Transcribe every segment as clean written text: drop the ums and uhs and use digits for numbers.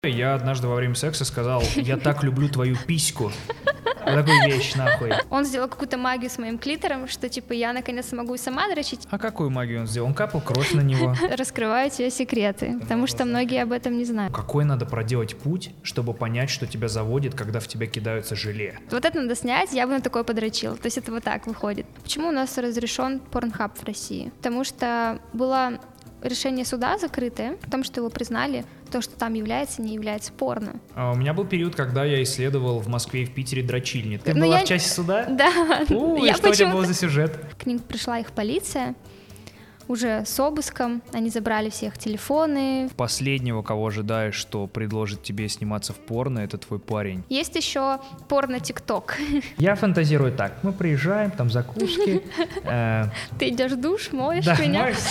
я однажды во время секса сказал: я так люблю твою письку. Вот такую вещь, нахуй. Он сделал какую-то магию с моим клитором, что типа я наконец могу сама дрочить. А какую магию он сделал? Он капал кровь на него. Раскрываю тебе секреты, потому что многие об этом не знают. Какой надо проделать путь, чтобы понять, что тебя заводит, когда в тебя кидаются желе? Вот это надо снять, я бы на такое подрочила. То есть это вот так выходит. Почему у нас разрешен порнхаб в России? Потому что было решение суда закрытое, о том, что его признали, то, что там является, не является порно. У меня был период, когда я исследовал в Москве и в Питере дрочильни. Ты была в части суда? Да. И что у тебя было за сюжет? К ним пришла их полиция, уже с обыском, они забрали всех телефоны. Последнего, кого ожидаешь, что предложит тебе сниматься в порно, это твой парень. Есть еще порно-тикток. Я фантазирую так: мы приезжаем, там закуски. Ты идешь в душ, моешь Да, меня. моюсь.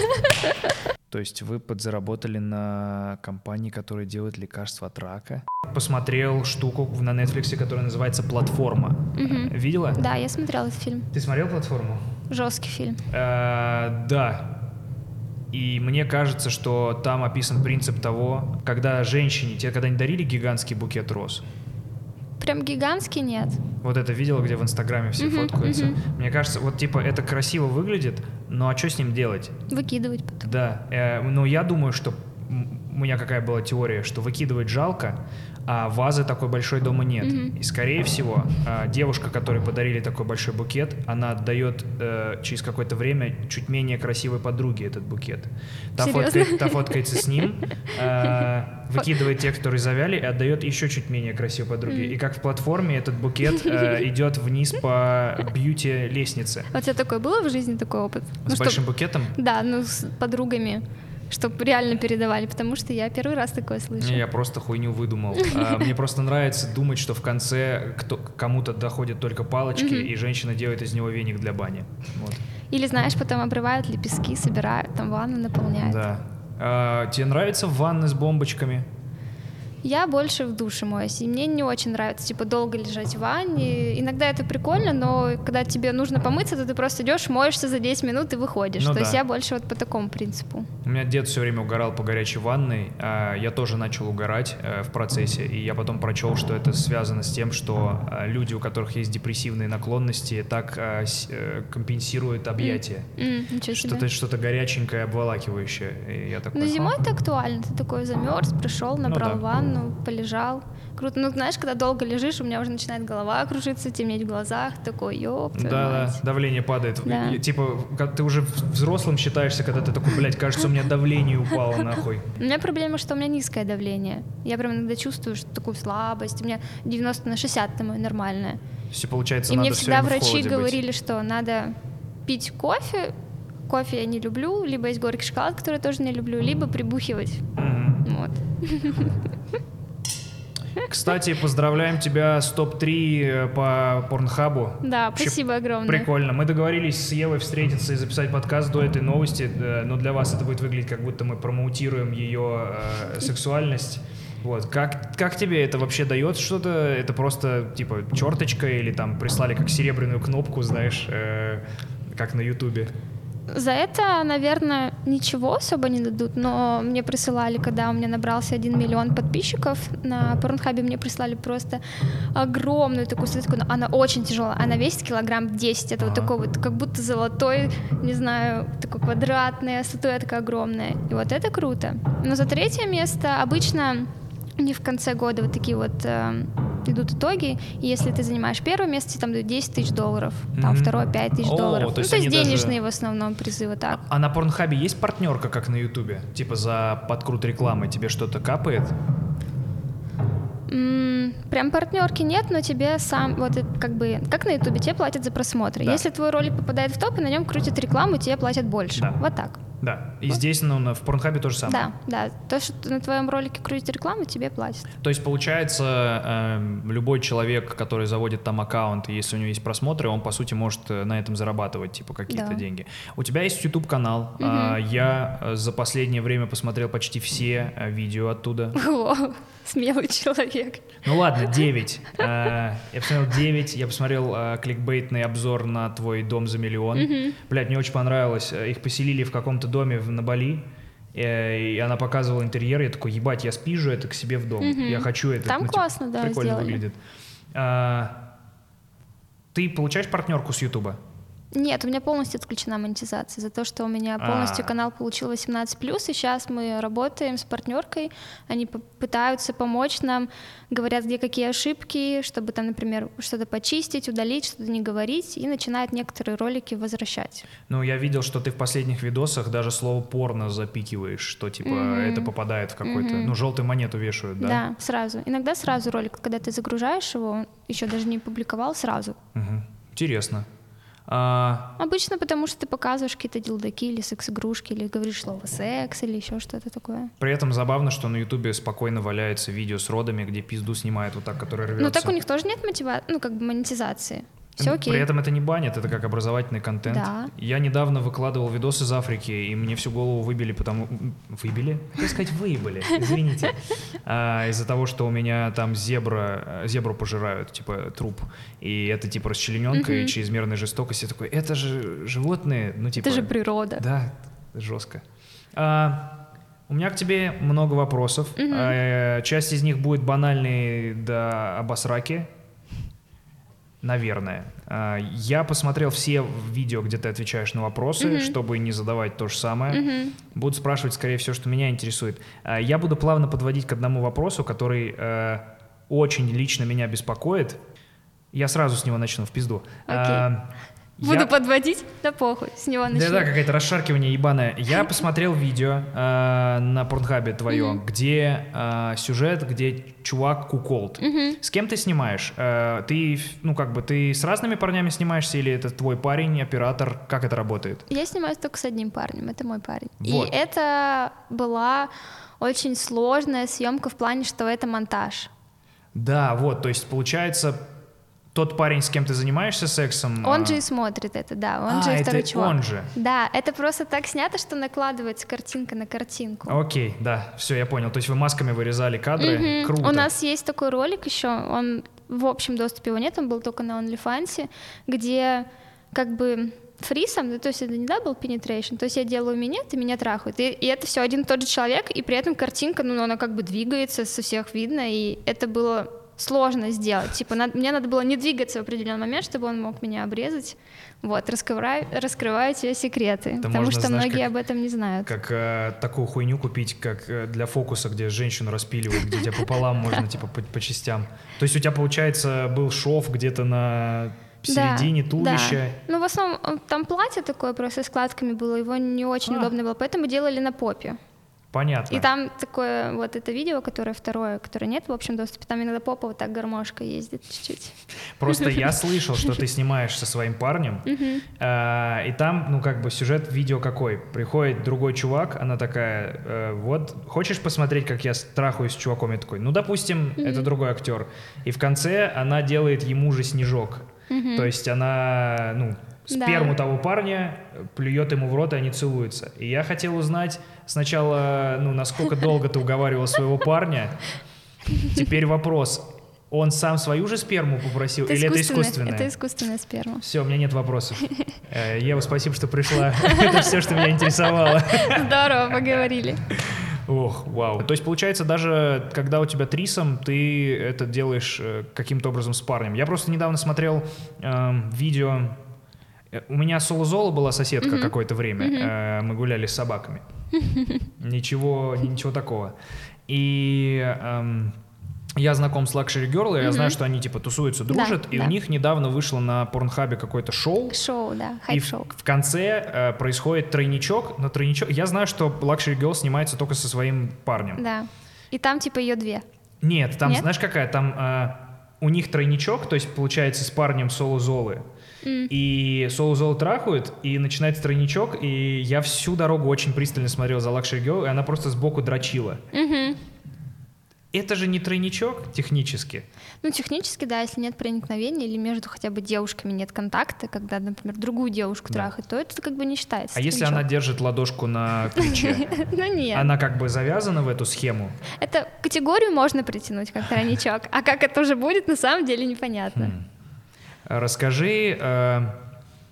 То есть вы подзаработали на компании, которая делает лекарства от рака? Посмотрел штуку на Netflix, которая называется «Платформа». Видела? Да, я смотрела этот фильм. Ты смотрел «Платформу»? Жесткий фильм. Да. И мне кажется, что там описан принцип того, когда женщине, тебе когда не дарили гигантский букет роз? Прям гигантский нет. Вот это видела, где в Инстаграме все фоткаются? Мне кажется, вот типа это красиво выглядит, но а что с ним делать? Выкидывать потом. Да, но я думаю, что у меня какая была теория, что выкидывать жалко, а вазы такой большой дома нет. И, скорее всего, девушка, которой подарили такой большой букет, она отдает через какое-то время чуть менее красивой подруге этот букет. Та фоткается с ним, выкидывает те, которые завяли, и отдает еще чуть менее красивой подруге. И как в «Платформе» этот букет идет вниз по бьюти-лестнице. А у тебя такое было в жизни, такой опыт? С большим букетом? Да, с подругами. Чтобы реально передавали, потому что я первый раз такое слышу. Я просто хуйню выдумал. Мне просто нравится думать, что в конце кому-то доходят только палочки, и женщина делает из него веник для бани. Вот. Или, знаешь, потом обрывают лепестки, собирают, там ванну наполняют. Да. Тебе нравится ванны с бомбочками? Я больше в душе моюсь, и мне не очень нравится, типа, долго лежать в ванне. Иногда это прикольно, но когда тебе нужно помыться, то ты просто идешь, моешься за 10 минут и выходишь. То есть я больше вот по такому принципу. У меня дед все время угорал по горячей ванной, я тоже начал угорать в процессе, и я потом прочел, что это связано с тем, что люди, у которых есть депрессивные наклонности, так компенсируют объятия. Что-то горяченькое, обволакивающее. И я такой, зимой это актуально, ты такой замерз, пришел, набрал ванну, полежал. Круто. Ну, знаешь, когда долго лежишь, у меня уже начинает голова кружиться, темнеть в глазах, такой, ёп, твою мать. Давление падает. Да. Типа, когда ты уже взрослым считаешься, когда ты такой, блядь, кажется, у меня давление упало, нахуй. У меня проблема, что у меня низкое давление. Я прям иногда чувствую такую слабость. У меня 90 на 60 это мое нормальное. Все получается, и надо мне всегда все время в врачи холоде говорили, быть. что надо пить кофе. Кофе я не люблю, либо есть горький шоколад, который я тоже не люблю, либо прибухивать. Вот. Кстати, поздравляем тебя с топ-3 по Порнхабу. Да, спасибо огромное. Прикольно. Мы договорились с Евой встретиться и записать подкаст до этой новости, но для вас это будет выглядеть, как будто мы промоутируем ее сексуальность. Вот. Как тебе это вообще дает что-то? Это просто типа черточка или там прислали как серебряную кнопку, знаешь, как на Ютубе? За это, наверное, ничего особо не дадут, но мне присылали, когда у меня набрался 1 миллион подписчиков на Порнхабе, мне прислали просто огромную такую статуэтку, она очень тяжелая, она весит килограмм 10, это вот такой вот, как будто золотой, не знаю, такой квадратная статуэтка огромная, и вот это круто. Но за 3-е место обычно не в конце года вот такие вот идут итоги, и если ты занимаешь 1-е место, тебе там дают $10 000, там 2-е $5 000. То есть денежные в основном призы, вот так. А на Порнхабе есть партнерка, как на Ютубе? Типа за подкрут рекламы тебе что-то капает? Прям партнерки нет, но тебе сам, вот как бы, как на Ютубе, тебе платят за просмотры. Да. Если твой ролик попадает в топ, и на нем крутят рекламу, тебе платят больше. Да. Вот так. Да, и здесь в Порнхабе то же самое. Да. То, что на твоем ролике крутят рекламу, тебе платят. То есть, получается, любой человек, который заводит там аккаунт, и если у него есть просмотры, он, по сути, может на этом зарабатывать, типа, какие-то деньги. У тебя есть YouTube-канал. Я за последнее время посмотрел почти все видео оттуда. О, смелый человек. Ну ладно, 9. Я посмотрел 9. Я посмотрел кликбейтный обзор на твой дом за $1 000 000. Блядь, мне очень понравилось. Их поселили в каком-то доме на Бали, И она показывала интерьер, я такой, ебать, я спижу это к себе в дом. Я хочу это. Там классно, да, прикольно сделали. выглядит. Ты получаешь партнерку с Ютуба? Нет, у меня полностью отключена монетизация за то, что у меня полностью канал получил 18+, и сейчас мы работаем с партнеркой, они пытаются помочь нам, говорят, где какие ошибки, чтобы там, например, что-то почистить, удалить, что-то не говорить, и начинают некоторые ролики возвращать. Ну, я видел, что ты в последних видосах даже слово порно запикиваешь, что типа это попадает в какой-то, ну, желтую монету вешают, да? Да, сразу. Иногда сразу ролик, когда ты загружаешь его, еще даже не публиковал, сразу. Интересно. Обычно потому, что ты показываешь какие-то дилдаки или секс-игрушки, или говоришь слово «секс», или еще что-то такое. При этом забавно, что на Ютубе спокойно валяется видео с родами, где пизду снимают вот так, который рвется. Ну так у них тоже нет монетизации. Все окей. При этом это не банят, это как образовательный контент. Да. Я недавно выкладывал видос из Африки, и мне всю голову выбили, Выбили? Хотел сказать, выебали, извините. Из-за того, что у меня там зебру пожирают, типа труп. И это типа расчлененка и чрезмерная жестокость. Я такой, это же животные, ну типа... Это же природа. Да, жестко. У меня к тебе много вопросов. Часть из них будет банальной до обосраки. Наверное. Я посмотрел все видео, где ты отвечаешь на вопросы, чтобы не задавать то же самое. Буду спрашивать, скорее всего, что меня интересует. Я буду плавно подводить к одному вопросу, который очень лично меня беспокоит. Я сразу с него начну в пизду. Буду подводить? Да похуй, с него начну. Да, какое-то расшаркивание ебаное. Я посмотрел видео на Порнхабе твое, где сюжет, где чувак куколд. С кем ты снимаешь? Ты с разными парнями снимаешься или это твой парень, оператор? Как это работает? Я снимаюсь только с одним парнем, это мой парень. Вот. И это была очень сложная съемка в плане, что это монтаж. Да, вот, то есть получается... Тот парень, с кем ты занимаешься сексом... Он же и смотрит это, да, он же и второй чувак. Он же? Да, это просто так снято, что накладывается картинка на картинку. Окей, да, все, я понял. То есть вы масками вырезали кадры? Круто. У нас есть такой ролик еще, он в общем доступе его нет, он был только на OnlyFans, где как бы фрисом, то есть это не double penetration, то есть я делаю минет, и меня трахают. И это все один и тот же человек, и при этом картинка, она как бы двигается, со всех видно, и это было... сложно сделать. Типа, мне надо было не двигаться в определенный момент, чтобы он мог меня обрезать. Вот, раскрываю тебе секреты. Это потому можно, что знаешь, многие об этом не знают. Как такую хуйню купить, как для фокуса, где женщину распиливают, где тебя пополам можно, типа, по частям. То есть у тебя, получается, был шов где-то на середине туловища. Да. Ну, в основном, там платье такое просто с складками было, его не очень удобно было, поэтому делали на попе. Понятно. И там такое вот это видео, которое второе, которое нет в общем доступе, там иногда попа вот так гармошка ездит чуть-чуть. Просто я слышал, что ты снимаешь со своим парнем, и там, сюжет видео какой? Приходит другой чувак, она такая, вот, хочешь посмотреть, как я трахаюсь с чуваком? Я такой, допустим, это другой актер. И в конце она делает ему же снежок. То есть она, сперму того парня плюет ему в рот, и они целуются. И я хотел узнать сначала, насколько долго ты уговаривал своего парня. Теперь вопрос. Он сам свою же сперму попросил, или это искусственная? Это искусственная сперма. Все, у меня нет вопросов. Ева, спасибо, что пришла. Это все, что меня интересовало. Здорово, поговорили. Ох, вау. То есть, получается, даже когда у тебя трисом, ты это делаешь каким-то образом с парнем. Я просто недавно смотрел видео... У меня соло-золо была соседка какое-то время. Мы гуляли с собаками. Ничего такого. И я знаком с Luxury Girl, и я знаю, что они типа тусуются, дружат. И у них недавно вышло на Порнхабе какое-то шоу. Шоу, да, хайп-шоу. И в конце происходит тройничок. Но тройничок... Я знаю, что Luxury Girl снимается только со своим парнем. Да. И там типа ее две. Нет, там, знаешь, какая? Там у них тройничок, то есть получается с парнем соло-золы. И соло-золы трахают, и начинается тройничок, и я всю дорогу очень пристально смотрел за Luxury Girl, и она просто сбоку дрочила. Это же не тройничок технически? Технически, да, если нет проникновения или между хотя бы девушками нет контакта, когда, например, другую девушку трахает, то это как бы не считается. А если она держит ладошку на ключе? Нет. Она как бы завязана в эту схему? Это категорию можно притянуть как тройничок, а как это уже будет, на самом деле непонятно. Расскажи,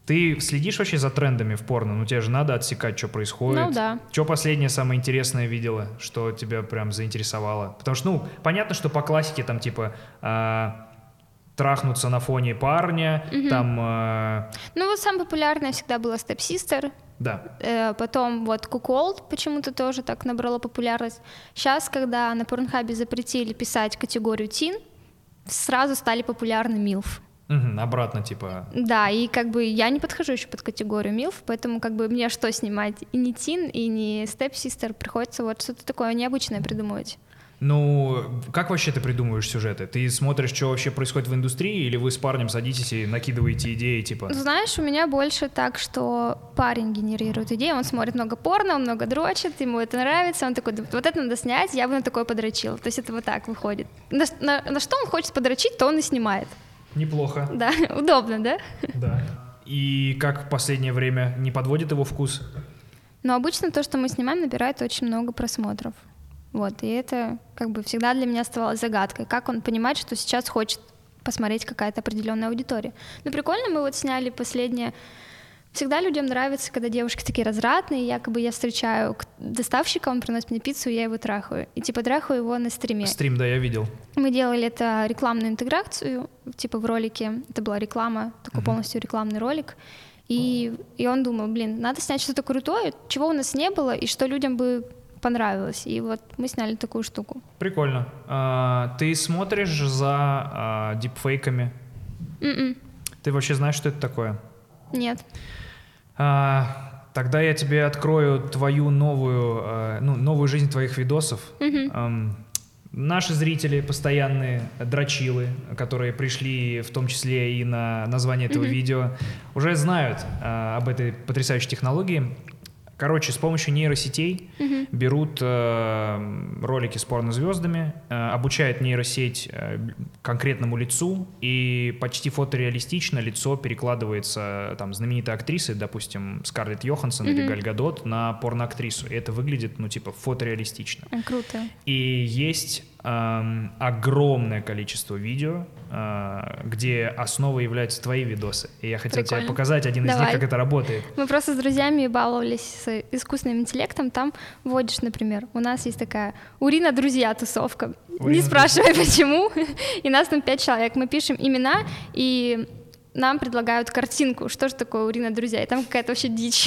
Ты следишь вообще за трендами в порно? Ну, тебе же надо отсекать, что происходит. Ну, да. Что последнее самое интересное видела, что тебя прям заинтересовало? Потому что, ну, понятно, что по классике там типа трахнуться на фоне парня, там... Ну, вот самое популярное всегда было Step Sister. Да. Потом вот Cuckold почему-то тоже так набрало популярность. Сейчас, когда на Порнхабе запретили писать категорию Teen, сразу стали популярны MILF. Обратно, типа... Да, и как бы я не подхожу еще под категорию MILF, поэтому как бы мне что снимать? И не Teen, и не Step Sister, приходится вот что-то такое необычное придумывать. Ну, как вообще ты придумываешь сюжеты? Ты смотришь, что вообще происходит в индустрии, или вы с парнем садитесь и накидываете идеи, типа... Знаешь, у меня больше так, что парень генерирует идеи, он смотрит много порно, он много дрочит, ему это нравится, он такой, вот это надо снять, я бы на такое подрочил. То есть это вот так выходит. На что он хочет подрочить, то он и снимает. Неплохо. Да, удобно, да? Да. И как в последнее время не подводит его вкус? Но обычно то, что мы снимаем, набирает очень много просмотров. Вот, и это как бы всегда для меня оставалось загадкой, как он понимает, что сейчас хочет посмотреть какая-то определенная аудитория. Ну, прикольно, мы вот сняли последнее. Всегда людям нравится, когда девушки такие развратные, якобы я встречаю доставщика, он приносит мне пиццу, я его трахаю. И типа трахаю его на стриме. Стрим, да, я видел. Мы делали это рекламную интеграцию, типа в ролике, это была реклама, такой полностью рекламный ролик. И он думал, блин, надо снять что-то крутое, чего у нас не было, и что людям бы понравилось. И вот мы сняли такую штуку. Прикольно. Ты смотришь за дипфейками? Ты вообще знаешь, что это такое? Нет. Тогда я тебе открою твою новую жизнь твоих видосов. Наши зрители, постоянные дрочилы, которые пришли в том числе и на название этого видео, уже знают об этой потрясающей технологии. Короче, с помощью нейросетей берут ролики с порнозвездами, обучают нейросеть конкретному лицу, и почти фотореалистично лицо перекладывается там знаменитой актрисы, допустим, Скарлетт Йоханссон или Галь Гадот, на порноактрису. И это выглядит, ну, типа, фотореалистично. Круто. И есть огромное количество видео, где основой являются твои видосы. И я хотел тебе показать один из них, как это работает. Мы просто с друзьями баловались с искусственным интеллектом. Там вводишь, например, у нас есть такая Урина-друзья тусовка. Не спрашивай, почему. И нас там 5 человек. Мы пишем имена, и нам предлагают картинку. Что же такое Урина-друзья? И там какая-то вообще дичь.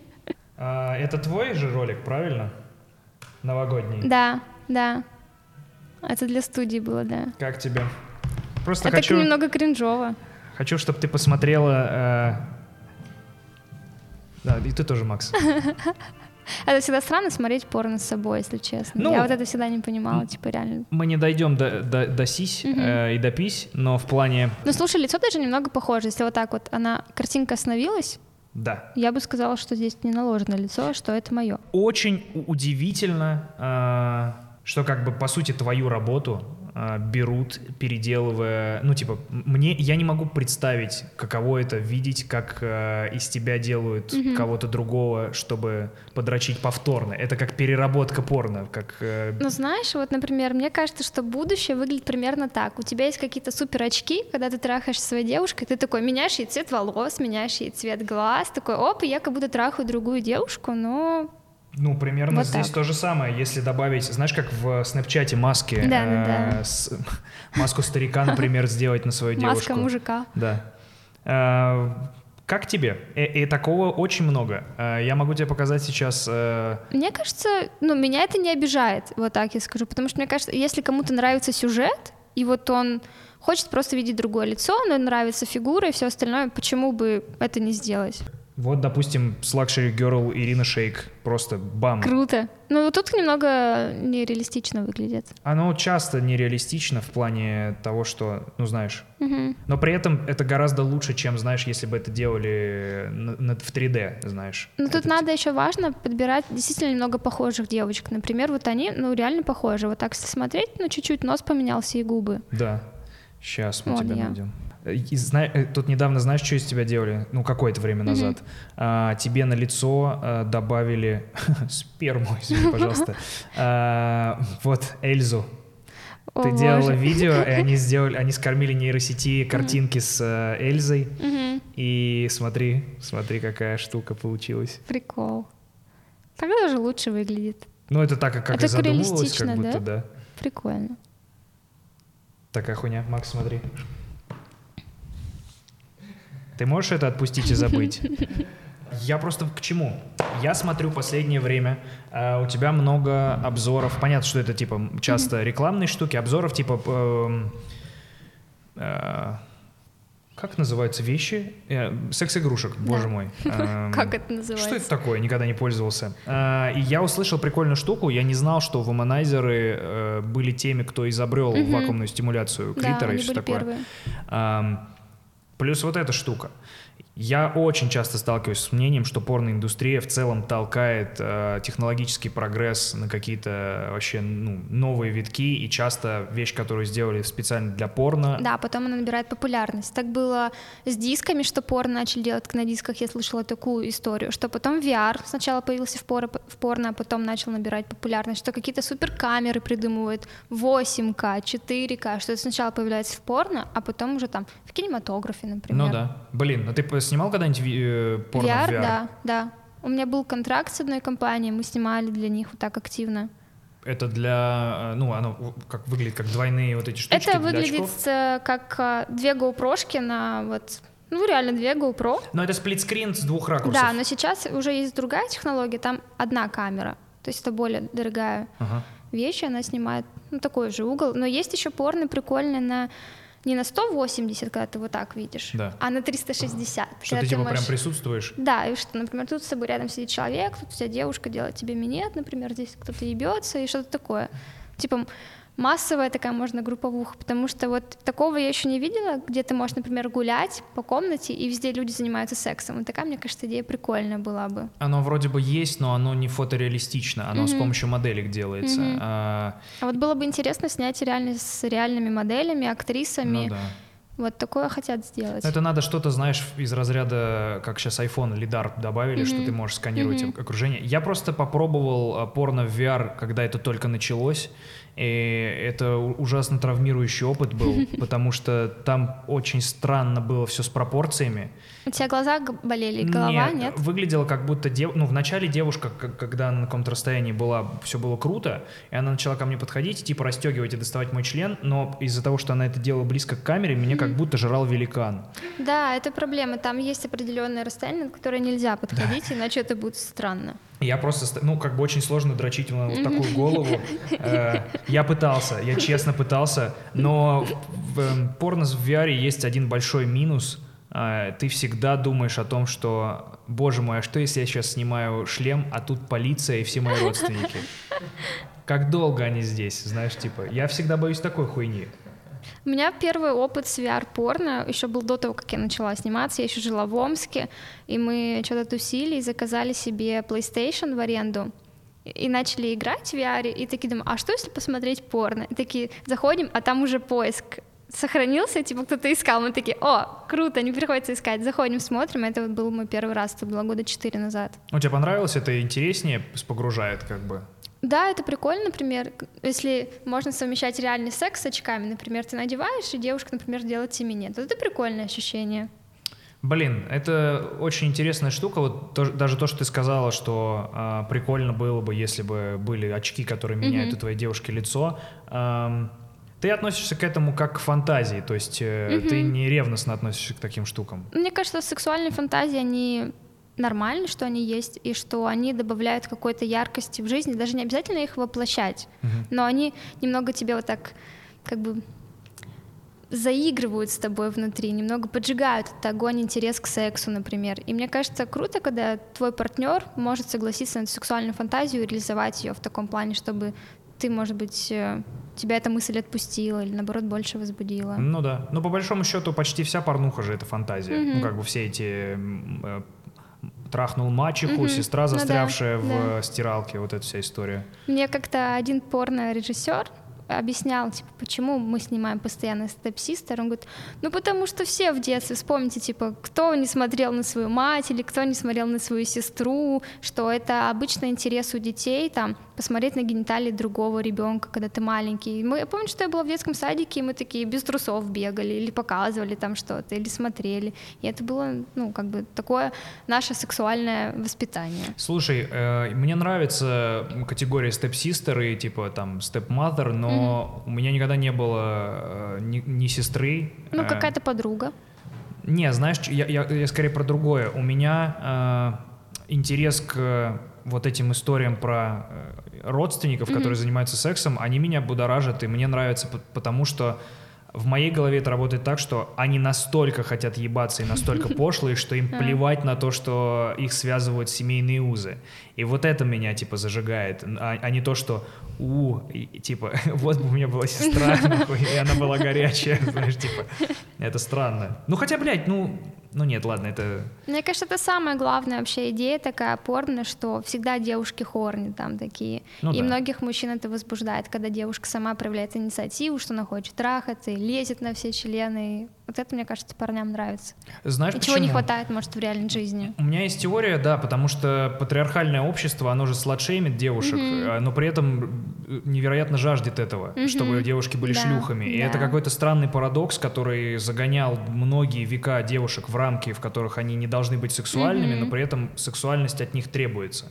Это твой же ролик, правильно? Новогодний? Да, да. Это для студии было, да. Как тебе? Просто это хочу... немного кринжово. Хочу, чтобы ты посмотрела... Да, и ты тоже, Макс. Это всегда странно смотреть порно с собой, если честно. Я вот это всегда не понимала, типа реально. Мы не дойдем до сись и до пись, но в плане... Ну, слушай, лицо даже немного похоже. Если вот так вот картинка остановилась, да. Я бы сказала, что здесь не наложено лицо, что это мое. Очень удивительно, что как бы по сути твою работу берут, переделывая, ну типа я не могу представить, каково это видеть, как из тебя делают кого-то другого, чтобы подрочить повторно. Это как переработка порно, как. Ну знаешь, вот, например, мне кажется, что будущее выглядит примерно так. У тебя есть какие-то супер очки, когда ты трахаешь со своей девушкой, ты такой меняешь ей цвет волос, меняешь ей цвет глаз, такой оп, и я как будто трахаю другую девушку, но. Ну, примерно вот здесь так. То же самое, если добавить, знаешь, как в Снэпчате маски, маску старика, например, сделать на свою девушку. Маска мужика. Да. Как тебе? И такого очень много. Я могу тебе показать сейчас... Мне кажется, меня это не обижает, вот так я скажу, потому что мне кажется, если кому-то нравится сюжет, и вот он хочет просто видеть другое лицо, но нравится фигура и все остальное, почему бы это не сделать? Вот, допустим, с Luxury Girl Ирина Шейк. Просто бам. Круто. Ну, вот тут немного нереалистично выглядит. Оно часто нереалистично в плане того, что, ну, знаешь. Но при этом это гораздо лучше, чем, знаешь, если бы это делали в 3D, знаешь. Ну, тут надо еще важно подбирать действительно немного похожих девочек. Например, вот они, реально похожи. Вот так смотреть, чуть-чуть нос поменялся и губы. Да. Сейчас мы тебя найдем. Тут недавно, знаешь, что из тебя делали? Ну, какое-то время назад. Тебе на лицо добавили сперму, извини, пожалуйста. Вот Эльзу. Ты делала видео, и они скормили нейросети картинки с Эльзой. И смотри, какая штука получилась. Прикол. Так даже лучше выглядит. Ну, это так, как и задумывалось, как будто, да? Прикольно. Такая хуйня. Макс, смотри. Ты можешь это отпустить и забыть? Я просто к чему? Я смотрю последнее время, у тебя много обзоров. Понятно, что это типа часто рекламные штуки, обзоров типа... как называются вещи? Секс-игрушек, боже мой. Как это называется? Что это такое? Никогда не пользовался. И я услышал прикольную штуку. Я не знал, что вуманайзеры были теми, кто изобрел вакуумную стимуляцию клитора и все такое. Плюс вот эта штука. Я очень часто сталкиваюсь с мнением, что порноиндустрия в целом толкает технологический прогресс на какие-то вообще новые витки, и часто вещь, которую сделали специально для порно. Да, потом она набирает популярность. Так было с дисками, что порно начали делать на дисках, я слышала такую историю, что потом VR сначала появился в порно, а потом начал набирать популярность, что какие-то суперкамеры придумывают 8К, 4К, что это сначала появляется в порно, а потом уже там в кинематографе, например. Ну да. Блин, ну ты снимал когда-нибудь порно в VR? Да. У меня был контракт с одной компанией, мы снимали для них вот так активно. Это для... оно как выглядит, как двойные вот эти штучки это для выглядит очков? Как две GoPro-шки на вот... реально две GoPro. Но это сплитскрин с двух ракурсов. Да, но сейчас уже есть другая технология, там одна камера. То есть это более дорогая вещь, она снимает такой же угол. Но есть еще порно прикольное не на 180, когда ты вот так видишь, а на 360. Что ты типа прям присутствуешь? Да, и что, например, тут с собой рядом сидит человек, тут у тебя девушка делает тебе минет, например, здесь кто-то ебется и что-то такое. Типа массовая такая, можно, групповуха, потому что вот такого я еще не видела, где ты можешь, например, гулять по комнате, и везде люди занимаются сексом. Вот такая, мне кажется, идея прикольная была бы. Оно вроде бы есть, но оно не фотореалистично, оно с помощью моделек делается. А вот было бы интересно снять реально с реальными моделями, актрисами. Ну да. Вот такое хотят сделать. Это надо что-то, знаешь, из разряда, как сейчас iPhone, лидар добавили, что ты можешь сканировать окружение. Я просто попробовал порно в VR, когда это только началось, и это ужасно травмирующий опыт был, потому что там очень странно было все с пропорциями. У тебя глаза болели, голова, нет? Выглядело как будто... вначале девушка, когда она на каком-то расстоянии была, все было круто, и она начала ко мне подходить, типа расстегивать и доставать мой член, но из-за того, что она это делала близко к камере, меня как будто жрал великан. Да, это проблема. Там есть определенное расстояние, на которое нельзя подходить, иначе это будет странно. Я просто, очень сложно дрочить на вот такую голову. Я честно пытался, но в порно в VR есть один большой минус. Ты всегда думаешь о том, что, боже мой, а что если я сейчас снимаю шлем, а тут полиция и все мои родственники? Как долго они здесь, знаешь, типа, я всегда боюсь такой хуйни. У меня первый опыт с VR-порно еще был до того, как я начала сниматься. Я еще жила в Омске, и мы что-то тусили и заказали себе PlayStation в аренду. И начали играть в VR, и такие думаю, а что если посмотреть порно? И такие заходим, а там уже поиск сохранился, типа кто-то искал. Мы такие, о, круто, не приходится искать. Заходим, смотрим, это вот был мой первый раз, это было года 4 назад. Тебе понравилось? Это интереснее погружает как бы? Да, это прикольно, например, если можно совмещать реальный секс с очками, например, ты надеваешь, и девушка, например, делает тебе минет. Вот это прикольное ощущение. Блин, это очень интересная штука. Вот даже то, что ты сказала, что прикольно было бы, если бы были очки, которые меняют у твоей девушки лицо. Ты относишься к этому как к фантазии, то есть ты не ревностно относишься к таким штукам? Мне кажется, сексуальные фантазии, они нормально, что они есть, и что они добавляют какой-то яркости в жизни, даже не обязательно их воплощать, но они немного тебе вот так как бы заигрывают с тобой внутри, немного поджигают этот огонь, интерес к сексу, например. И мне кажется, круто, когда твой партнер может согласиться на эту сексуальную фантазию и реализовать ее в таком плане, чтобы ты, может быть, тебя эта мысль отпустила или, наоборот, больше возбудила. Ну да. Но по большому счету почти вся порнуха же это фантазия. Ну как бы все эти... трахнул мачеху, сестра, застрявшая в стиралке, вот эта вся история. Мне как-то один порно-режиссер объяснял, типа, почему мы снимаем постоянно Step Sister. Он говорит, ну потому что все в детстве, вспомните, типа, кто не смотрел на свою мать или кто не смотрел на свою сестру, что это обычно интерес у детей, там, посмотреть на гениталии другого ребенка, когда ты маленький. Я помню, что я была в детском садике, и мы такие без трусов бегали, или показывали там что-то, или смотрели. И это было, ну, как бы такое наше сексуальное воспитание. Слушай, мне нравится категория Step-Sister и типа там Step-Mother, но у меня никогда не было ни сестры. Ну, какая-то подруга. Не, знаешь, я скорее про другое. У меня интерес к вот этим историям про родственников, которые занимаются сексом, они меня будоражат, и мне нравится, потому что в моей голове это работает так, что они настолько хотят ебаться и настолько пошлые, что им плевать на то, что их связывают семейные узы. И вот это меня, типа, зажигает, а не то, что типа, вот бы у меня была сестра, нахуй, и она была горячая, знаешь, типа, это странно. Ну, хотя, блядь, ну нет, ладно, это... Мне кажется, это самая главная вообще идея такая порно, что всегда девушки хорни там такие. Ну, и да. многих мужчин это возбуждает, когда девушка сама проявляет инициативу, что она хочет трахаться и лезет на все члены. Вот это, мне кажется, парням нравится. Знаешь, и почему? чего не хватает, может, в реальной жизни. У меня есть теория, да, потому что патриархальное общество, оно же сладшеймит девушек, но при этом невероятно жаждет этого, чтобы девушки были шлюхами. И это какой-то странный парадокс, который загонял многие века девушек в рамки, в которых они не должны быть сексуальными, но при этом сексуальность от них требуется.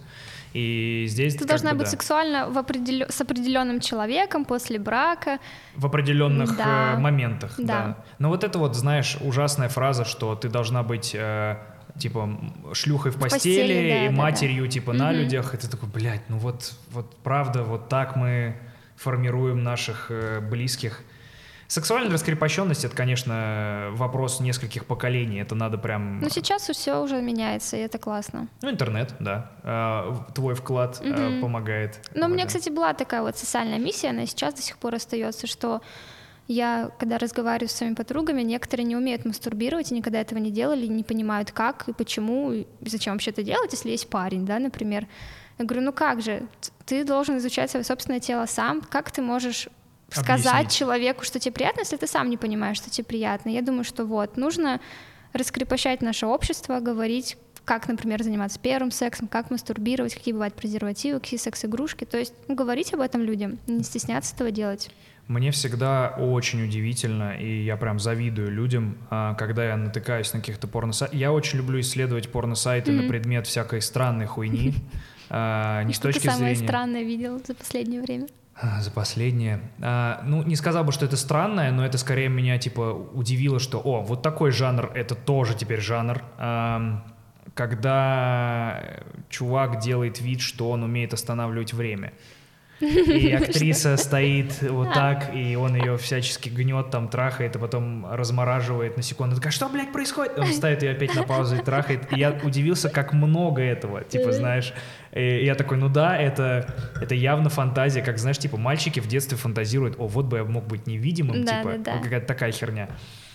И здесь ты должна быть сексуальна с определенным человеком после брака. В определенных моментах, да. Но вот это вот, знаешь, ужасная фраза, что ты должна быть типа шлюхой в постели и матерью типа на людях. И ты такой, блядь, ну вот правда, вот так мы формируем наших близких. Сексуальная раскрепощенность — это, конечно, вопрос нескольких поколений. Это надо прям... Ну, сейчас все уже меняется, и это классно. Ну, интернет, да. Твой вклад помогает. Ну, у меня, кстати, была такая вот социальная миссия, она сейчас до сих пор остается, что я, когда разговариваю с своими подругами, некоторые не умеют мастурбировать и никогда этого не делали, не понимают, как и почему, и зачем вообще это делать, если есть парень, да, например. Я говорю, ну как же, ты должен изучать свое собственное тело сам, как ты можешь... сказать человеку, что тебе приятно, если ты сам не понимаешь, что тебе приятно. Я думаю, что вот, нужно раскрепощать наше общество, говорить, как, например, заниматься первым сексом, как мастурбировать, какие бывают презервативы, какие секс-игрушки. То есть говорить об этом людям, не стесняться этого делать. Мне всегда очень удивительно, и я прям завидую людям, когда я натыкаюсь на каких-то порносайтах. Я очень люблю исследовать порносайты на предмет всякой странной хуйни. Не с точки зрения... самое странное видел за последнее время? За последнее. Ну, не сказал бы, что это странное, но это скорее меня, типа, удивило, что, вот такой жанр, это тоже теперь жанр. Когда чувак делает вид, что он умеет останавливать время. И актриса стоит вот так, и он ее всячески гнет, там, трахает, а потом размораживает на секунду. Такая, что, блядь, происходит? Он ставит ее опять на паузу и трахает. И я удивился, как много этого, типа, знаешь. И я такой, ну да, это явно фантазия, как, знаешь, типа, мальчики в детстве фантазируют, вот бы я мог быть невидимым, да, типа, да. какая-то такая херня.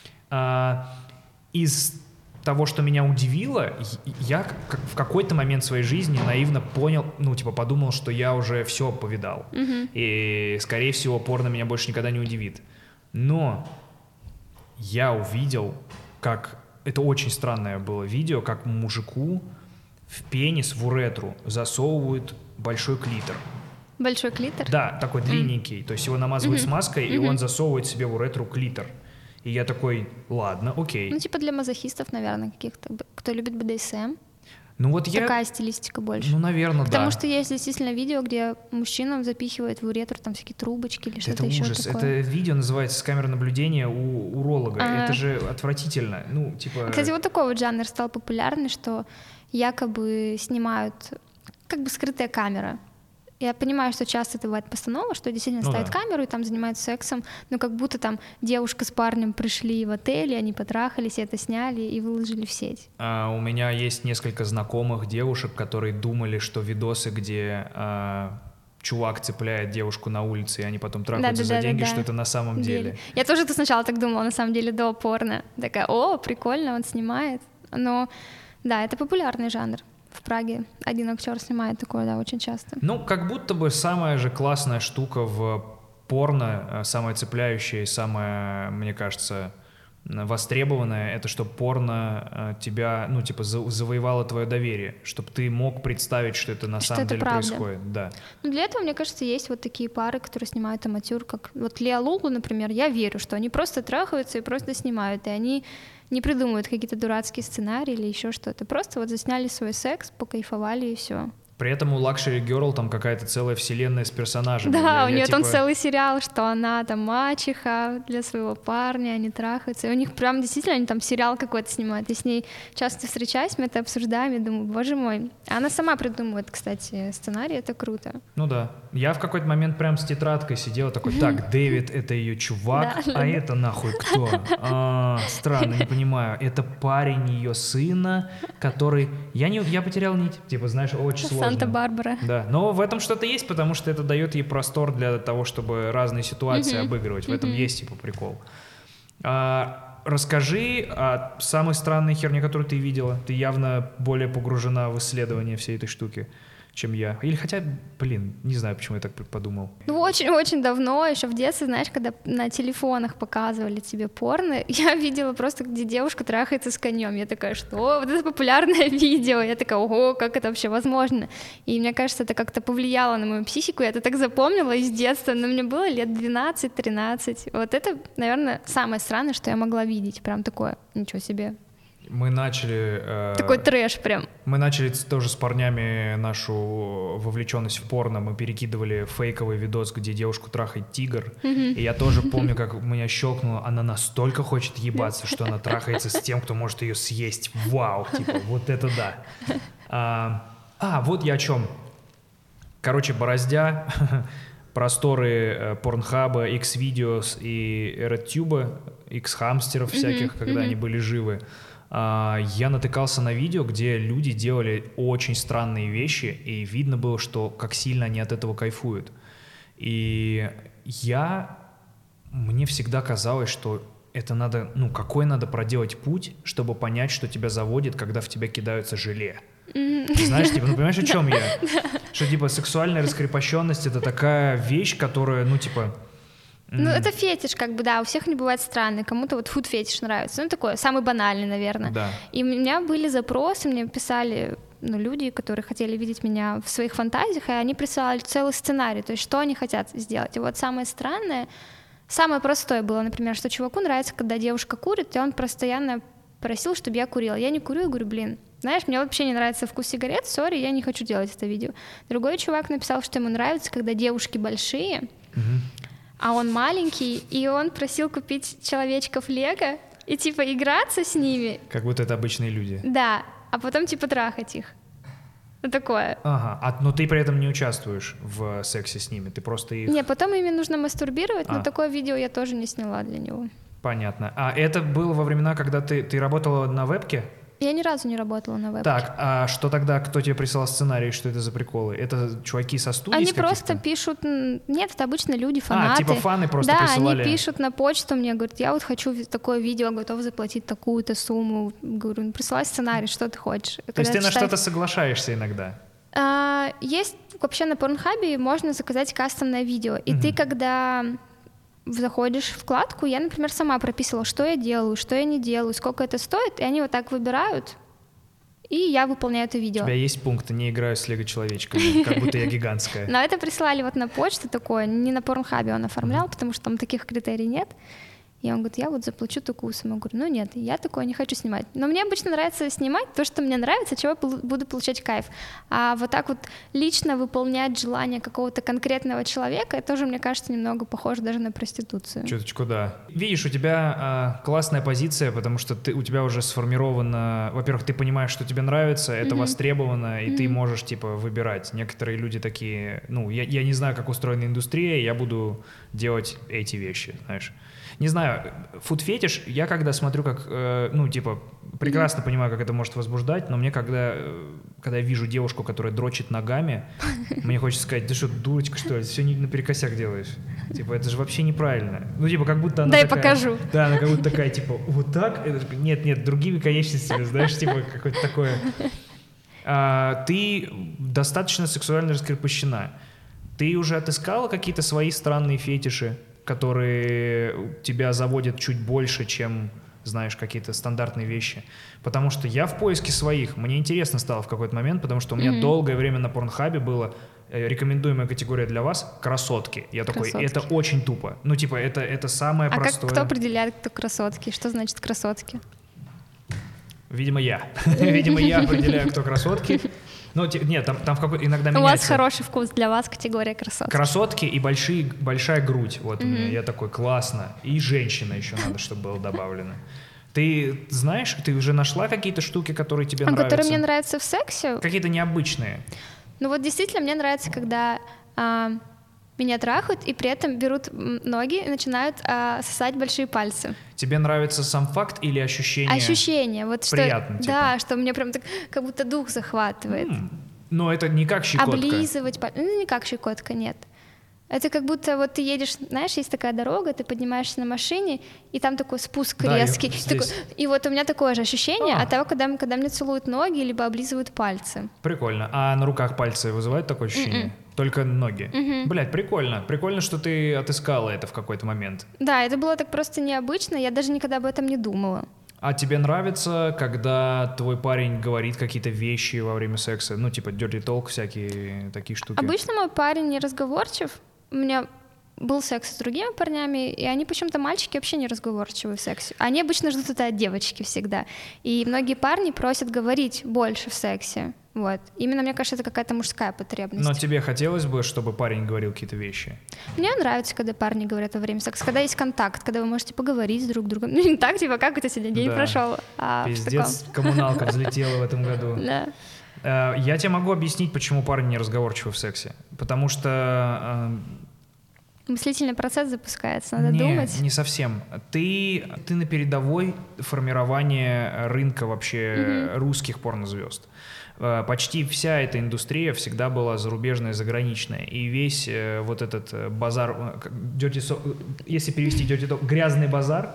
Из того, что меня удивило, я в какой-то момент своей жизни наивно понял, ну, типа, подумал, что я уже все повидал. И, скорее всего, порно меня больше никогда не удивит. Но я увидел, как... Это очень странное было видео, как мужику в пенис, в уретру засовывают большой клитор. Большой клитор? Да, такой длинненький. То есть его намазывают смазкой, и он засовывает себе в уретру клитор. И я такой, ладно, окей. Ну, типа для мазохистов, наверное, каких-то, кто любит БДСМ. Ну, вот такая стилистика больше. Ну, наверное, Потому что есть действительно видео, где мужчинам запихивают в уретру там всякие трубочки или что-то еще ужас. такое. Это видео называется «С камеры наблюдения у уролога». Это же отвратительно. Ну, типа... Кстати, вот такой вот жанр стал популярный, что якобы снимают как бы скрытая камера. Я понимаю, что часто это бывает постанова, что действительно ставят камеру и там занимаются сексом, но как будто там девушка с парнем пришли в отель, и они потрахались, и это сняли и выложили в сеть. У меня есть несколько знакомых девушек, которые думали, что видосы, где чувак цепляет девушку на улице, и они потом трахаются за деньги, что это на самом деле. Я тоже это сначала так думала, на самом деле, до порно. Такая, прикольно, он снимает. Но да, это популярный жанр. В Праге один актер снимает такое, да, очень часто. Ну, как будто бы самая же классная штука в порно самое цепляющее и самое, мне кажется, востребованное, это что порно тебя, ну, типа, завоевало твое доверие, чтобы ты мог представить, что это на самом деле происходит. Да. Ну, для этого, мне кажется, есть вот такие пары, которые снимают аматюр, как вот Леа Лулу, например, я верю, что они просто трахаются и просто снимают, и они не придумывают какие-то дурацкие сценарии или еще что-то, просто вот засняли свой секс, покайфовали и все. При этом у Luxury Girl там какая-то целая вселенная с персонажами. Да, у нее там целый сериал, что она там мачеха для своего парня, они трахаются. И у них прям действительно, они там сериал какой-то снимают. Я с ней часто встречаюсь, мы это обсуждаем, я думаю, боже мой. Она сама придумывает, кстати, сценарий, это круто. Ну да. Я в какой-то момент прям с тетрадкой сидел, такой, так, Дэвид — это ее чувак, а это нахуй кто? Странно, не понимаю. Это парень ее сына, который... Я потерял нить. Типа, знаешь, очень сложно. Санта-Барбара. Да, но в этом что-то есть, потому что это дает ей простор для того, чтобы разные ситуации обыгрывать. В этом есть, типа, прикол. Расскажи о самой странной херне, которую ты видела. Ты явно более погружена в исследование всей этой штуки, чем я. Или хотя, не знаю, почему я так подумал. Ну, очень-очень давно, еще в детстве, знаешь, когда на телефонах показывали тебе порно, я видела просто, где девушка трахается с конем. Я такая, что? Вот это популярное видео. Я такая, ого, как это вообще возможно? И мне кажется, это как-то повлияло на мою психику. Я это так запомнила из детства, но мне было лет 12-13. Вот это, наверное, самое странное, что я могла видеть. Прям такое, ничего себе. Мы начали... Такой трэш прям. Мы начали тоже с парнями нашу вовлеченность в порно. Мы перекидывали фейковый видос, где девушку трахает тигр. И я тоже помню, как меня щелкнуло. Она настолько хочет ебаться, что она трахается с тем, кто может ее съесть. Вау! Типа, вот это да. Вот я о чем. Короче, бороздя просторы Порнхаба, X-Videos и RedTube, X-хамстеров всяких, когда они были живы, я натыкался на видео, где люди делали очень странные вещи, и видно было, что как сильно они от этого кайфуют. И мне всегда казалось, что это надо, какой надо проделать путь, чтобы понять, что тебя заводит, когда в тебя кидаются желе. Знаешь, типа, понимаешь, о чем я? Что, типа, сексуальная раскрепощенность — это такая вещь, которая, Ну, это фетиш, как бы, да, у всех они бывают странные, кому-то вот фуд-фетиш нравится, такой, самый банальный, наверное. Да. И у меня были запросы, мне писали, люди, которые хотели видеть меня в своих фантазиях, и они присылали целый сценарий, то есть что они хотят сделать. И вот самое странное, самое простое было, например, что чуваку нравится, когда девушка курит, и он постоянно просил, чтобы я курила. Я не курю, я говорю, знаешь, мне вообще не нравится вкус сигарет, сори, я не хочу делать это видео. Другой чувак написал, что ему нравится, когда девушки большие, а он маленький, и он просил купить человечков Лего и, типа, играться с ними. Как будто это обычные люди. Да, а потом, типа, трахать их. Ну, такое. Ага, но ты при этом не участвуешь в сексе с ними, ты просто их... Не, потом ими нужно мастурбировать, но такое видео я тоже не сняла для него. Понятно. А это было во времена, когда ты работала на вебке? Я ни разу не работала на вебке. Так, а что тогда, кто тебе присылал сценарий, что это за приколы? Это чуваки со студий каких-то? Они просто пишут... Нет, это обычно люди, фанаты. Типа фаны просто присылали? Да, они пишут на почту мне, говорят, я вот хочу такое видео, готов заплатить такую-то сумму. Говорю, присылай сценарий, что ты хочешь. То есть ты на что-то соглашаешься иногда? Есть вообще на Порнхабе можно заказать кастомное видео. И ты, когда заходишь в вкладку, я, например, сама прописывала, что я делаю, что я не делаю, сколько это стоит, и они вот так выбирают, и я выполняю это видео. У тебя есть пункт «не играю с лего-человечками», как будто я гигантская. Но это прислали вот на почту такое, не на Порнхабе он оформлял, потому что там таких критерий нет. И он говорит, я вот заплачу такую сумму. Я говорю, нет, я такое не хочу снимать. Но мне обычно нравится снимать то, что мне нравится, чего я буду получать кайф. А вот так вот лично выполнять желание какого-то конкретного человека, это тоже, мне кажется, немного похоже даже на проституцию. Чуточку, да. Видишь, у тебя классная позиция, потому что у тебя уже сформировано... Во-первых, ты понимаешь, что тебе нравится, это востребовано, и ты можешь, типа, выбирать. Некоторые люди такие... Я не знаю, как устроена индустрия, я буду делать эти вещи, знаешь. Не знаю, фуд-фетиш, я когда смотрю, как, прекрасно понимаю, как это может возбуждать, но мне, когда я вижу девушку, которая дрочит ногами, мне хочется сказать, ты что, дурочка, что ли, все наперекосяк делаешь? Типа, это же вообще неправильно. Как будто она Дай такая... покажу. Да, она как будто такая, типа, вот так? Нет, другими конечностями, знаешь, типа, какое-то такое... Ты достаточно сексуально раскрепощена. Ты уже отыскала какие-то свои странные фетиши, которые тебя заводят чуть больше, чем, знаешь, какие-то стандартные вещи? Потому что я в поиске своих. Мне интересно стало в какой-то момент, потому что у меня долгое время на Порнхабе было рекомендуемая категория для вас — красотки. Я такой, это очень тупо. Ну, типа, это самое простое. А кто определяет, кто красотки? Что значит красотки? Видимо, я. Видимо, я определяю, кто красотки. Ну, нет, там в какой иногда меняется. У вас хороший вкус, для вас категория красотки. Красотки и большая грудь. Вот у меня, я такой, классно. И женщина еще надо, чтобы было добавлено. Ты знаешь, ты уже нашла какие-то штуки, которые тебе нравятся? Которые мне нравятся в сексе? Какие-то необычные. Ну вот действительно мне нравится, когда меня трахают и при этом берут ноги и начинают сосать большие пальцы. Тебе нравится сам факт или ощущение? Ощущение. Вот приятно, что, типа. Да, что мне прям так, как будто дух захватывает. Но это не как щекотка. Облизывать пальцы. Ну, не как щекотка, нет. Это как будто вот ты едешь, знаешь, есть такая дорога, ты поднимаешься на машине, и там такой спуск резкий. И вот у меня такое же ощущение от того, когда мне целуют ноги, либо облизывают пальцы. Прикольно. А на руках пальцы вызывают такое ощущение? Только ноги? Блядь, прикольно. Прикольно, что ты отыскала это в какой-то момент. Да, это было так просто необычно, я даже никогда об этом не думала. А тебе нравится, когда твой парень говорит какие-то вещи во время секса? Ну, типа dirty talk, всякие такие штуки. Обычно мой парень не разговорчив. У меня был секс с другими парнями, и они почему-то, мальчики, вообще не разговорчивы в сексе. Они обычно ждут это от девочки всегда. И многие парни просят говорить больше в сексе. Вот. Именно, мне кажется, это какая-то мужская потребность. Но тебе хотелось бы, чтобы парень говорил какие-то вещи? Мне нравится, когда парни говорят во время секса, когда есть контакт, когда вы можете поговорить друг с другом. Ну, не так, типа, как у тебя сегодня день прошел. Пиздец, коммуналка взлетела в этом году. Да. Я тебе могу объяснить, почему парень не разговорчивый в сексе. Потому что... Мыслительный процесс запускается, надо думать. Не совсем. Ты на передовой формирования рынка вообще русских порнозвезд. Почти вся эта индустрия всегда была зарубежная, заграничная. И весь вот этот базар, если перевести dirty talk, грязный базар,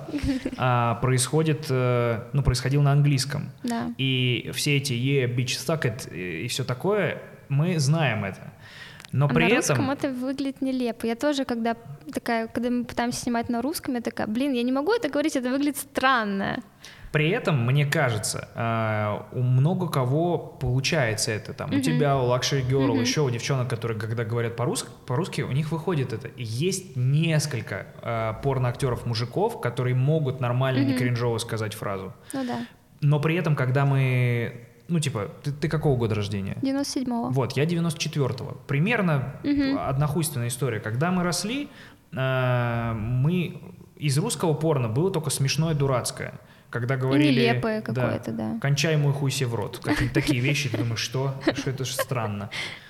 происходил на английском. Да. И все эти bitch suck it и все такое, мы знаем это. Но при на этом... русском это выглядит нелепо. Я тоже, когда мы пытаемся снимать на русском, я такая, я не могу это говорить, это выглядит странно. При этом, мне кажется, у много кого получается это. Там, у тебя, у Luxury Girl, еще у девчонок, которые, когда говорят по-русски, у них выходит это. И есть несколько порноактеров-мужиков, которые могут нормально, не кринжово сказать фразу. Ну да. Но при этом, когда мы... Ну, типа, ты какого года рождения? 97-го. Вот, я 94-го. Примерно однохуйственная история. Когда мы росли, мы из русского порно было только смешное, дурацкое. Когда говорили... И нелепое какое-то, да. «Кончай мой хуй себе в рот». Какие-то такие вещи, ты думаешь, что это же странно.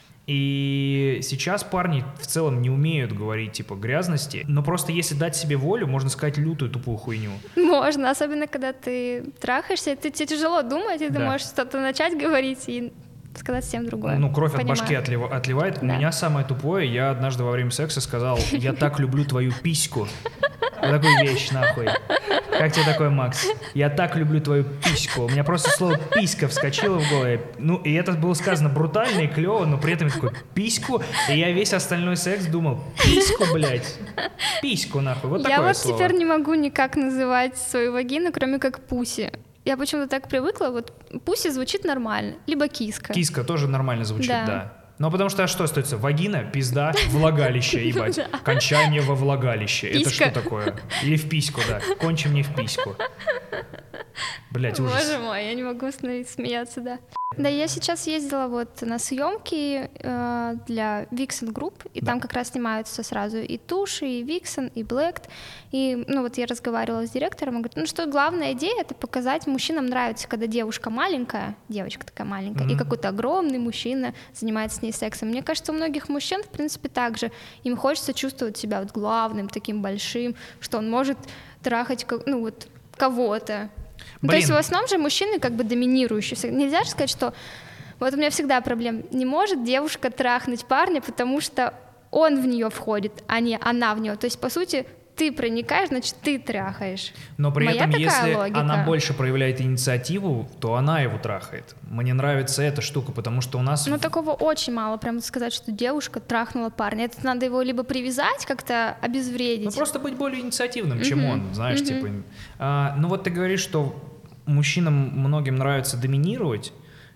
И сейчас парни в целом не умеют говорить, типа, грязности, но просто если дать себе волю, можно сказать лютую тупую хуйню. Можно, особенно когда ты трахаешься, тебе тяжело думать, и ты можешь что-то начать говорить и сказать всем другое. Ну, кровь от башки отливает. Да. У меня самое тупое, я однажды во время секса сказал: «Я так люблю твою письку». Вот такую вещь, нахуй. Как тебе такое, Макс? Я так люблю твою письку. У меня просто слово «писька» вскочило в голове. Ну, и это было сказано брутально и клево, но при этом я такой: «Письку». И я весь остальной секс думал: «Письку, блядь». Письку, нахуй. Вот такое слово. слово. Я теперь не могу никак называть свою вагину, кроме как пуси. Я почему-то так привыкла, вот пуси звучит нормально, либо киска. Киска тоже нормально звучит, да. Но потому что что остается? Вагина, пизда, влагалище, ебать. Кончай мне во влагалище. Это что такое? Или в письку, да. Кончи мне в письку. Блять, ужас. Боже мой, я не могу остановиться смеяться, да. Да, я сейчас ездила вот на съемки для Vixen Group, и там как раз снимаются сразу и Туши, и Vixen, и Blacked. И, ну вот я разговаривала с директором, он говорит, что главная идея — это показать, мужчинам нравится, когда девушка маленькая, девочка такая маленькая, и какой-то огромный мужчина занимается с ней сексом. Мне кажется, у многих мужчин, в принципе, так же. Им хочется чувствовать себя вот главным, таким большим, что он может трахать, ну вот, кого-то. Ну, то есть в основном же мужчины как бы доминирующие. Нельзя же сказать, что вот у меня всегда проблема. Не может девушка трахнуть парня, потому что он в нее входит, а не она в него. То есть, по сути, ты проникаешь, значит, ты трахаешь. Но при Моя этом, такая если логика. она больше проявляет инициативу, то она его трахает. Мне нравится эта штука, потому что у нас... Ну, такого очень мало, прям сказать, что девушка трахнула парня. Это надо его либо привязать, как-то обезвредить. Ну, просто быть более инициативным, чем он, знаешь, типа... Ну, вот ты говоришь, что мужчинам многим нравится доминировать.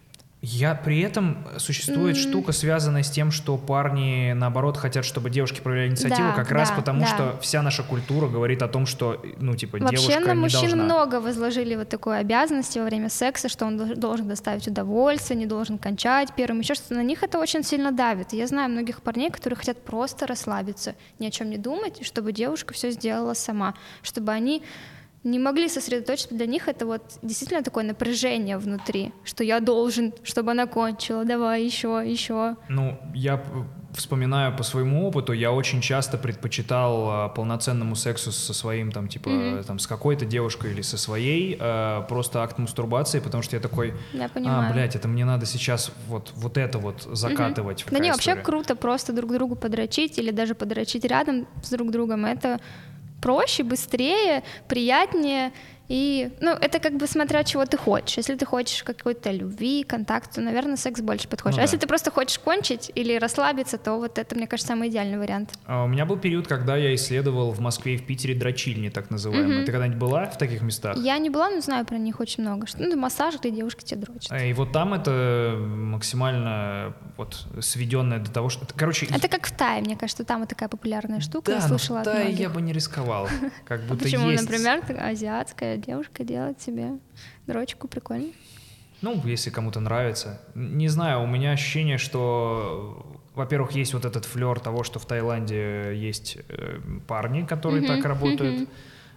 При этом существует штука, связанная с тем, что парни, наоборот, хотят, чтобы девушки проявляли инициативу, как раз потому, что вся наша культура говорит о том, что, ну, типа, вообще девушка не должна... Вообще на мужчин много возложили вот такой обязанности во время секса, что он должен доставить удовольствие, не должен кончать первым, еще что-то. На них это очень сильно давит. И я знаю многих парней, которые хотят просто расслабиться, ни о чем не думать, и чтобы девушка все сделала сама, чтобы они не могли сосредоточиться. Для них это вот действительно такое напряжение внутри, что я должен, чтобы она кончила, давай еще. Ну, я вспоминаю по своему опыту, я очень часто предпочитал полноценному сексу со своим, там, типа, там, с какой-то девушкой или со своей, просто акт мастурбации, потому что я такой, блядь, это мне надо сейчас вот это вот закатывать. Да не, вообще круто просто друг другу подрочить или даже подрочить рядом с друг другом, это проще, быстрее, приятнее. И, ну, это как бы смотря чего ты хочешь. Если ты хочешь какой-то любви, контакта, то, наверное, секс больше подходит. Если ты просто хочешь кончить или расслабиться, то вот это, мне кажется, самый идеальный вариант. У меня был период, когда я исследовал в Москве и в Питере дрочильни, так называемые. Ты когда-нибудь была в таких местах? Я не была, но знаю про них очень много. Ну, массаж, где девушки тебя дрочат. И вот там это максимально вот сведенное до того, что... Короче... Это как в Тае, мне кажется, там вот такая популярная штука. Да, я слышала но в Тае я бы не рисковал. Как будто почему, есть... например, азиатская девушка делает себе дрочку, прикольно. Ну, если кому-то нравится. Не знаю, у меня ощущение, что, во-первых, есть вот этот флер того, что в Таиланде есть парни, которые так работают.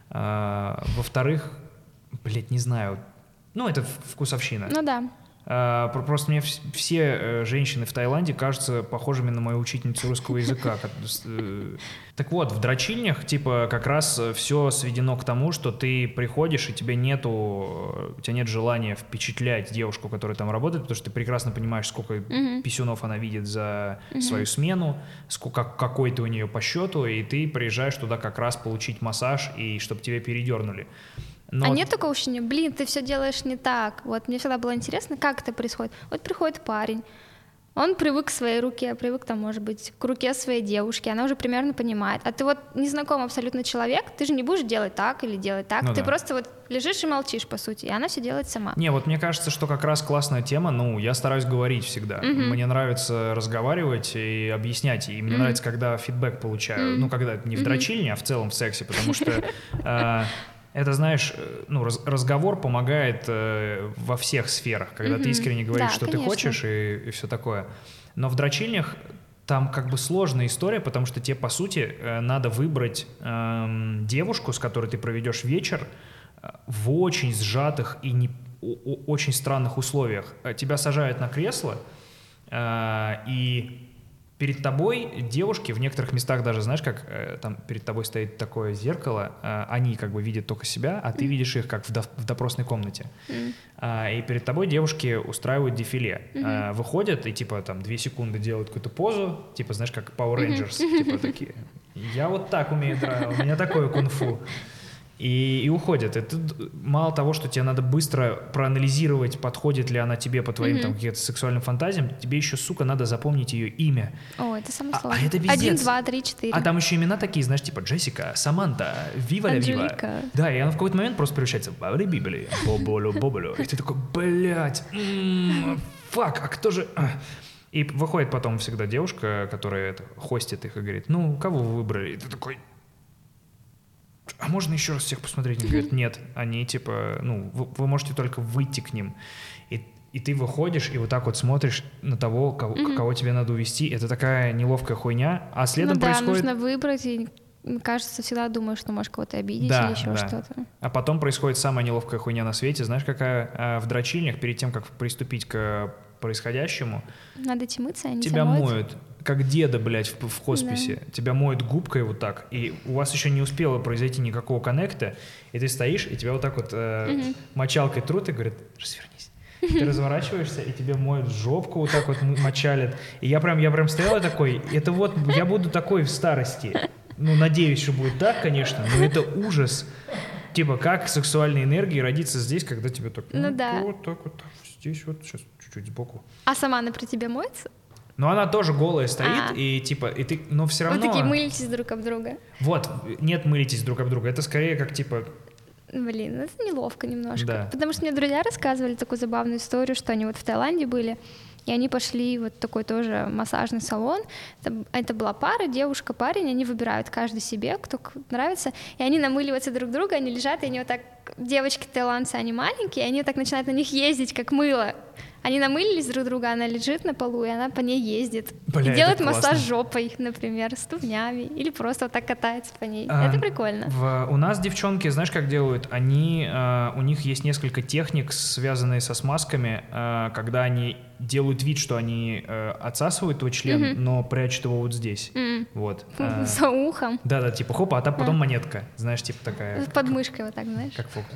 Во-вторых, блядь, не знаю. Ну, это вкусовщина. Ну да. Просто мне все женщины в Таиланде кажутся похожими на мою учительницу русского языка. Так вот, в дрочильнях, типа, как раз все сведено к тому, что ты приходишь, и у тебя нет желания впечатлять девушку, которая там работает, потому что ты прекрасно понимаешь, сколько писюнов она видит за свою смену, какой ты у нее по счету, и ты приезжаешь туда как раз получить массаж, и чтобы тебя передернули. Но... А нет такого ощущения, блин, ты все делаешь не так. Вот мне всегда было интересно, как это происходит. Вот приходит парень, он привык к своей руке, привык там, может быть, к руке своей девушки, она уже примерно понимает. А ты вот незнакомый абсолютно человек, ты же не будешь делать так или делать так, ты просто вот лежишь и молчишь, по сути, и она все делает сама. Не, вот мне кажется, что как раз классная тема, ну, я стараюсь говорить всегда. Мне нравится разговаривать и объяснять, и мне нравится, когда фидбэк получаю, ну, когда не в дрочильне, а в целом в сексе, потому что... Это, знаешь, ну, разговор помогает во всех сферах, когда ты искренне говоришь, что ты хочешь, и все такое. Но в дрочильнях там как бы сложная история, потому что тебе, по сути, надо выбрать девушку, с которой ты проведешь вечер в очень сжатых и очень странных условиях. Тебя сажают на кресло, и... Перед тобой девушки в некоторых местах даже, знаешь, как там перед тобой стоит такое зеркало, они как бы видят только себя, а ты видишь их как в допросной комнате. И перед тобой девушки устраивают дефиле. Выходят и типа там 2 секунды делают какую-то позу, типа, знаешь, как Power Rangers, типа такие. Я вот так умею драйв, у меня такое кунг-фу. И уходят. Это мало того, что тебе надо быстро проанализировать, подходит ли она тебе по твоим там каким-то сексуальным фантазиям, тебе еще, сука, надо запомнить ее имя. О, это самое сложное. А это пиздец. 1, 2, 3, 4. А там еще имена такие, знаешь, типа Джессика, Саманта, Вива ля Вива. Да, и она в какой-то момент просто превращается в Бабли-Библи, Боболю-Боболю. И ты такой, блядь, фак, а кто же... И выходит потом всегда девушка, которая хостит их и говорит, ну, кого вы выбрали? И ты такой... А можно еще раз всех посмотреть? Они говорят, нет, они типа, ну, вы можете только выйти к ним. И ты выходишь и вот так вот смотришь на того, кого тебе надо увести. Это такая неловкая хуйня. А следом происходит... нужно выбрать, и, кажется, всегда думаешь, что можешь кого-то обидеть или еще что-то. А потом происходит самая неловкая хуйня на свете. Знаешь, какая? В дрочильнях, перед тем, как приступить к происходящему... Надо идти мыться, они тебя моют. Как деда, блядь, в хосписе. Да. Тебя моют губкой вот так, и у вас еще не успело произойти никакого коннекта, и ты стоишь, и тебя вот так вот мочалкой трут и говорят, развернись. Ты разворачиваешься, и тебе моют жопку вот так вот мочалят. И я прям стоял такой, это вот, я буду такой в старости. Ну, надеюсь, что будет так, конечно, но это ужас. Типа, как сексуальной энергии родиться здесь, когда тебе так... Ну да. Вот так вот, здесь вот, сейчас чуть-чуть сбоку. А сама она при тебе моется? Но она тоже голая стоит, и типа, и ты, но все равно... Вы такие мылитесь друг об друга. Вот, нет, мылитесь друг об друга, это скорее как типа... Блин, это неловко немножко. Да. Потому что мне друзья рассказывали такую забавную историю, что они вот в Таиланде были, и они пошли в вот такой тоже массажный салон. Это была пара, девушка, парень, они выбирают каждый себе, кто нравится, и они намыливаются друг друга, они лежат, и они вот так, девочки таиландцы, они маленькие, и они вот так начинают на них ездить, как мыло. Они намылились друг друга, она лежит на полу, и она по ней ездит. Бля, и делает классно. массаж жопой, например, ступнями, или просто вот так катается по ней. Это прикольно. У нас девчонки, знаешь, как делают? У них есть несколько техник, связанные со смазками, когда они делают вид, что они отсасывают твой член, но прячут его вот здесь. Вот. За ухом. Да, типа хопа, а потом монетка, знаешь, типа такая. Под мышкой вот так, знаешь. Как фокус,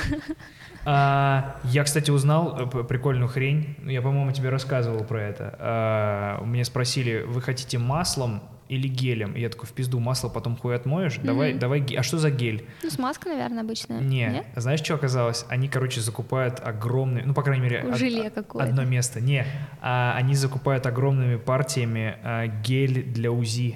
да. Я, кстати, узнал прикольную хрень. Я, по-моему, тебе рассказывал про это. Меня спросили, вы хотите маслом или гелем? И я такой, в пизду, масло потом хуй отмоешь? Давай, а что за гель? Ну, смазка, наверное, обычная. Не. Знаешь, что оказалось? Они, короче, закупают огромные, ну, по крайней мере, желе какое-то. одно место. Не. Они закупают огромными партиями гель для УЗИ.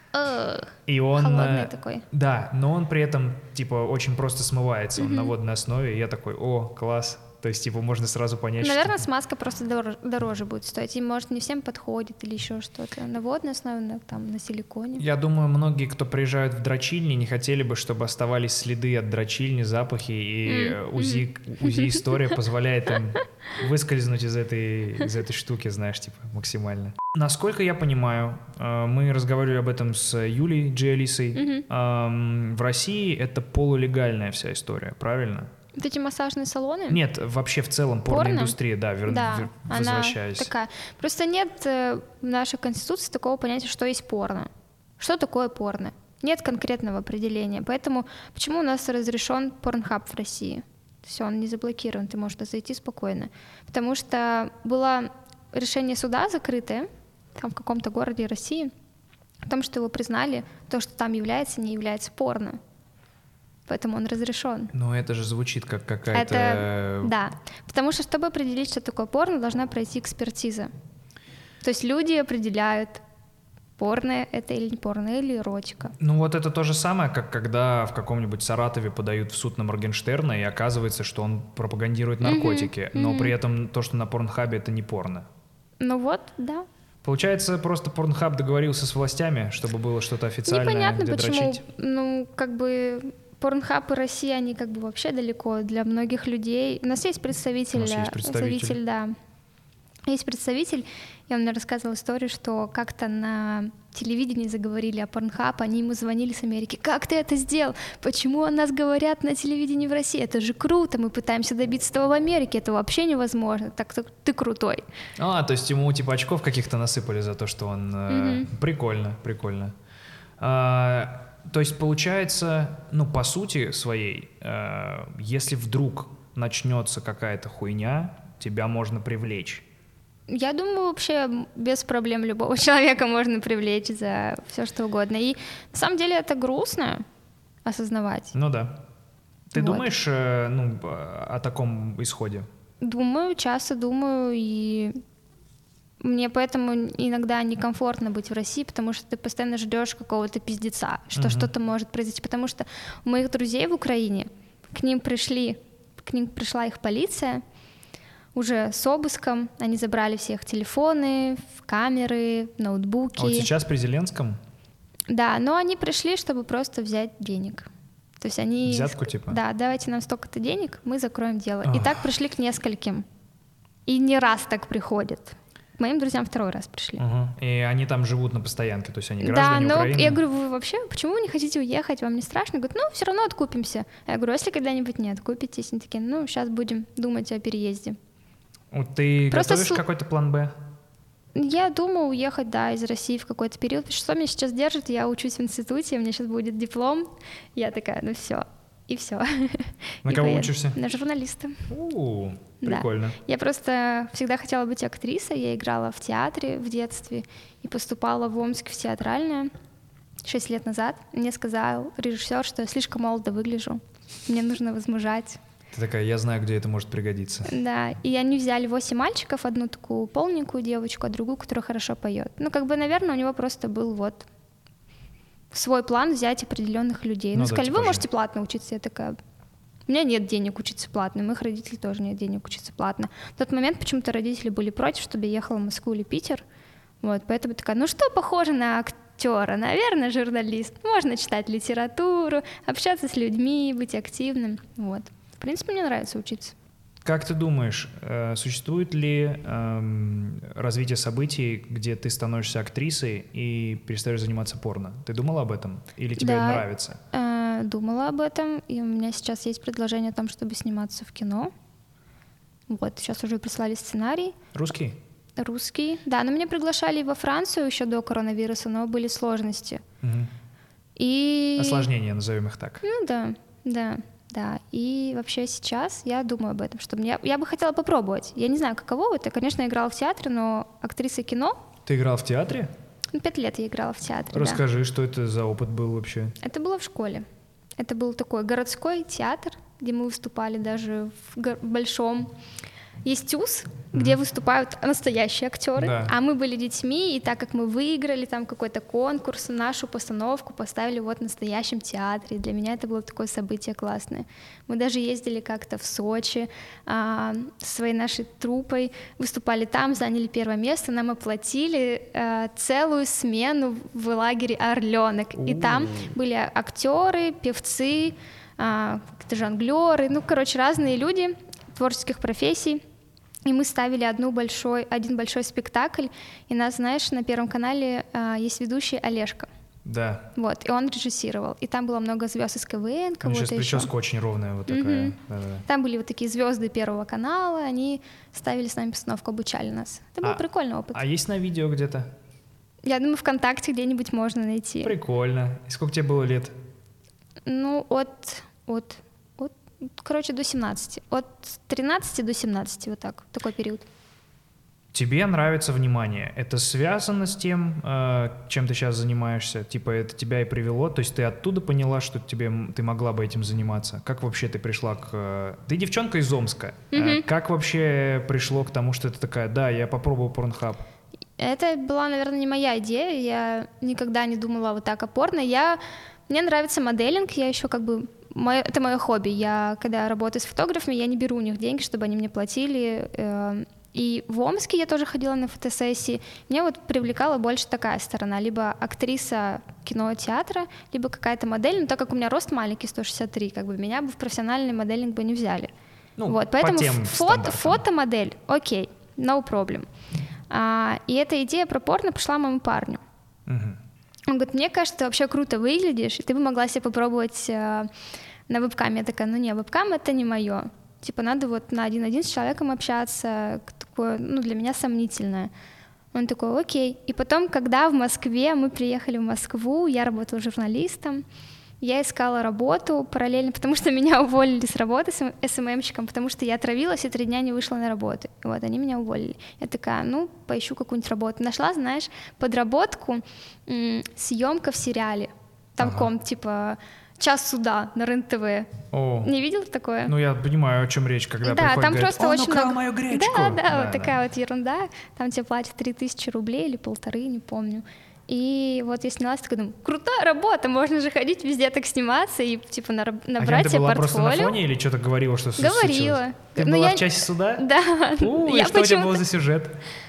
И он... Холодный такой. Да, но он при этом, типа, очень просто смывается. Он на водной основе, и я такой, о, класс. То есть, типа, можно сразу понять, наверное, что... смазка просто дороже будет стоить. И, может, не всем подходит или еще что-то. На водной основе, там, на силиконе. Я думаю, многие, кто приезжают в дрочильни, не хотели бы, чтобы оставались следы от дрочильни, запахи, и УЗИ-история позволяет им выскользнуть из этой штуки, знаешь, типа, максимально. Насколько я понимаю, мы разговаривали об этом с Юлей Джиалисой, в России это полулегальная вся история, правильно? Вот эти массажные салоны? Нет, вообще в целом порноиндустрия, да, возвращаясь. Она такая. Просто нет в нашей конституции такого понятия, что есть порно. Что такое порно? Нет конкретного определения. Поэтому почему у нас разрешен порнхаб в России? Все, он не заблокирован, ты можешь зайти спокойно. Потому что было решение суда закрытое, там в каком-то городе России, о том, что его признали, то, что там является, не является порно. Поэтому он разрешен. Но это же звучит как какая-то... Да, потому что, чтобы определить, что такое порно, должна пройти экспертиза. То есть люди определяют, порно это или не порно, или эротика. Ну вот это то же самое, как когда в каком-нибудь Саратове подают в суд на Моргенштерна, и оказывается, что он пропагандирует наркотики, но при этом то, что на порнхабе, это не порно. Ну вот, да. Получается, просто порнхаб договорился с властями, чтобы было что-то официальное, непонятно, где почему, дрочить? ну, как бы... Порнхаб и Россия, они как бы вообще далеко для многих людей. У нас есть представитель, да. Есть представитель, и он мне рассказывал историю, что как-то на телевидении заговорили о Порнхаб, они ему звонили с Америки. Как ты это сделал? Почему о нас говорят на телевидении в России? Это же круто, мы пытаемся добиться этого в Америке, это вообще невозможно. Так ты крутой. То есть ему типа очков каких-то насыпали за то, что он... Прикольно. То есть получается, ну, по сути своей, если вдруг начнется какая-то хуйня, тебя можно привлечь. Я думаю, вообще без проблем любого человека можно привлечь за все что угодно. И на самом деле это грустно осознавать. Ну да. Ты думаешь, о таком исходе? Думаю, часто думаю, и мне поэтому иногда некомфортно быть в России, потому что ты постоянно ждешь какого-то пиздеца, что что-то может произойти. Потому что у моих друзей в Украине, к ним пришла их полиция уже с обыском, они забрали все их телефоны, камеры, ноутбуки. А вот сейчас при Зеленском? Да, но они пришли, чтобы просто взять денег. То есть они... Взятку типа? Да, давайте нам столько-то денег, мы закроем дело. И так пришли к нескольким. И не раз так приходят. К моим друзьям второй раз пришли. И они там живут на постоянке, то есть они граждане Украины? Да, я говорю, вы вообще, почему вы не хотите уехать, вам не страшно? Говорят, ну, все равно откупимся. Я говорю, если когда-нибудь не откупитесь? Они такие, ну, сейчас будем думать о переезде. Ты просто готовишь какой-то план «Б»? Я думаю уехать, да, из России в какой-то период. Что меня сейчас держит? Я учусь в институте, у меня сейчас будет диплом. Я такая, ну все. И все. На кого учишься? На журналиста. Прикольно. Да. Я просто всегда хотела быть актрисой. Я играла в театре в детстве и поступала в Омск в театральное. 6 лет назад. Мне сказал режиссер, что я слишком молодо выгляжу, мне нужно возмужать. Ты такая, я знаю, где это может пригодиться. Да, и они взяли 8 мальчиков, одну такую полненькую девочку, а другую, которая хорошо поет. Ну, как бы, наверное, у него просто был вот свой план взять определенных людей. Ну, сказали, типа вы можете платно учиться. Я такая, у меня нет денег учиться платно, у моих родителей тоже нет денег учиться платно. В тот момент почему-то родители были против, чтобы я ехала в Москву или Питер. Вот, поэтому такая, ну что похоже на актера? Наверное, журналист. Можно читать литературу, общаться с людьми, быть активным. Вот. В принципе, мне нравится учиться. Как ты думаешь, существует ли развитие событий, где ты становишься актрисой и перестаешь заниматься порно? Ты думала об этом? Или тебе это нравится? Думала об этом, и у меня сейчас есть предложение о том, чтобы сниматься в кино. Вот, сейчас уже прислали сценарий. Русский? Русский, да, но меня приглашали во Францию еще до коронавируса, но были сложности. Угу. И... Осложнения, назовем их так. Ну да. И вообще сейчас я думаю об этом, что я бы хотела попробовать. Я не знаю, каково это. Конечно, я играла в театре, но актриса кино... Ты играла в театре? 5 лет я играла в театре, Расскажи, да. что это за опыт был вообще? Это было в школе. Это был такой городской театр, где мы выступали даже в большом. Есть ТЮЗ, где выступают настоящие актеры, да. А мы были детьми, и так как мы выиграли там какой-то конкурс, нашу постановку поставили вот в настоящем театре. Для меня это было такое событие классное. Мы даже ездили как-то в Сочи со своей нашей труппой, выступали там, заняли 1 место, нам оплатили целую смену в лагере «Орленок». И там были актеры, певцы, жонглеры, разные люди творческих профессий. И мы ставили один большой спектакль, и нас, знаешь, на Первом канале есть ведущий Олежка. Да. Вот, и он режиссировал. И там было много звезд из КВН, кого-то сейчас прическа еще. очень ровная вот такая. Да-да. Там были вот такие звезды Первого канала, они ставили с нами постановку, обучали нас. Это был прикольный опыт. А есть на видео где-то? Я думаю, ВКонтакте где-нибудь можно найти. Прикольно. И сколько тебе было лет? Ну, до 17. От 13 до 17, вот так, такой период. Тебе нравится внимание. Это связано с тем, чем ты сейчас занимаешься? Типа это тебя и привело? То есть ты оттуда поняла, что ты могла бы этим заниматься? Как вообще ты пришла к... Ты девчонка из Омска. Как вообще пришло к тому, что ты такая, да, я попробую Pornhub? Это была, наверное, не моя идея. Я никогда не думала вот так о порно. Мне нравится моделинг, я еще это мое хобби. Когда работаю с фотографами, я не беру у них деньги, чтобы они мне платили. И в Омске я тоже ходила на фотосессии. Меня вот привлекала больше такая сторона. Либо актриса кино, театра, либо какая-то модель. Но так как у меня рост маленький, 163, меня бы в профессиональный моделинг бы не взяли. Поэтому фотомодель, окей, no problem. И эта идея про порно пришла моему парню. Он говорит, мне кажется, ты вообще круто выглядишь, и ты бы могла себе попробовать на вебкаме. Я такая, вебкам это не мое. Надо вот на 1-1 с человеком общаться, такое, для меня сомнительное. Он такой, окей. И потом, когда в Москве, мы приехали в Москву, я работала журналистом, я искала работу параллельно, потому что меня уволили с работы СММщиком, потому что я отравилась и 3 дня не вышла на работу. И вот они меня уволили. Я такая, поищу какую-нибудь работу. Нашла, знаешь, подработку, съемка в сериале. Там «Час суда» на РЕН-ТВ. Не видел такое? Я понимаю, о чем речь, когда приходит, там говорит, просто очень украл много... мою гречку. Да, вот такая вот ерунда. Там тебе платят 3000 рублей или 1500, не помню. И вот я снялась, такая, думаю, крутая работа, можно же ходить везде так сниматься и набрать себе портфолио. А ты была просто на фоне или что-то говорила, что случилось? Говорила. Ты была в «Часе суда»? Да. И что у тебя было за сюжет?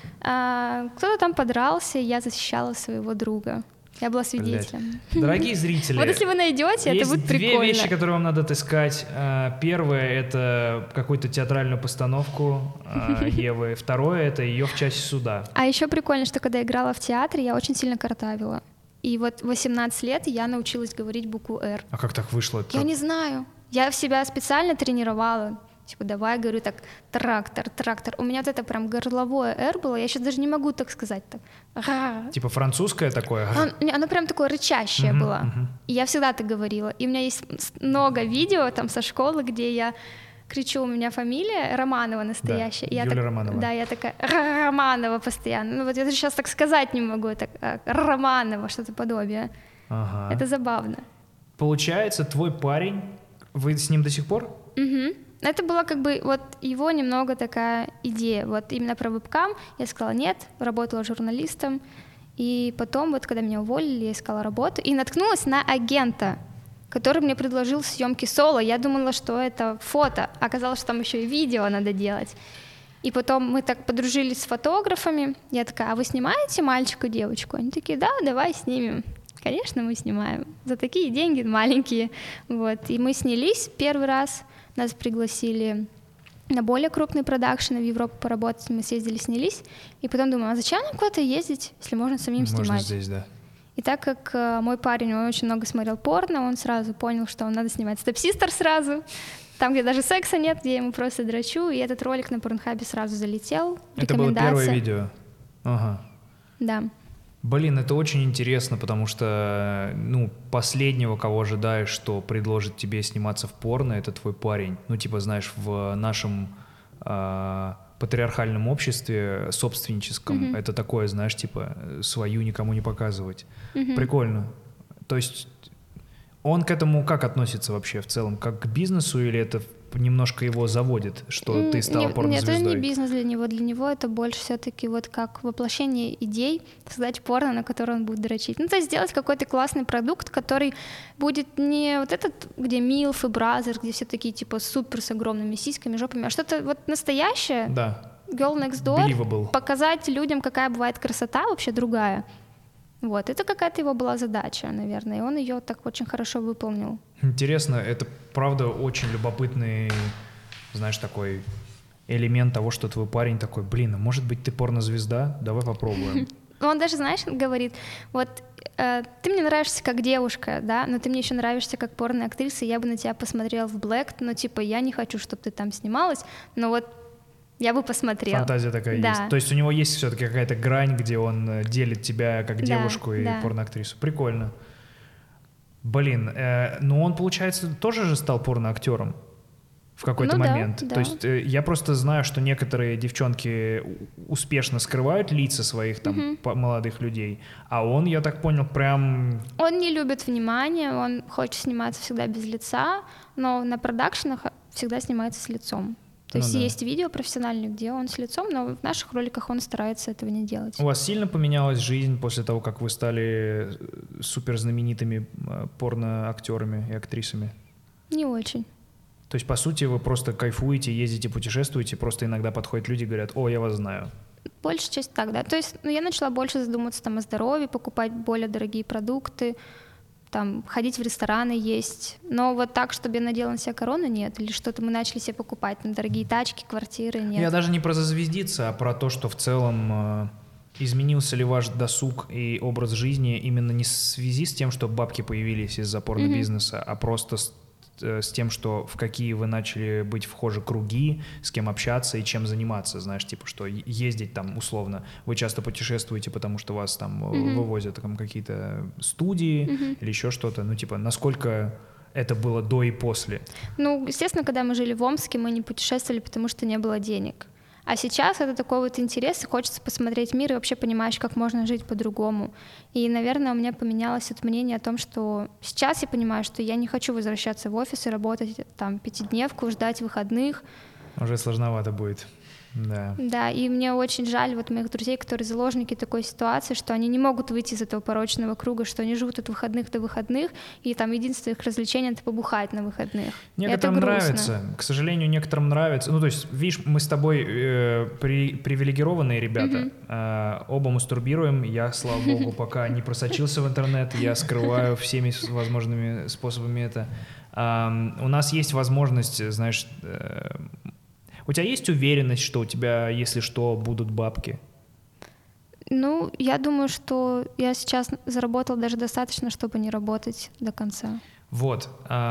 Кто-то там подрался, и я защищала своего друга. Я была свидетелем. Дорогие зрители, вот если вы найдете, это будет прикольно. Есть 2 вещи, которые вам надо отыскать. Первое — это какую-то театральную постановку Евы. Второе — это ее в «Часе суда». А еще прикольно, что когда я играла в театре, я очень сильно картавила. И вот в 18 лет я научилась говорить букву «Р». А как так вышло? Я не знаю. Я себя специально тренировала. Давай, говорю так, трактор. У меня вот это прям горловое «Р» было, я сейчас даже не могу так сказать. Типа французское такое? Оно прям такое рычащее было. И я всегда так говорила. И у меня есть много видео там со школы, где я кричу, у меня фамилия Романова настоящая. Да, Юлия Романова. Да, я такая Романова постоянно. Я даже сейчас так сказать не могу, так Романова, что-то подобие. Ага. Это забавно. Получается, твой парень, вы с ним до сих пор? Угу. Это была как бы вот его немного такая идея. Вот именно про вебкам я сказала нет, работала журналистом. И потом, вот когда меня уволили, я искала работу и наткнулась на агента, который мне предложил съемки соло. Я думала, что это фото. Оказалось, что там еще и видео надо делать. И потом мы так подружились с фотографами. Я такая, а вы снимаете мальчика, девочку? Они такие, да, давай снимем. Конечно, мы снимаем. За такие деньги маленькие. Вот. И мы снялись первый раз. Нас пригласили на более крупный продакшн в Европу поработать. Мы съездили, снялись. И потом думаю, а зачем нам куда-то ездить, если можно самим снимать? Можно здесь, да. И так как мой парень, он очень много смотрел порно, он сразу понял, что надо снимать «Степ-систер» сразу. Там, где даже секса нет, где я ему просто дрочу. И этот ролик на Порнхабе сразу залетел. Это было первое видео? Ага. Да. Блин, это очень интересно, потому что, ну, последнего, кого ожидаешь, что предложит тебе сниматься в порно, это твой парень. Ну, типа, знаешь, в нашем патриархальном обществе, собственническом, это такое, знаешь, типа, свою никому не показывать. Прикольно. То есть он к этому как относится вообще в целом? Как к бизнесу или это немножко его заводит, что ты стала порнозвездой? Нет, это не бизнес для него это больше все-таки вот как воплощение идей, создать порно, на которое он будет дрочить. Ну, то есть сделать какой-то классный продукт, который будет не вот этот, где Милф и Бразер, где все такие типа супер с огромными сиськами, жопами, а что-то вот настоящее. Да. Girl Next Door. Believable. Показать людям, какая бывает красота вообще другая. Вот, это какая-то его была задача, наверное, и он ее так очень хорошо выполнил. Интересно, это правда очень любопытный, знаешь, такой элемент того, что твой парень такой, блин, а может быть ты порнозвезда? Давай попробуем. Он даже, знаешь, говорит, вот ты мне нравишься как девушка, да, но ты мне еще нравишься как порноактриса, я бы на тебя посмотрела в Black, но типа я не хочу, чтобы ты там снималась, но вот я бы посмотрела. Фантазия такая да. есть. То есть у него есть все-таки какая-то грань, где он делит тебя как девушку и порноактрису. Прикольно. Блин, ну он, получается, тоже же стал порноактером в какой-то момент. Да. То есть я просто знаю, что некоторые девчонки успешно скрывают лица своих там молодых людей, а он, я так понял, прям... Он не любит внимания, он хочет сниматься всегда без лица, но на продакшенах всегда снимается с лицом. То есть есть видео профессиональные, где он с лицом, но в наших роликах он старается этого не делать. У вас сильно поменялась жизнь после того, как вы стали суперзнаменитыми порноактерами и актрисами? Не очень. То есть, по сути, вы просто кайфуете, ездите, путешествуете, просто иногда подходят люди и говорят, о, я вас знаю. Большая часть так, да. То есть я начала больше задумываться там о здоровье, покупать более дорогие продукты, там, ходить в рестораны, есть. Но вот так, чтобы я надела на себя корону, нет. Или что-то мы начали себе покупать, там, дорогие тачки, квартиры, нет. Я даже не про зазвездиться, а про то, что в целом изменился ли ваш досуг и образ жизни именно не в связи с тем, что бабки появились из-за порно-бизнеса, а просто с тем, что в какие вы начали быть вхожи круги, с кем общаться и чем заниматься, знаешь, типа, что ездить там условно, вы часто путешествуете, потому что вас там вывозят там какие-то студии или еще что-то, ну, типа, насколько это было до и после? Ну, естественно, когда мы жили в Омске, мы не путешествовали, потому что не было денег. А сейчас это такой вот интерес, и хочется посмотреть мир, и вообще понимаешь, как можно жить по-другому. И, наверное, у меня поменялось это мнение о том, что сейчас я понимаю, что я не хочу возвращаться в офис и работать там пятидневку, ждать выходных. Уже сложновато будет. Да. Да, и мне очень жаль вот моих друзей, которые заложники такой ситуации, что они не могут выйти из этого порочного круга, что они живут от выходных до выходных, и там единственное их развлечение — это побухать на выходных. Некоторым нравится, к сожалению, некоторым нравится. Ну, то есть, видишь, мы с тобой привилегированные ребята, оба мастурбируем, я, слава богу, пока не просочился в интернет, я скрываю всеми возможными способами это. У нас есть возможность, знаешь... У тебя есть уверенность, что у тебя, если что, будут бабки? Ну, я думаю, что я сейчас заработала даже достаточно, чтобы не работать до конца. Вот.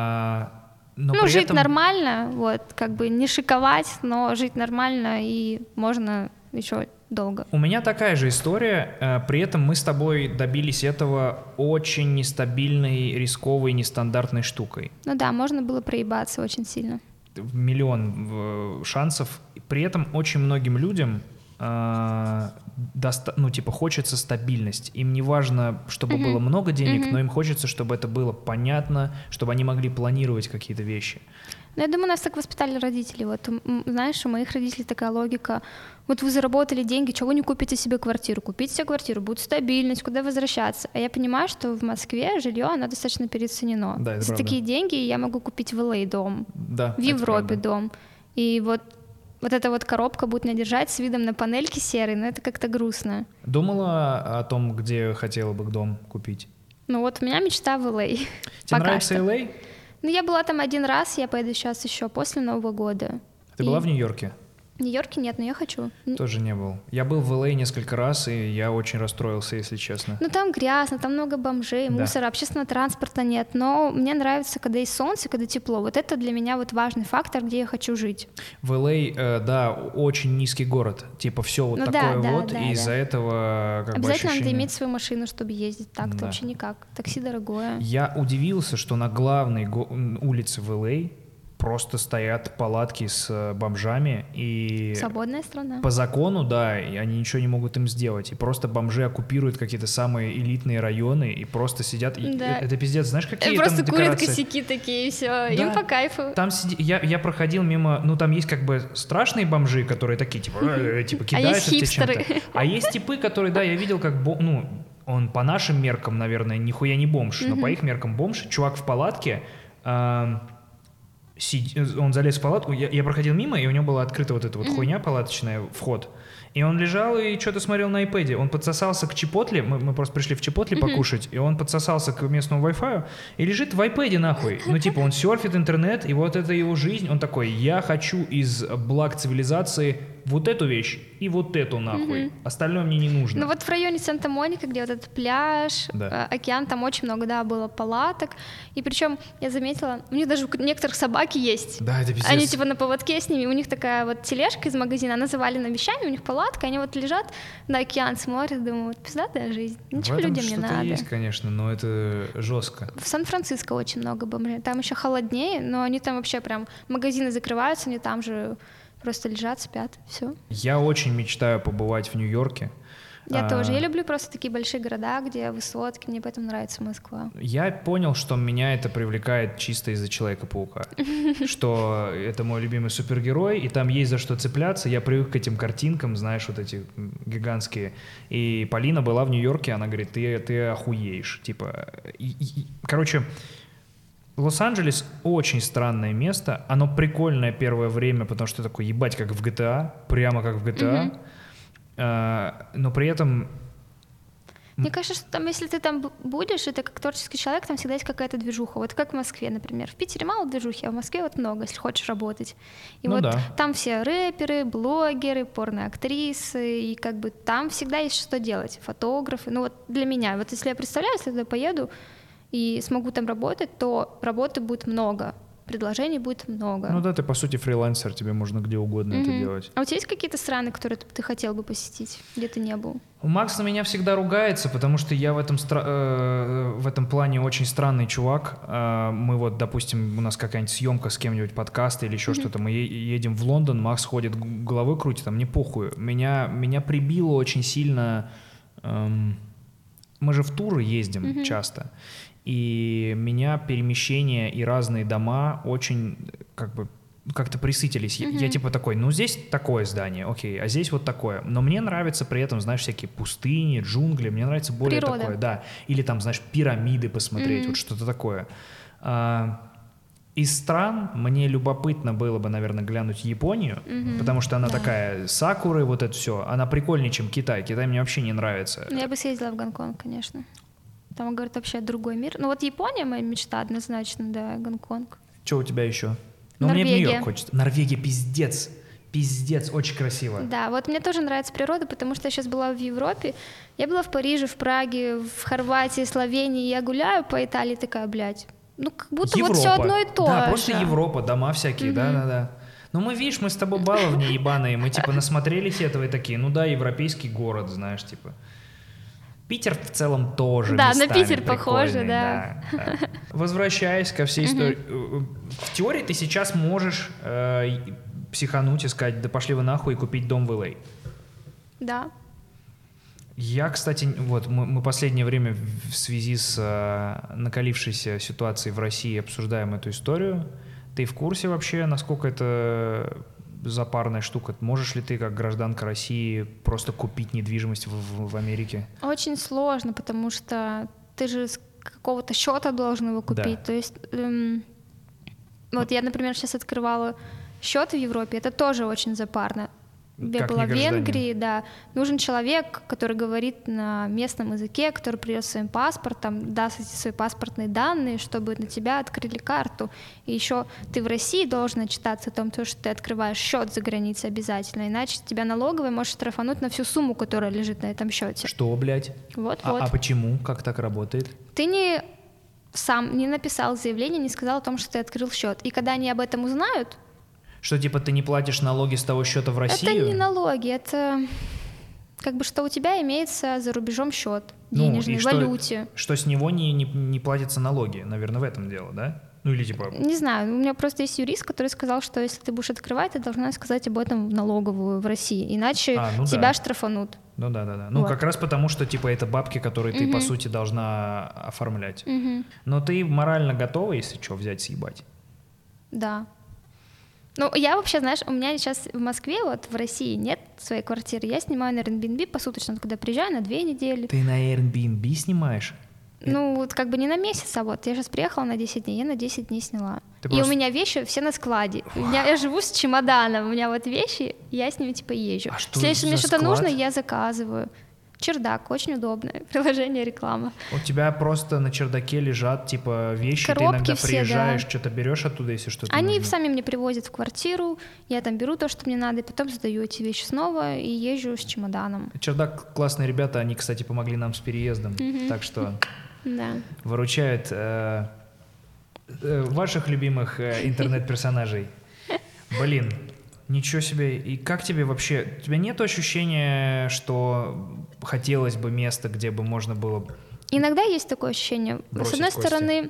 Но жить нормально, вот, как бы не шиковать, но жить нормально, и можно еще долго. У меня такая же история, при этом мы с тобой добились этого очень нестабильной, рисковой, нестандартной штукой. Ну да, можно было проебаться очень сильно. Миллион шансов. При этом очень многим людям ну, типа, хочется стабильность. Им не важно, чтобы было много денег, но им хочется, чтобы это было понятно, чтобы они могли планировать какие-то вещи. Ну, я думаю, нас так воспитали родители. Вот, знаешь, у моих родителей такая логика. Вот вы заработали деньги, чего вы не купите себе квартиру? Купите себе квартиру, будет стабильность, куда возвращаться. А я понимаю, что в Москве жилье, оно достаточно переоценено. Да, это За правда. такие деньги я могу купить в LA дом, Да, в Европе дом. И вот эта вот коробка будет меня держать с видом на панельки серые, но это как-то грустно. Думала о том, где хотела бы дом купить? Ну вот у меня мечта в LA. Тебе нравится LA? Ну, я была там один раз, я поеду сейчас еще после Нового года. Ты была в Нью-Йорке? В Нью-Йорке нет, но я хочу. Тоже не был. Я был в LA несколько раз, и я очень расстроился, если честно. Ну, там грязно, там много бомжей, мусора, общественного транспорта нет. Но мне нравится, когда есть солнце, когда тепло. Вот это для меня вот важный фактор, где я хочу жить. В LA, да, очень низкий город. Типа все вот такое вот, и из-за этого как бы обязательно ощущение... надо иметь свою машину, чтобы ездить. Так-то вообще никак. Такси дорогое. Я удивился, что на главной улице в LA просто стоят палатки с бомжами, и свободная страна. По закону, да, и они ничего не могут им сделать, и просто бомжи оккупируют какие-то самые элитные районы и просто сидят, и это пиздец, знаешь, какие просто там декорации? Просто курят косяки такие, и все, да. Им по кайфу. Там я проходил мимо, ну там есть как бы страшные бомжи, которые такие, типа кидаются тебе чем-то, а есть типы, которые, да, я видел как, ну, он по нашим меркам, наверное, нихуя не бомж, но по их меркам бомж, чувак в палатке, он залез в палатку, я проходил мимо, и у него была открыта вот эта вот хуйня палаточная, вход. И он лежал и что-то смотрел на iPad. Он подсосался к Чипотле, мы просто пришли в Чипотле покушать, и он подсосался к местному Wi-Fi и лежит в iPad нахуй. Ну типа он серфит интернет, и вот это его жизнь. Он такой, я хочу из благ цивилизации вот эту вещь и вот эту нахуй. Остальное мне не нужно. Ну вот в районе Санта-Моника, где вот этот пляж, океан, там очень много, да, было палаток. И причем я заметила, у них даже у некоторых собаки есть. Да, это пиздец. Они типа на поводке с ними, у них такая вот тележка из магазина, она завалена вещами, у них палатка, они вот лежат на океан, смотрят, думают, пиздатая жизнь, ничего людям не надо. Есть, конечно, но это жестко. В Сан-Франциско очень много бомжей, там еще холоднее, но они там вообще прям, магазины закрываются, они там же просто лежат, спят, все. Я очень мечтаю побывать в Нью-Йорке. Я тоже. Я люблю просто такие большие города, где высотки. Мне поэтому нравится Москва. Я понял, что меня это привлекает чисто из-за Человека-паука. Что это мой любимый супергерой, и там есть за что цепляться. Я привык к этим картинкам, знаешь, вот эти гигантские. И Полина была в Нью-Йорке, она говорит, ты охуеешь. Типа, короче... Лос-Анджелес очень странное место, оно прикольное первое время, потому что такое, ебать, как в GTA, прямо как в GTA, но при этом... Мне кажется, что там, если ты там будешь, это как творческий человек, там всегда есть какая-то движуха, вот как в Москве, например. В Питере мало движухи, а в Москве вот много, если хочешь работать. И ну вот да. Там все рэперы, блогеры, порноактрисы, и как бы там всегда есть что делать, фотографы. Ну вот для меня, вот если я представляю, если я туда поеду, и смогу там работать, то работы будет много, предложений будет много. Ну да, ты по сути фрилансер, тебе можно где угодно это делать. А у тебя есть какие-то страны, которые ты хотел бы посетить, где ты не был? Макс на меня всегда ругается, потому что я в этом плане очень странный чувак. Мы вот, допустим, у нас какая-нибудь съемка с кем-нибудь, подкаст или еще что-то, мы едем в Лондон, Макс ходит, головой крутит, а мне похуй. Меня прибило очень сильно... Мы же в туры ездим часто. И меня перемещения и разные дома очень как-то присытились. Я типа такой, ну здесь такое здание, окей, а здесь вот такое. Но мне нравится при этом, знаешь, всякие пустыни, джунгли, мне нравится более природа. Такое, да. Или там, знаешь, пирамиды посмотреть, вот что-то такое. Из стран мне любопытно было бы, наверное, глянуть Японию, потому что она такая, сакуры, вот это все, она прикольнее, чем Китай. Китай мне вообще не нравится. Я бы съездила в Гонконг, конечно. Там, говорят, вообще другой мир. Ну вот Япония моя мечта однозначно, да, Гонконг. Что у тебя еще? Ну, Норвегия. Мне в Нью-Йорк хочется. Норвегия пиздец. Пиздец, очень красиво. Да, вот мне тоже нравится природа, потому что я сейчас была в Европе. Я была в Париже, в Праге, в Хорватии, Словении. Я гуляю по Италии, такая, блядь, ну как будто Европа. Вот все одно и то же. Да, просто Европа, дома всякие, да. Ну мы, видишь, мы с тобой баловни ебаные, мы типа насмотрелись этого и такие, ну да, европейский город, знаешь, типа... Питер в целом тоже да, местами на Питер похоже, да. Возвращаясь ко всей истории. В теории ты сейчас можешь психануть и сказать, да пошли вы нахуй и купить дом в LA. Да. Я, кстати, вот мы последнее время в связи с накалившейся ситуацией в России обсуждаем эту историю. Ты в курсе вообще, насколько это запарная штука? Можешь ли ты, как гражданка России, просто купить недвижимость в Америке? Очень сложно, потому что ты же с какого-то счета должен его купить. Да. То есть, вот я, например, сейчас открывала счет в Европе, это тоже очень запарно. Я Как была в негражданин. Венгрии, да. Нужен человек, который говорит на местном языке, который придет своим паспортом, даст эти свои паспортные данные, чтобы на тебя открыли карту. И еще ты в России должен отчитаться о том, что ты открываешь счет за границей обязательно, иначе тебя налоговая может штрафануть на всю сумму, которая лежит на этом счете. Что, блядь? Вот. А почему? Как так работает? Ты сам не написал заявление, не сказал о том, что ты открыл счет. И когда они об этом узнают, Что, типа, ты не платишь налоги с того счета в Россию? это не налоги, это как бы что у тебя имеется за рубежом счет денежный, и в валюте. Что с него не платятся налоги? Наверное, в этом дело, да? Ну или типа... Не знаю, у меня просто есть юрист, который сказал, что если ты будешь открывать, ты должна сказать об этом в налоговую в России, иначе тебя штрафанут. Ну да. Ну Вот. как раз потому, что типа это бабки, которые ты по сути должна оформлять. Но ты морально готова, если что, взять съебать? Да. Ну, я вообще, знаешь, у меня сейчас в Москве, вот в России нет своей квартиры. Я снимаю на Airbnb посуточно, когда приезжаю на 2 недели. Ты на Airbnb снимаешь? Ну, вот как бы не на месяц, а вот я сейчас приехала на 10 дней, я на 10 дней сняла. Ты И просто- у меня вещи все на складе. Я живу с чемоданом, у меня вот вещи, я с ними типа езжу. А что Если мне за что-то склад? нужно, я заказываю. Чердак, очень удобное приложение, реклама. У тебя просто на чердаке лежат типа вещи, ты Коробки иногда все, приезжаешь, да. что-то берешь оттуда, если что-то Они нужно. сами мне привозят в квартиру, я там беру то, что мне надо, и потом сдаю эти вещи снова и езжу с чемоданом. Чердак классные ребята, они, кстати, помогли нам с переездом, так что Да. выручают ваших любимых интернет-персонажей. Блин, ничего себе. И как тебе вообще... У тебя нет ощущения, что хотелось бы место, где бы можно было... Иногда есть такое ощущение. Бросить С одной кости. стороны,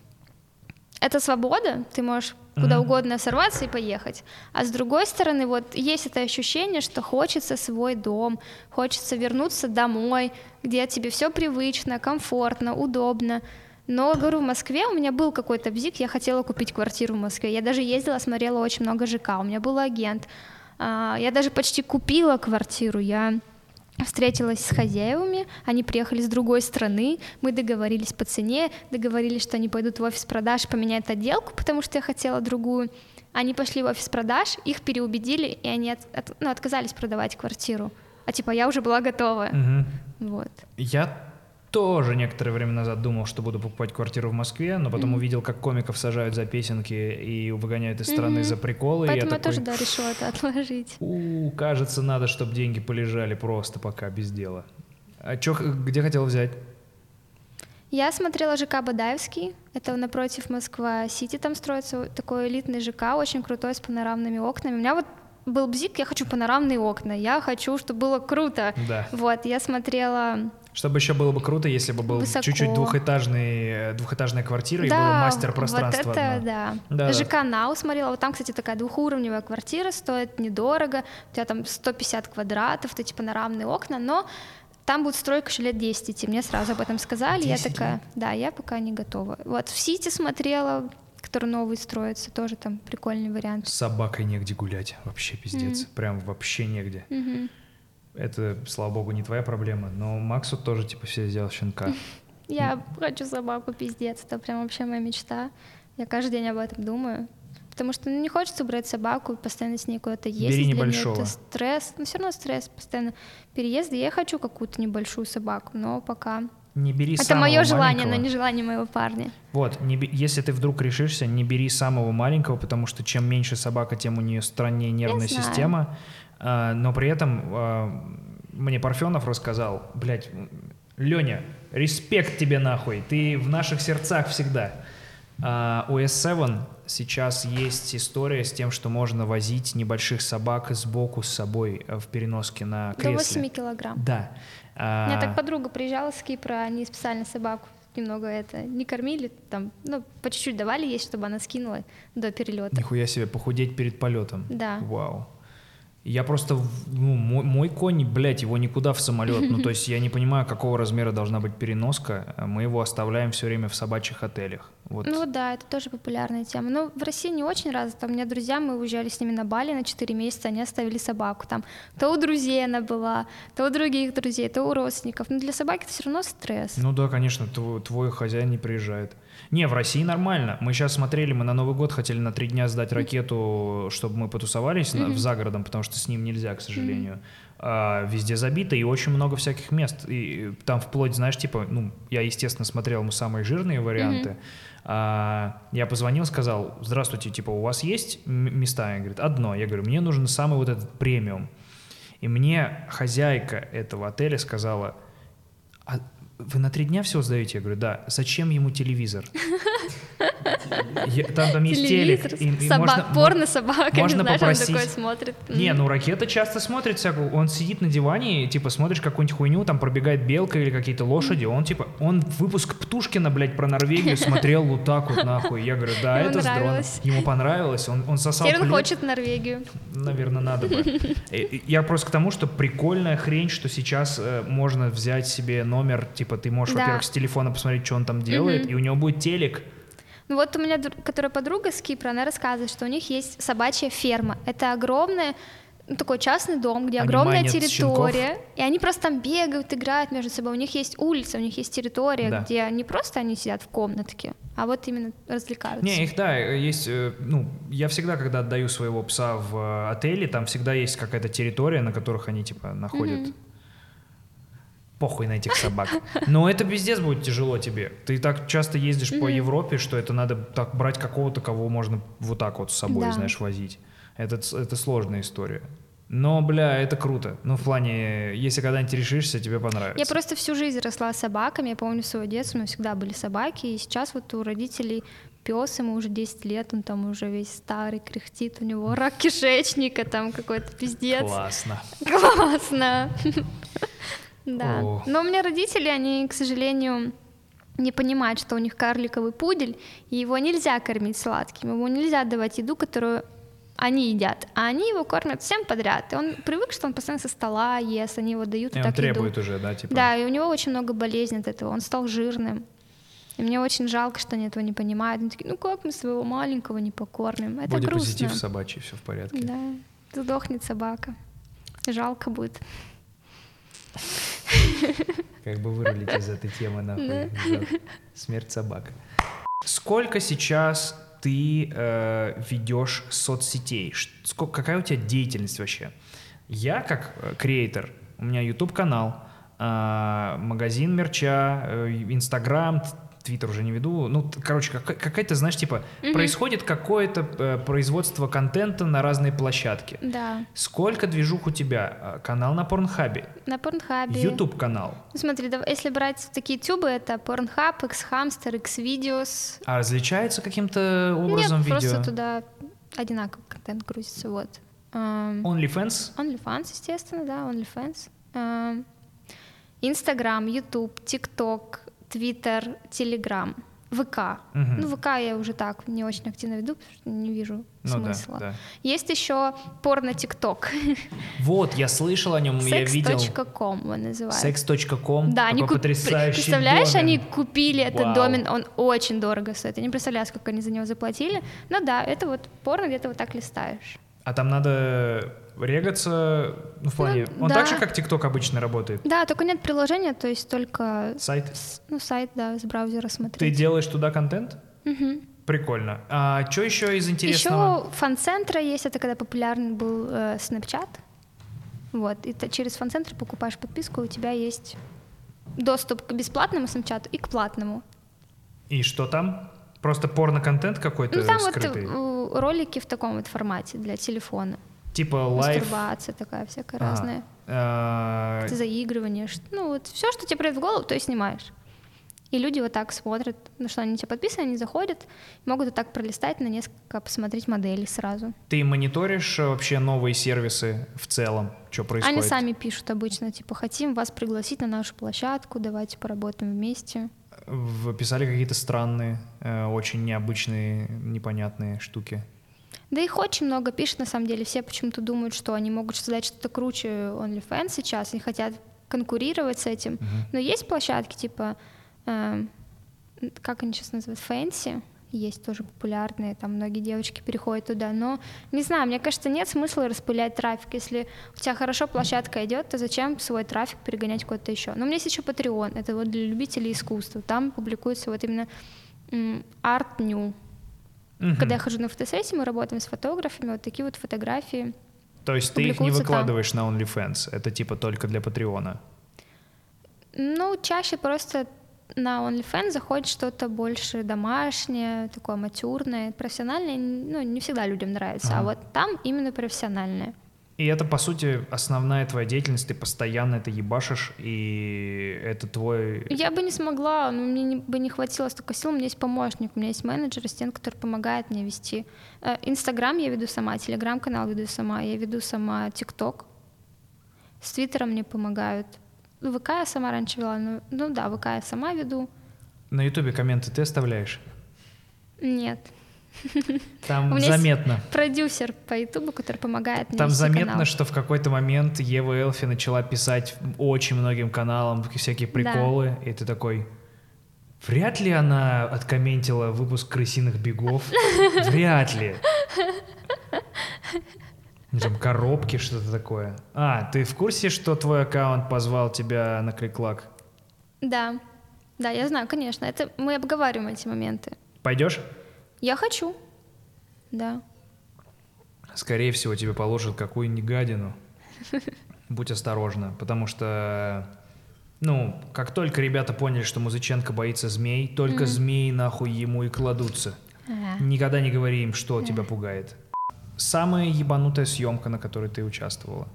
это свобода, ты можешь куда угодно сорваться и поехать. А с другой стороны, вот есть это ощущение, что хочется свой дом, хочется вернуться домой, где тебе все привычно, комфортно, удобно. Но, говорю, в Москве у меня был какой-то бзик, я хотела купить квартиру в Москве. Я даже ездила, смотрела очень много ЖК, у меня был агент. Я даже почти купила квартиру, я встретилась с хозяевами, они приехали с другой страны, мы договорились по цене, договорились, что они пойдут в офис продаж, поменяют отделку, потому что я хотела другую. Они пошли в офис продаж, их переубедили, и они отказались продавать квартиру. А типа я уже была готова. Вот. Я тоже некоторое время назад думал, что буду покупать квартиру в Москве, но потом увидел, как комиков сажают за песенки и выгоняют из страны за приколы. Поэтому и я тоже, да, решила это отложить. Кажется, надо, чтобы деньги полежали просто пока без дела. А где хотел взять? Я смотрела ЖК Бадаевский, это напротив Москва-Сити, там строится такой элитный ЖК, очень крутой, с панорамными окнами. У меня вот был бзик, я хочу панорамные окна, я хочу, чтобы было круто. Да. Вот, я смотрела... Чтобы еще было бы круто, если бы был Высоко. чуть-чуть двухэтажная квартира и было мастер-пространство вот это одно. да. Да. ЖК Нау смотрела, вот там, кстати, такая двухуровневая квартира, стоит недорого, у тебя там 150 квадратов, эти панорамные окна, но там будет стройка еще лет 10 идти, мне сразу об этом сказали, я 10 такая, лет? да, я пока не готова. Вот в Сити смотрела, который новый строится, тоже там прикольный вариант. С собакой негде гулять, вообще пиздец, прям вообще негде. Это, слава богу, не твоя проблема, но Максу тоже, типа, все сделал щенка. Я хочу собаку, пиздец, это прям вообще моя мечта. Я каждый день об этом думаю. Потому что не хочется брать собаку и постоянно с ней куда-то ездить. Бери Для меня небольшого. это стресс. Но все равно стресс, постоянно переезды. Я хочу какую-то небольшую собаку, но пока... Не бери Это самого мое желание, но маленького. не желание моего парня. Вот, если ты вдруг решишься, не бери самого маленького, потому что чем меньше собака, тем у нее страннее нервная знаю. система. Но при этом мне Парфенов рассказал, блядь, Леня, респект тебе нахуй, ты в наших сердцах всегда. У S7 сейчас есть история с тем, что можно возить небольших собак сбоку с собой в переноске на кресле. До 8 килограмм. Да. У меня так подруга приезжала с Кипра, они специально собаку немного не кормили, там, по чуть-чуть давали есть, чтобы она скинула до перелета. Нихуя себе, похудеть перед полетом. Да. Вау. Я просто, ну, мой конь, блядь, его никуда в самолет. Ну, то есть я не понимаю, какого размера должна быть переноска. Мы его оставляем все время в собачьих отелях. Вот. Ну да, это тоже популярная тема. Но в России не очень развито. У меня друзья, мы уезжали с ними на Бали на 4 месяца, они оставили собаку. Там то у друзей она была, то у других друзей, то у родственников. Но для собаки это все равно стресс. Ну да, конечно, твой хозяин не приезжает. Не, в России нормально. Мы сейчас смотрели, мы на Новый год хотели на 3 дня сдать ракету, чтобы мы потусовались за городом, потому что с ним нельзя, к сожалению. Везде забито и очень много всяких мест. И там вплоть, знаешь, типа, ну, я, естественно, смотрел самые жирные варианты. Я позвонил, сказал: здравствуйте, типа, у вас есть места? Я говорю: одно. Я говорю: мне нужен самый вот этот премиум. И мне хозяйка этого отеля сказала: а вы на 3 дня всего сдаете? Я говорю: да. Зачем ему телевизор? Там есть телек. Порно собака, можно знаешь, попросить. Он такой смотрит. Не, ну Ракета часто смотрит всякую. Он сидит на диване, типа, смотришь какую-нибудь хуйню, там пробегает белка или какие-то лошади. Он, типа, он выпуск Птушкина, блядь, про Норвегию смотрел вот так вот, нахуй. Я говорю: да, это с дрона. Ему понравилось. Он сосал Теперь он хочет Норвегию. Наверное, надо бы. Я просто к тому, что прикольная хрень, что сейчас можно взять себе номер, типа, ты можешь, во-первых, с телефона посмотреть, что он там делает, и у него будет телек. Ну вот у меня, которая подруга с Кипра, она рассказывает, что у них есть собачья ферма. Это огромная, ну, такой частный дом, где огромная территория, щенков. И они просто там бегают, играют между собой. У них есть улица, у них есть территория, да. Где не просто они сидят в комнатке, а вот именно развлекаются. Не, их, да, есть, ну, я всегда, когда отдаю своего пса в отеле, там всегда есть какая-то территория, на которых они, типа, находят... Похуй на этих собак. Но это пиздец будет тяжело тебе. Ты так часто ездишь по Европе, что это надо так брать какого-то, кого можно вот так вот с собой, знаешь, возить. Это сложная история. Но, бля, это круто. Ну, в плане, если когда-нибудь решишься, тебе понравится. Я просто всю жизнь росла с собаками. Я помню свое детство, у меня всегда были собаки. И сейчас вот у родителей пес, ему уже 10 лет, он там уже весь старый, кряхтит, у него рак кишечника, там какой-то пиздец. Классно. Классно. Да. Но у меня родители, они, к сожалению, не понимают, что у них карликовый пудель, и его нельзя кормить сладким, ему нельзя давать еду, которую они едят, а они его кормят всем подряд. И он привык, что он постоянно со стола ест, они его дают и так еду. Он требует уже, да, типа? Да, и у него очень много болезней от этого, он стал жирным. И мне очень жалко, что они этого не понимают. Они такие: ну как мы своего маленького не покормим? Это грустно. Бодипозитив собачий, все в порядке. Да, сдохнет собака. Жалко будет. Как бы вырулить из этой темы, нахуй. Смерть собак. Сколько сейчас ты ведешь соцсетей? Какая у тебя деятельность вообще? Я как креатор, у меня YouTube-канал, магазин мерча, Инстаграм, Твиттер уже не веду. Ну, короче, какая-то, знаешь, типа, происходит какое-то производство контента на разные площадки. Да. Сколько движух у тебя? Канал на Порнхабе? На Порнхабе. YouTube-канал? Ну, смотри, если брать такие тюбы, это Порнхаб, X-Hamster, X-Videos. А различается каким-то образом видео? Нет, просто туда одинаковый контент грузится, вот. OnlyFans? OnlyFans, естественно, да, OnlyFans. Инстаграм, YouTube, ТикТок, Твиттер, Телеграм, ВК. Ну, ВК я уже так не очень активно веду, потому что не вижу смысла. Да. Есть еще порно-тикток. Вот, я слышал о нем, я видел. Sex.com он называется. Sex.com, да, такой потрясающий представляешь, домен. Они купили этот домен, он очень дорого стоит. Я не представляю, сколько они за него заплатили. Но да, это вот порно, где ты вот так листаешь. А там надо регаться, ну, в плане... Он так же, как ТикТок обычно работает? Да, только нет приложения, то есть только... Сайт? Сайт, да, с браузера смотреть. Ты делаешь туда контент? Прикольно. А что еще из интересного? Еще фан-центра есть, это когда популярный был Snapchat. Вот, и ты через фан-центр покупаешь подписку, у тебя есть доступ к бесплатному Snapchat и к платному. И что там? Просто порно-контент какой-то скрытый? Ну, там вот ролики в таком вот формате для телефона. Типа лайв? Мастурбация такая всякая разная. Заигрывание. Ну, вот все, что тебе придет в голову, то и снимаешь. И люди вот так смотрят, на что они тебя подписаны, они заходят, могут вот так пролистать на несколько, посмотреть моделей сразу. Ты мониторишь вообще новые сервисы в целом? Что происходит? Они сами пишут обычно, типа, хотим вас пригласить на нашу площадку, давайте поработаем вместе. Вы писали какие-то странные, очень необычные, непонятные штуки? Да их очень много пишет, на самом деле. Все почему-то думают, что они могут создать что-то круче OnlyFans сейчас, они хотят конкурировать с этим. Но есть площадки типа, как они сейчас называют, Fancy, есть тоже популярные, там многие девочки переходят туда, но не знаю, мне кажется, нет смысла распылять трафик. Если у тебя хорошо площадка идет, то зачем свой трафик перегонять куда-то еще? Но у меня есть еще Patreon, это вот для любителей искусства, там публикуется вот именно Art New. Когда я хожу на фотосессии, мы работаем с фотографами, вот такие вот фотографии. То есть ты их не выкладываешь на OnlyFans, это типа только для Патреона? Ну, чаще просто на OnlyFans заходит что-то больше домашнее, такое аматюрное, профессиональное, ну, не всегда людям нравится, а вот там именно профессиональное. И это, по сути, основная твоя деятельность, ты постоянно это ебашишь, и это твой... Я бы не смогла, но мне бы не хватило столько сил, у меня есть помощник, у меня есть менеджер, ассистент, который помогает мне вести. Инстаграм я веду сама, Телеграм-канал веду сама, я веду сама ТикТок, с Твиттером мне помогают. ВК я сама раньше вела, ну да, ВК я сама веду. На Ютубе комменты ты оставляешь? Нет. Там у меня заметно. Есть продюсер по Ютубу, который помогает мне Там вести заметно, канал. что в какой-то момент Ева Элфи начала писать очень многим каналам всякие приколы, и ты такой... Вряд ли она откомментила выпуск «Крысиных бегов». Вряд ли. Там коробки, что-то такое. Ты в курсе, что твой аккаунт позвал тебя на клик-клак? Да, я знаю, конечно. Это мы обговариваем эти моменты. Пойдешь? Я хочу, да. Скорее всего, тебе положат какую-нибудь гадину. Будь осторожна, потому что, как только ребята поняли, что Музыченко боится змей, только змеи нахуй ему и кладутся. Никогда не говори им, что тебя пугает. Самая ебанутая съемка, на которой ты участвовала?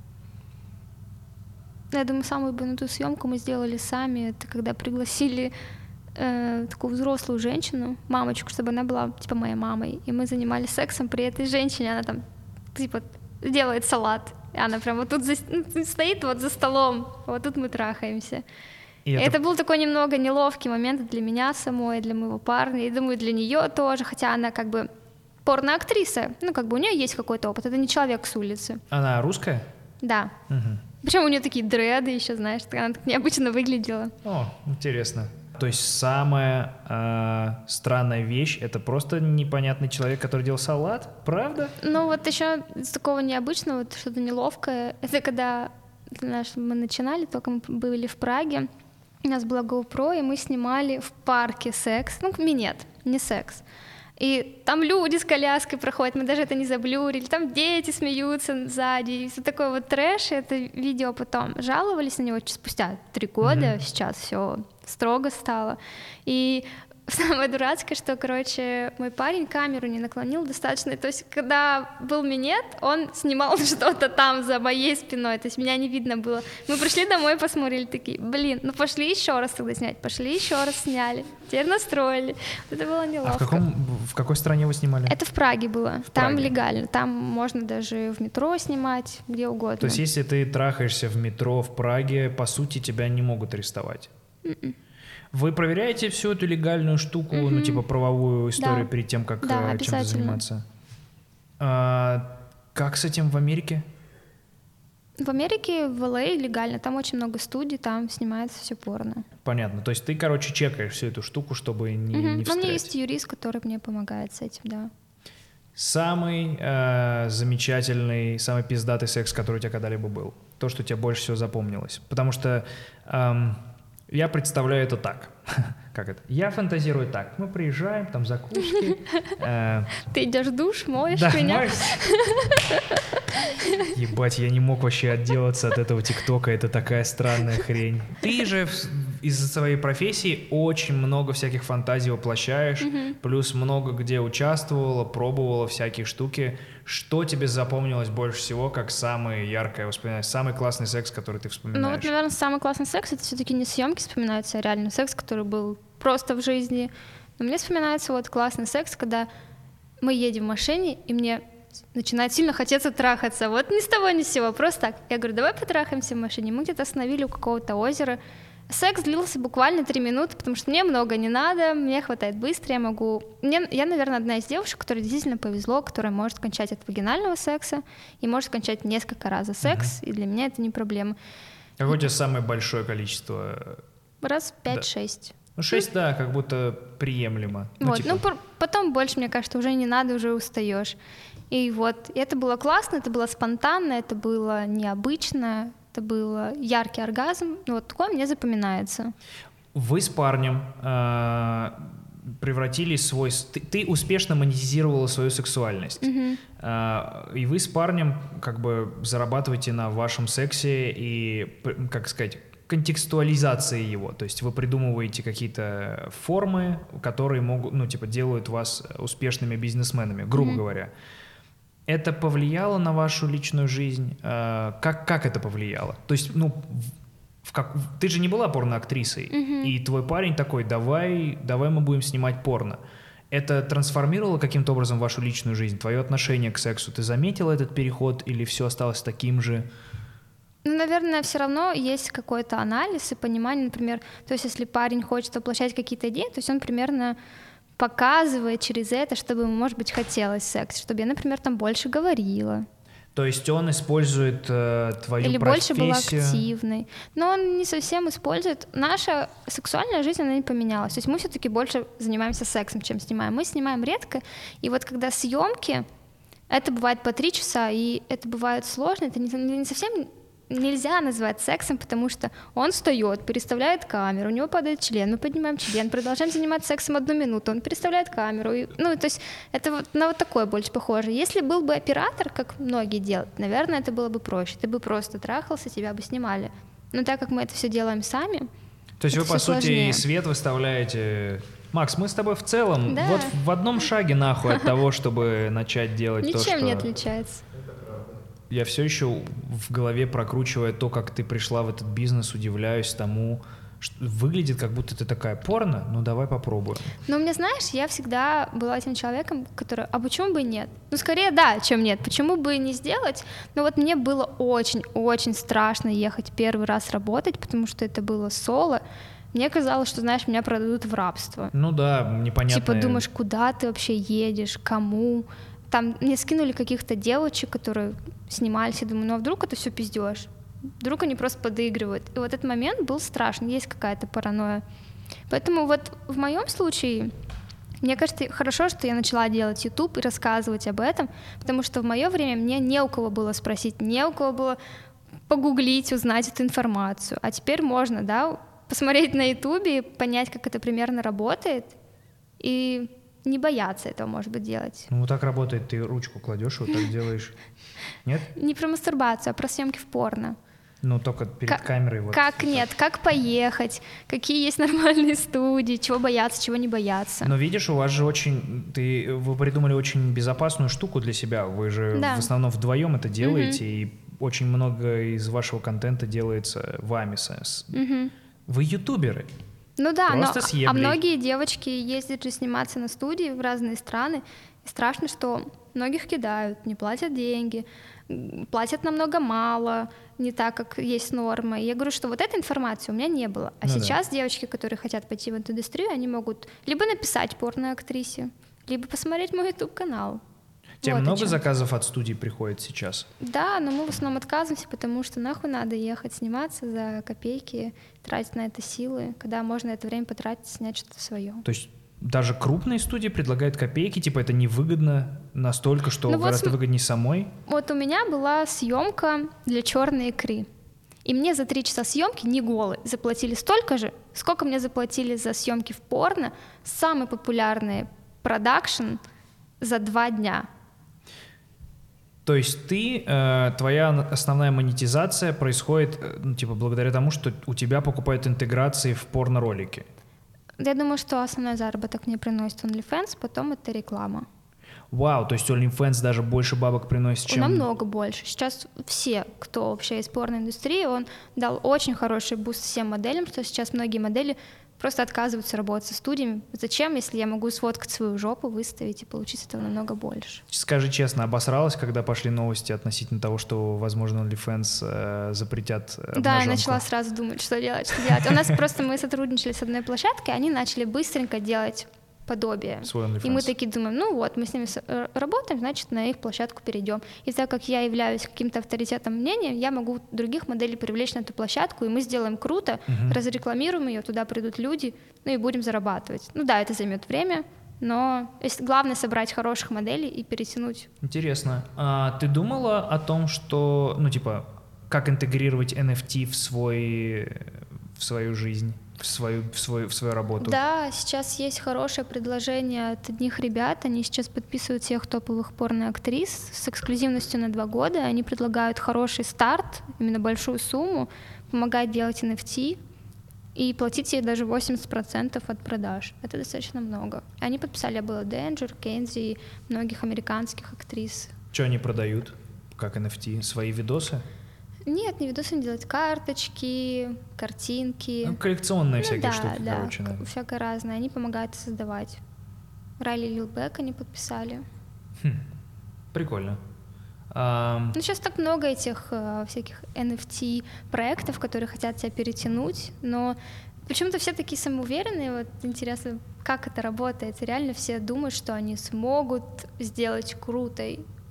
Я думаю, самую ебанутую съемку мы сделали сами. Это когда пригласили такую взрослую женщину, мамочку, чтобы она была типа моей мамой. И мы занимались сексом при этой женщине. Она там типа делает салат. И она прям вот тут стоит вот за столом. Вот тут мы трахаемся. И это был такой немного неловкий момент для меня самой, для моего парня. И думаю, для нее тоже. Хотя она как бы порноактриса. У нее есть какой-то опыт. Это не человек с улицы. Она русская? Да. Причем у нее такие дреды еще, знаешь, она так необычно выглядела. О, интересно. То есть самая странная вещь — это просто непонятный человек, который делал салат? Правда? Ну вот еще из такого необычного, что-то неловкое. Это когда мы начинали, только мы были в Праге, у нас была GoPro, и мы снимали в парке секс. Минет, не секс. И там люди с коляской проходят, мы даже это не заблюрили, там дети смеются сзади, и все такое вот трэш, и это видео потом жаловались на него спустя 3 года, сейчас все строго стало. И самое дурацкое, что, мой парень камеру не наклонил достаточно, то есть когда был минет, он снимал что-то там за моей спиной, то есть меня не видно было. Мы пришли домой, посмотрели, такие, пошли еще раз тогда снять, пошли еще раз сняли, теперь настроили. Это было неловко. В какой стране вы снимали? Это в Праге было, там легально, там можно даже в метро снимать, где угодно. То есть если ты трахаешься в метро в Праге, по сути, тебя не могут арестовать? Вы проверяете всю эту легальную штуку, правовую историю перед тем, как чем-то заниматься? Как с этим в Америке? В Америке, в LA легально, там очень много студий, там снимается все порно. Понятно, то есть ты, чекаешь всю эту штуку, чтобы не встрять. У меня есть юрист, который мне помогает с этим, да. Самый замечательный, самый пиздатый секс, который у тебя когда-либо был? То, что тебе больше всего запомнилось? Потому что... я представляю это так. Как это? Я фантазирую так. Мы приезжаем, там закуски. Ты идешь в душ, моешь да, меня? Ебать, я не мог вообще отделаться от этого ТикТока. Это такая странная хрень. Ты же из-за своей профессии очень много всяких фантазий воплощаешь. Плюс много где участвовала, пробовала всякие штуки. Что тебе запомнилось больше всего, как самое яркое воспоминание? Самый классный секс, который ты вспоминаешь? Наверное, самый классный секс — это все-таки не съемки вспоминаются, а реальный секс, который был просто в жизни. Но мне вспоминается классный секс, когда мы едем в машине, и мне начинает сильно хотеться трахаться. Вот ни с того ни с сего, просто так. Я говорю, давай потрахаемся в машине. Мы где-то остановили у какого-то озера, Секс длился буквально 3 минуты, потому что мне много не надо, мне хватает быстро, я могу... Я, наверное, одна из девушек, которой действительно повезло, которая может кончать от вагинального секса и может кончать несколько раз за секс, и для меня это не проблема. Какое у тебя самое большое количество? Раз 5-6. Ну, 6, да, как будто приемлемо. Вот, потом больше, мне кажется, уже не надо, уже устаешь. И вот, и это было классно, это было спонтанно, это было необычно, это был яркий оргазм. Вот такое мне запоминается. Вы с парнем превратили свой... Ты успешно монетизировала свою сексуальность. И вы с парнем как бы зарабатываете на вашем сексе и, как сказать, контекстуализации его. То есть вы придумываете какие-то формы, которые могут, делают вас успешными бизнесменами, грубо говоря. Это повлияло на вашу личную жизнь? Как это повлияло? То есть, ты же не была порноактрисой, и твой парень такой, давай мы будем снимать порно. Это трансформировало каким-то образом вашу личную жизнь, твое отношение к сексу? Ты заметила этот переход или все осталось таким же? Наверное, все равно есть какой-то анализ и понимание, например, то есть если парень хочет воплощать какие-то идеи, то есть он примерно показывает через это, чтобы ему, может быть, хотелось секс, чтобы я, например, там больше говорила. То есть он использует твою или профессию? Или больше была активной. Но он не совсем использует. Наша сексуальная жизнь, она не поменялась. То есть мы все-таки больше занимаемся сексом, чем снимаем. Мы снимаем редко, и вот когда съемки, это бывает по 3 часа, и это бывает сложно, это не совсем... Нельзя назвать сексом, потому что он встает, переставляет камеру, у него падает член, мы поднимаем член, продолжаем заниматься сексом 1 минуту, он переставляет камеру. То есть это на вот такое больше похоже. Если был бы оператор, как многие делают, наверное, это было бы проще. Ты бы просто трахался, тебя бы снимали. Но так как мы это все делаем сами, то есть вы, по сути, сложнее. свет выставляете... Макс, мы с тобой в целом вот в одном шаге нахуй от того, чтобы начать делать то, что... Ничем не отличается. Я все еще в голове прокручивая то, как ты пришла в этот бизнес, удивляюсь тому, что выглядит, как будто ты такая порно, давай попробуем. Но мне, знаешь, я всегда была тем человеком, который, а почему бы нет? Скорее да, чем нет, почему бы не сделать? Но вот мне было очень-очень страшно ехать первый раз работать, потому что это было соло. Мне казалось, что, знаешь, меня продадут в рабство. Непонятно. Типа думаешь, куда ты вообще едешь, кому? Там мне скинули каких-то девочек, которые снимались, и думаю, а вдруг это все пиздёж? Вдруг они просто подыгрывают? И вот этот момент был страшный, есть какая-то паранойя. Поэтому вот в моем случае, мне кажется, хорошо, что я начала делать YouTube и рассказывать об этом, потому что в мое время мне не у кого было спросить, не у кого было погуглить, узнать эту информацию. А теперь можно, посмотреть на YouTube и понять, как это примерно работает, и не бояться этого, может быть, делать. Вот так работает, ты ручку кладешь, вот так делаешь. Нет? Не про мастурбацию, а про съемки в порно. Только перед камерой. Вот. Как поехать, какие есть нормальные студии, чего бояться, чего не бояться. Но видишь, у вас же вы придумали очень безопасную штуку для себя. Вы же в основном вдвоем это делаете, и очень много из вашего контента делается вами. Вы ютуберы. А многие девочки ездят же сниматься на студии в разные страны, и страшно, что многих кидают, не платят деньги, платят намного мало, не так, как есть норма. И я говорю, что вот этой информации у меня не было. А сейчас девочки, которые хотят пойти в эту индустрию, они могут либо написать порно-актрисе, либо посмотреть мой YouTube-канал. Тебе много заказов от студий приходит сейчас? Да, но мы в основном отказываемся, потому что нахуй надо ехать сниматься за копейки, тратить на это силы, когда можно это время потратить, снять что-то свое. То есть даже крупные студии предлагают копейки, типа это невыгодно настолько, что гораздо выгоднее самой? Вот у меня была съемка для «Черной икры», и мне за 3 часа съемки, не голой, заплатили столько же, сколько мне заплатили за съемки в порно, самый популярный продакшн за 2 дня. То есть твоя основная монетизация происходит благодаря тому, что у тебя покупают интеграции в порно-ролики? Я думаю, что основной заработок мне приносит OnlyFans, потом это реклама. Вау, то есть OnlyFans даже больше бабок приносит, чем... Намного больше. Сейчас все, кто вообще из порноиндустрии, он дал очень хороший буст всем моделям, что сейчас многие модели просто отказываются работать со студиями. Зачем, если я могу сфоткать свою жопу, выставить и получить этого намного больше? Скажи честно, обосралась, когда пошли новости относительно того, что, возможно, OnlyFans запретят обнаженку? Да, я начала сразу думать, что делать. У нас просто мы сотрудничали с одной площадкой, они начали быстренько делать подобие. И мы такие думаем, ну вот, мы с ними работаем, значит, на их площадку перейдем. И так как я являюсь каким-то авторитетом мнения, я могу других моделей привлечь на эту площадку, и мы сделаем круто, разрекламируем ее, туда придут люди, ну и будем зарабатывать. Ну да, это займет время, но главное собрать хороших моделей и перетянуть. Интересно. А ты думала о том, что, ну типа, как интегрировать NFT в свою жизнь? В свою работу? Да, сейчас есть хорошее предложение от одних ребят. Они сейчас подписывают всех топовых порноактрис с эксклюзивностью на 2 года. Они предлагают хороший старт, именно большую сумму, помогать делать NFT и платить ей даже 80% от продаж. Это достаточно много. Они подписали Белла Денджер, Кензи, многих американских актрис. Что они продают как NFT? Свои видосы? Нет, не видосы не делать, карточки, картинки. Ну, коллекционные всякие штуки, да, короче. Да, всякое разное. Они помогают создавать. Райли Лил Бэк они подписали. Прикольно. Ну, сейчас так много этих всяких NFT-проектов, которые хотят тебя перетянуть, но почему-то все такие самоуверенные. Вот интересно, как это работает. Реально все думают, что они смогут сделать круто,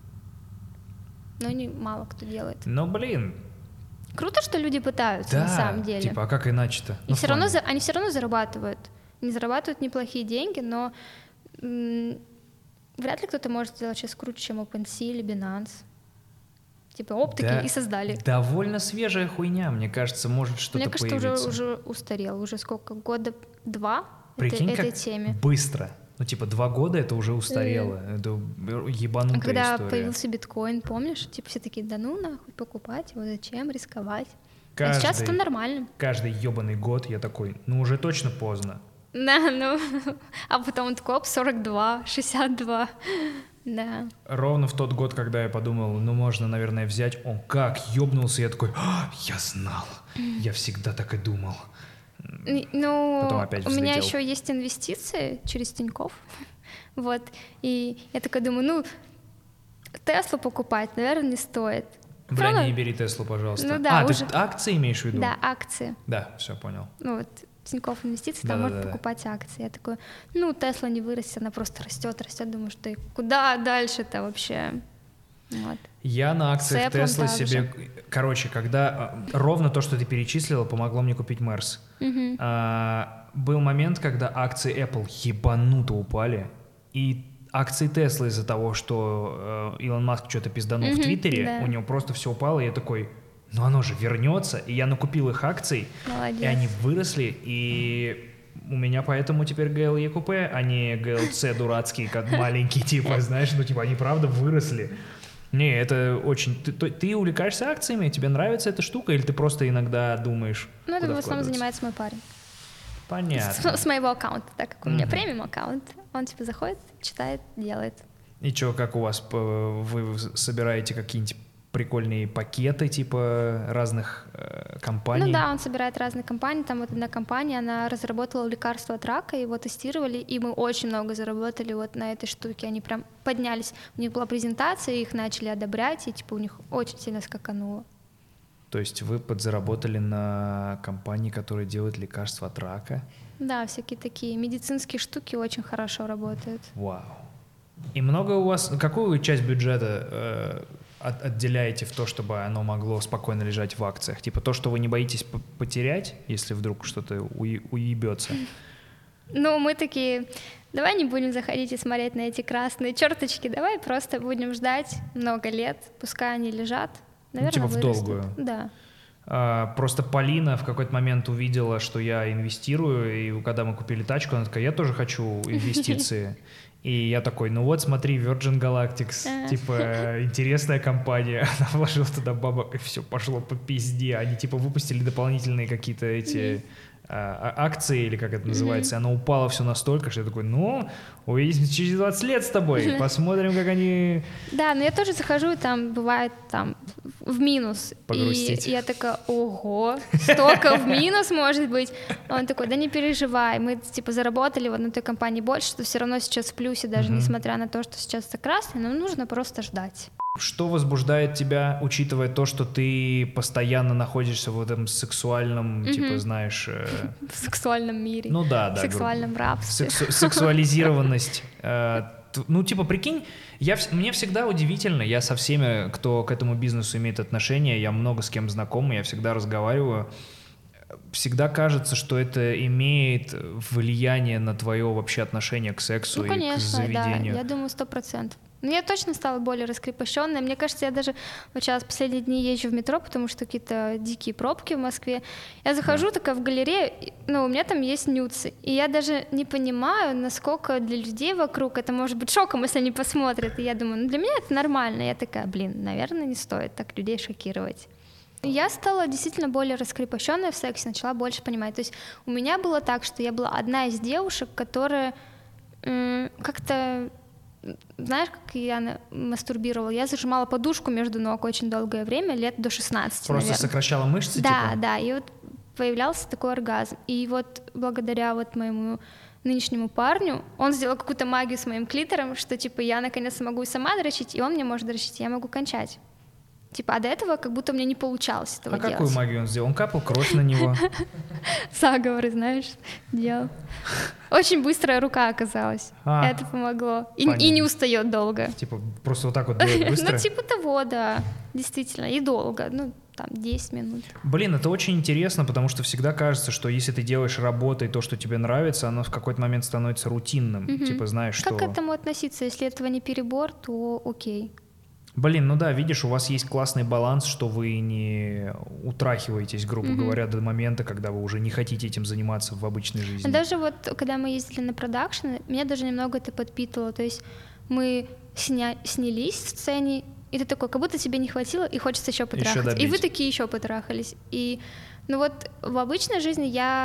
но мало кто делает. Но, блин. Круто, что люди пытаются, на самом деле. Типа, а как иначе-то? И они все равно зарабатывают. Они зарабатывают неплохие деньги, но вряд ли кто-то может сделать сейчас круче, чем OpenSea или Binance. Типа, оптики и создали. Довольно свежая хуйня, мне кажется, может что-то появиться. Мне кажется, уже устарел. Уже сколько? 2 года Прикинь, этой теме. Быстро. Ну, типа, 2 года это уже устарело. Это ебанутая когда история. появился биткоин, помнишь? Типа, все такие, да ну нахуй, покупать его, зачем рисковать? А сейчас это нормально. Каждый ебаный год я такой, ну, уже точно поздно. Да, ну, а потом он такой, 42, 62, да. Ровно в тот год, когда я подумал, ну, можно, наверное, взять, он как ёбнулся, я такой, я знал, я всегда так и думал. Ну, потом опять взлетел. У меня еще есть инвестиции через Тинькофф, вот, и я такая думаю, ну, Теслу покупать, наверное, не стоит. Бля, не бери Теслу, пожалуйста. Ну, да, ты акции имеешь в виду? Да, акции. Да, все, понял. Ну, вот, Тинькофф инвестиции, там можно покупать акции. Я такой, ну, Тесла не вырастет, она просто растет, думаю, что куда дальше-то вообще? Вот. Я на акциях Теслы себе... Короче, когда ровно то, что ты перечислила, помогло мне купить Мерс. Был момент, когда акции Apple ебануто упали, и акции Теслы из-за того, что Илон Маск что-то пизданул в Твиттере, у него просто все упало, и я такой... Ну оно же вернется, и я накупил их акций, Молодец. И они выросли, и у меня поэтому теперь GLE купе, а не GLC дурацкий, как маленький, типа, знаешь, ну типа они правда выросли. Не, это очень... Ты увлекаешься акциями, тебе нравится эта штука, или ты просто иногда думаешь, Ну это в основном занимается мой парень. Понятно. С моего аккаунта, так как у меня премиум аккаунт, он типа заходит, читает, делает. И что, как у вас, вы собираете какие-нибудь прикольные пакеты типа разных компаний? Ну да, он собирает разные компании. Там вот одна компания, она разработала лекарство от рака, его тестировали, и мы очень много заработали вот на этой штуке. Они прям поднялись. У них была презентация, их начали одобрять, и типа у них очень сильно скакануло. То есть вы подзаработали на компании, которая делает лекарства от рака? Да, всякие такие медицинские штуки очень хорошо работают. Вау. И много у вас... Какую часть бюджета отделяете в то, чтобы оно могло спокойно лежать в акциях? Типа то, что вы не боитесь потерять, если вдруг что-то уебется? Ну, мы такие, давай не будем заходить и смотреть на эти красные черточки, давай просто будем ждать много лет, пускай они лежат. Наверное, типа в вырастут. долгую? Да. Просто Полина в какой-то момент увидела, что я инвестирую, и когда мы купили тачку, она такая, я тоже хочу инвестиции. И я такой, ну вот смотри, Virgin Galactic, типа интересная компания, она вложила туда бабок, и все пошло по пизде. Они типа выпустили дополнительные какие-то эти акции, или как это называется, она упала все настолько, что я такой, ну, увидимся через 20 лет с тобой, посмотрим, как они... Да, но я тоже захожу, и там бывает там в минус. Погрустить. И я такая, ого, столько в минус может быть. Он такой, да не переживай, мы типа заработали в одной той компании больше, что все равно сейчас в плюсе, даже несмотря на то, что сейчас это красный, нам нужно просто ждать. Что возбуждает тебя, учитывая то, что ты постоянно находишься в этом сексуальном, типа, знаешь... В сексуальном мире. Ну да. В сексуальном рабстве. Сексуализированность. Ну, типа, прикинь, мне всегда удивительно, я со всеми, кто к этому бизнесу имеет отношение, я много с кем знаком, я всегда разговариваю, всегда кажется, что это имеет влияние на твое вообще отношение к сексу и конечно, к заведению. Да, я думаю, 100%. Но я точно стала более раскрепощенной. Мне кажется, я даже вот сейчас последние дни езжу в метро, потому что какие-то дикие пробки в Москве. Я захожу такая в галерею, ну, у меня там есть нюцы. И я даже не понимаю, насколько для людей вокруг это может быть шоком, если они посмотрят. И я думаю, ну, для меня это нормально. Я такая, наверное, не стоит так людей шокировать. Я стала действительно более раскрепощенной в сексе, начала больше понимать. То есть у меня было так, что я была одна из девушек, которая как-то... Знаешь, как я мастурбировала? Я зажимала подушку между ног очень долгое время, лет до 16, Просто наверное. сокращала мышцы, да, типа? Да, и вот появлялся такой оргазм. И вот благодаря вот моему нынешнему парню, он сделал какую-то магию с моим клитором, что типа я наконец могу сама дрочить, и он мне может дрочить, и я могу кончать. Типа, а до этого как будто мне не получалось этого делать. Какую магию он сделал? Он капал кровь на него? Заговоры, знаешь, делал. Очень быстрая рука оказалась. Это помогло. И не устает долго. Типа, просто вот так вот делать быстро? Ну, типа того, да. Действительно. И долго. Ну, там, 10 минут. Блин, это очень интересно, потому что всегда кажется, что если ты делаешь работой то, что тебе нравится, оно в какой-то момент становится рутинным. Типа, знаешь, что... Как к этому относиться? Если этого не перебор, то окей. Блин, ну да, видишь, у вас есть классный баланс, что вы не утрахиваетесь, грубо говоря, до момента, когда вы уже не хотите этим заниматься в обычной жизни. Даже вот, когда мы ездили на продакшн, меня даже немного это подпитывало. То есть мы снялись в сцене, и ты такой, как будто тебе не хватило, и хочется еще потрахаться. И вы такие еще потрахались. И, ну вот, в обычной жизни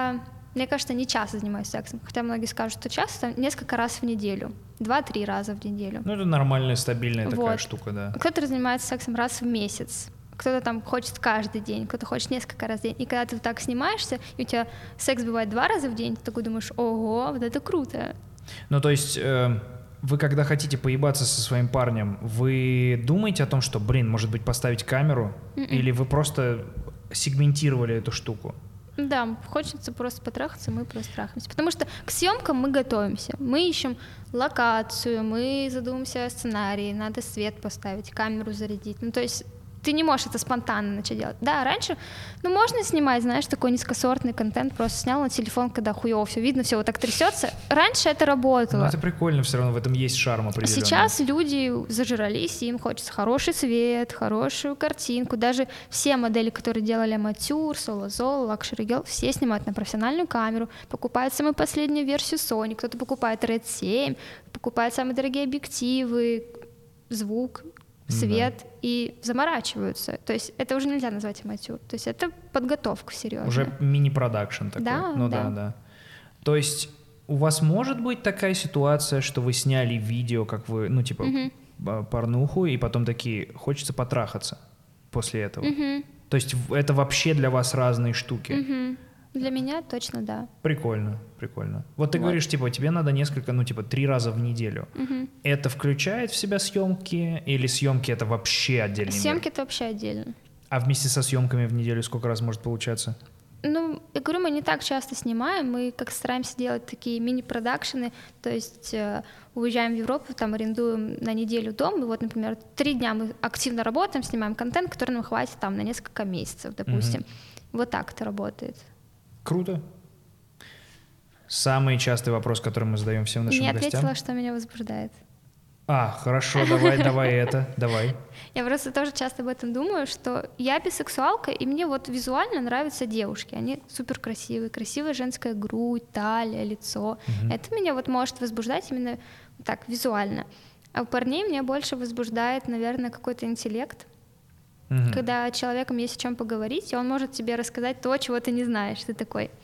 мне кажется, не часто занимаюсь сексом. Хотя многие скажут, что часто, несколько раз в неделю. 2-3 раза в неделю. Ну, это нормальная, стабильная такая штука, да. Кто-то занимается сексом раз в месяц. Кто-то там хочет каждый день, кто-то хочет несколько раз в день. И когда ты вот так снимаешься, и у тебя секс бывает 2 раза в день, ты такой думаешь, ого, вот это круто. Ну, то есть... Вы, когда хотите поебаться со своим парнем, вы думаете о том, что, может быть, поставить камеру? Или вы просто сегментировали эту штуку? Да, хочется просто потрахаться, мы просто трахаемся. Потому что к съемкам мы готовимся. Мы ищем локацию, мы задумываемся о сценарии, надо свет поставить, камеру зарядить. Ну, то есть ты не можешь это спонтанно начать делать. Да, раньше, можно снимать, знаешь, такой низкосортный контент, просто снял на телефон, когда хуёво все видно, все вот так трясется. Раньше это работало. Ну, это прикольно, все равно в этом есть шарм определенный. Сейчас люди зажрались, им хочется хороший свет, хорошую картинку. Даже все модели, которые делали аматюр, соло-зол, лакшери гел, все снимают на профессиональную камеру, покупают самую последнюю версию Sony, кто-то покупает Red 7, покупает самые дорогие объективы, звук, свет, и заморачиваются. То есть это уже нельзя назвать аматюр. То есть это подготовка серьезная. Уже мини-продакшн такой. Да, ну да. То есть у вас может быть такая ситуация, что вы сняли видео, как вы, порнуху, и потом такие, хочется потрахаться после этого? То есть это вообще для вас разные штуки? Для меня точно да. Прикольно. Вот ты говоришь, тебе надо 3 раза в неделю. Это включает в себя съемки, или съемки это вообще отдельный мир? Съемки это вообще отдельно. А вместе со съемками в неделю сколько раз может получаться? Ну, я говорю, мы не так часто снимаем, мы как стараемся делать такие мини-продакшены, то есть уезжаем в Европу, там арендуем на неделю дом, и вот, например, 3 дня мы активно работаем, снимаем контент, который нам хватит там на несколько месяцев, допустим. Вот так это работает. Круто. Самый частый вопрос, который мы задаем всем нашим гостям. Не ответила, что меня возбуждает. Хорошо, давай. Я просто тоже часто об этом думаю, что я бисексуалка, и мне вот визуально нравятся девушки. Они супер красивые, красивая женская грудь, талия, лицо. Это меня вот может возбуждать именно так, визуально. А у парней меня больше возбуждает, наверное, какой-то интеллект. Когда с человеком есть о чем поговорить, и он может тебе рассказать то, чего ты не знаешь. Ты такой,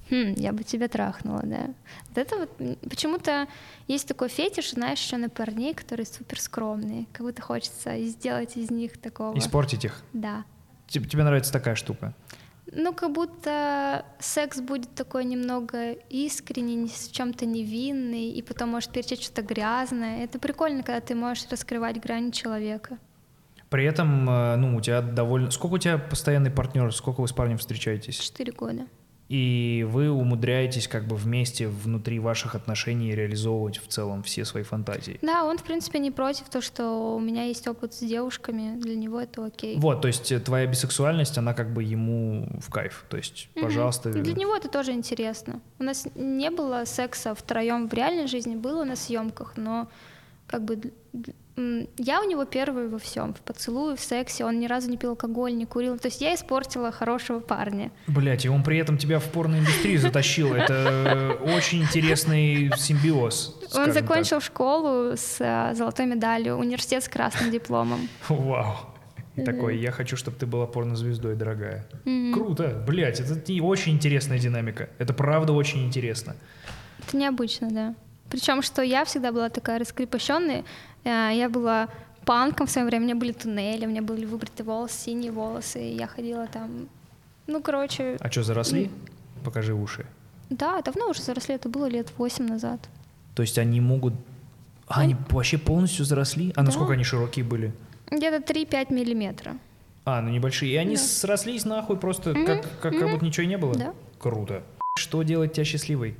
Я бы тебя трахнула, да. Вот это вот почему-то есть такой фетиш, знаешь, еще на парней, которые супер скромные, как будто хочется сделать из них такого. Испортить их? Да. Тебе нравится такая штука? Ну, как будто секс будет такой немного искренний, в чем-то невинный, и потом может перейти что-то грязное. Это прикольно, когда ты можешь раскрывать грани человека. При этом, ну, у тебя довольно... Сколько у тебя постоянный партнер? Сколько вы с парнем встречаетесь? 4 года. И вы умудряетесь как бы вместе внутри ваших отношений реализовывать в целом все свои фантазии. Да, он, в принципе, не против того, что у меня есть опыт с девушками, для него это окей. Вот, то есть твоя бисексуальность, она как бы ему в кайф, то есть, пожалуйста. Для него это тоже интересно. У нас не было секса втроем в реальной жизни, было на съемках, но как бы я у него первый во всем, в поцелуе, в сексе, он ни разу не пил алкоголь, не курил, то есть я испортила хорошего парня. Блять, и он при этом тебя в порноиндустрию затащил, это очень интересный симбиоз. Он закончил школу с золотой медалью, университет с красным дипломом. Вау. И такой, я хочу, чтобы ты была порнозвездой, дорогая. Круто, блять, это очень интересная динамика, это правда очень интересно. Это необычно, да. Причем, что я всегда была такая раскрепощенная, я была панком в свое время, у меня были туннели, у меня были выбриты волосы, синие волосы, и я ходила там, ну, короче... А что, заросли? Покажи уши. Да, давно уже заросли, это было лет 8 назад. То есть они могут... они вообще полностью заросли? А насколько они широкие были? Где-то 3-5 миллиметра. Ну небольшие. И они срослись нахуй просто, как будто ничего и не было? Да. Круто. Что делает тебя счастливой?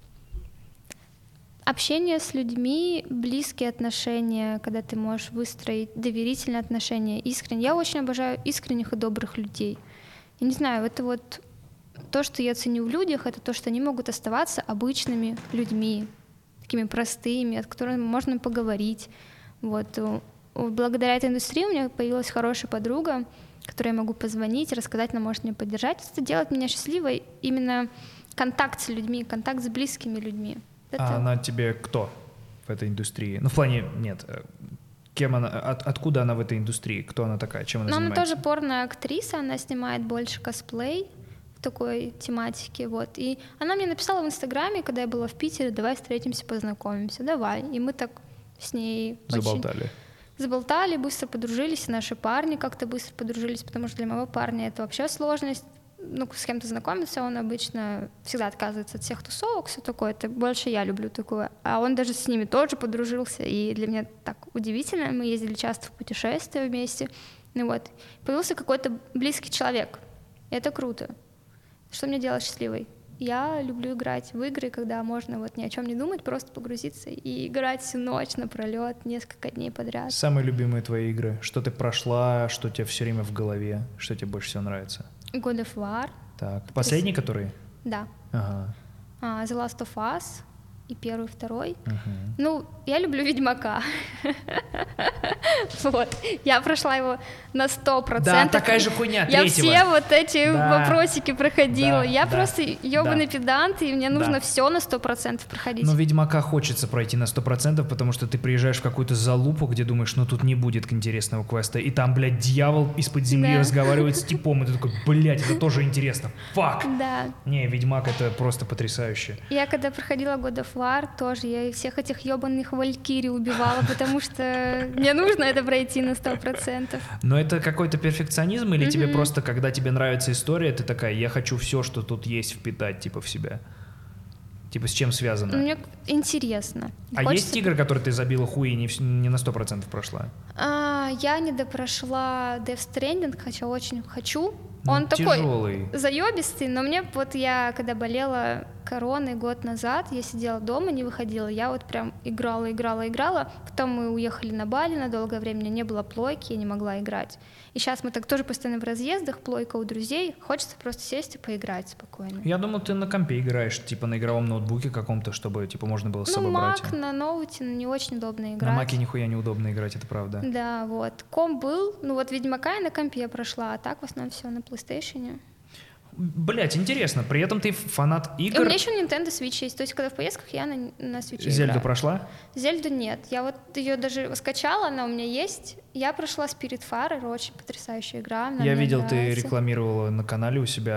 Общение с людьми, близкие отношения, когда ты можешь выстроить доверительные отношения, искренне. Я очень обожаю искренних и добрых людей. Я не знаю, это вот то, что я ценю в людях, это то, что они могут оставаться обычными людьми, такими простыми, от которых можно поговорить. Вот. Благодаря этой индустрии у меня появилась хорошая подруга, которой я могу позвонить, рассказать, она может меня поддержать. Это делает меня счастливой, именно контакт с людьми, контакт с близкими людьми. А она тебе кто в этой индустрии? Ну, в плане, нет, кем она, откуда она в этой индустрии? Кто она такая, чем она занимается? Она тоже порно-актриса, она снимает больше косплей в такой тематике, вот. И она мне написала в Инстаграме, когда я была в Питере, давай встретимся, познакомимся, давай. И мы так с ней заболтали, быстро подружились, и наши парни как-то быстро подружились, потому что для моего парня это вообще сложность. Ну, с кем-то знакомиться, он обычно всегда отказывается от всех тусовок, все такое, это больше я люблю такое. А он даже с ними тоже подружился, и для меня так удивительно, мы ездили часто в путешествия вместе, ну вот, появился какой-то близкий человек, и это круто. Что мне делает счастливой? Я люблю играть в игры, когда можно вот ни о чем не думать, просто погрузиться и играть всю ночь напролет, несколько дней подряд. Самые любимые твои игры? Что ты прошла, что тебе все время в голове, что тебе больше всего нравится? God of War. Так, последний который? Да. Ага. The Last of Us и первый, второй. Ну, я люблю Ведьмака. Вот. Я прошла его на 100%. Да, такая же хуйня, я третьего. все вот эти вопросики проходила. Я да, просто ёбаный педант, и мне нужно все на 100% проходить. Но Ведьмака хочется пройти на 100%, потому что ты приезжаешь в какую-то залупу, где думаешь, ну тут не будет интересного квеста, и там, блядь, дьявол из-под земли разговаривает с типом, и ты такой, блядь, это тоже интересно. Фак! Да. Не, Ведьмак — это просто потрясающе. Я когда проходила God of War, тоже я всех этих ёбаных валькирий убивала, потому что мне нужно это пройти на 100%. Но это какой-то перфекционизм, или тебе просто, когда тебе нравится история, ты такая, я хочу все, что тут есть, впитать, типа, в себя? Типа, с чем связано? Мне интересно. Есть игры, которые ты забила хуй и не на 100% прошла? Я не допрошла Death Stranding, хотя очень хочу. Ну, он тяжелый. такой заебистый, но мне вот я, когда болела короной год назад, я сидела дома, не выходила, я вот прям играла, потом мы уехали на Бали на долгое время, у меня не было плойки, я не могла играть. И сейчас мы так тоже постоянно в разъездах, плойка у друзей, хочется просто сесть и поиграть спокойно. Я думал, ты на компе играешь, типа на игровом ноутбуке каком-то, чтобы типа можно было с собой брать. Мак на ноуте не очень удобно играть. На маке нихуя неудобно играть, это правда. Да, вот. Комп был, ну вот Ведьмака я на компе прошла, а так в основном все на PlayStation. Блять, интересно, при этом ты фанат игр. И у меня еще Nintendo Switch есть, то есть когда в поездках я на Switch Зельду играю. прошла? Зельду нет, я вот ее даже скачала, она у меня есть. Я прошла Spiritfarer, очень потрясающая игра. Я видел, ты рекламировала на канале у себя.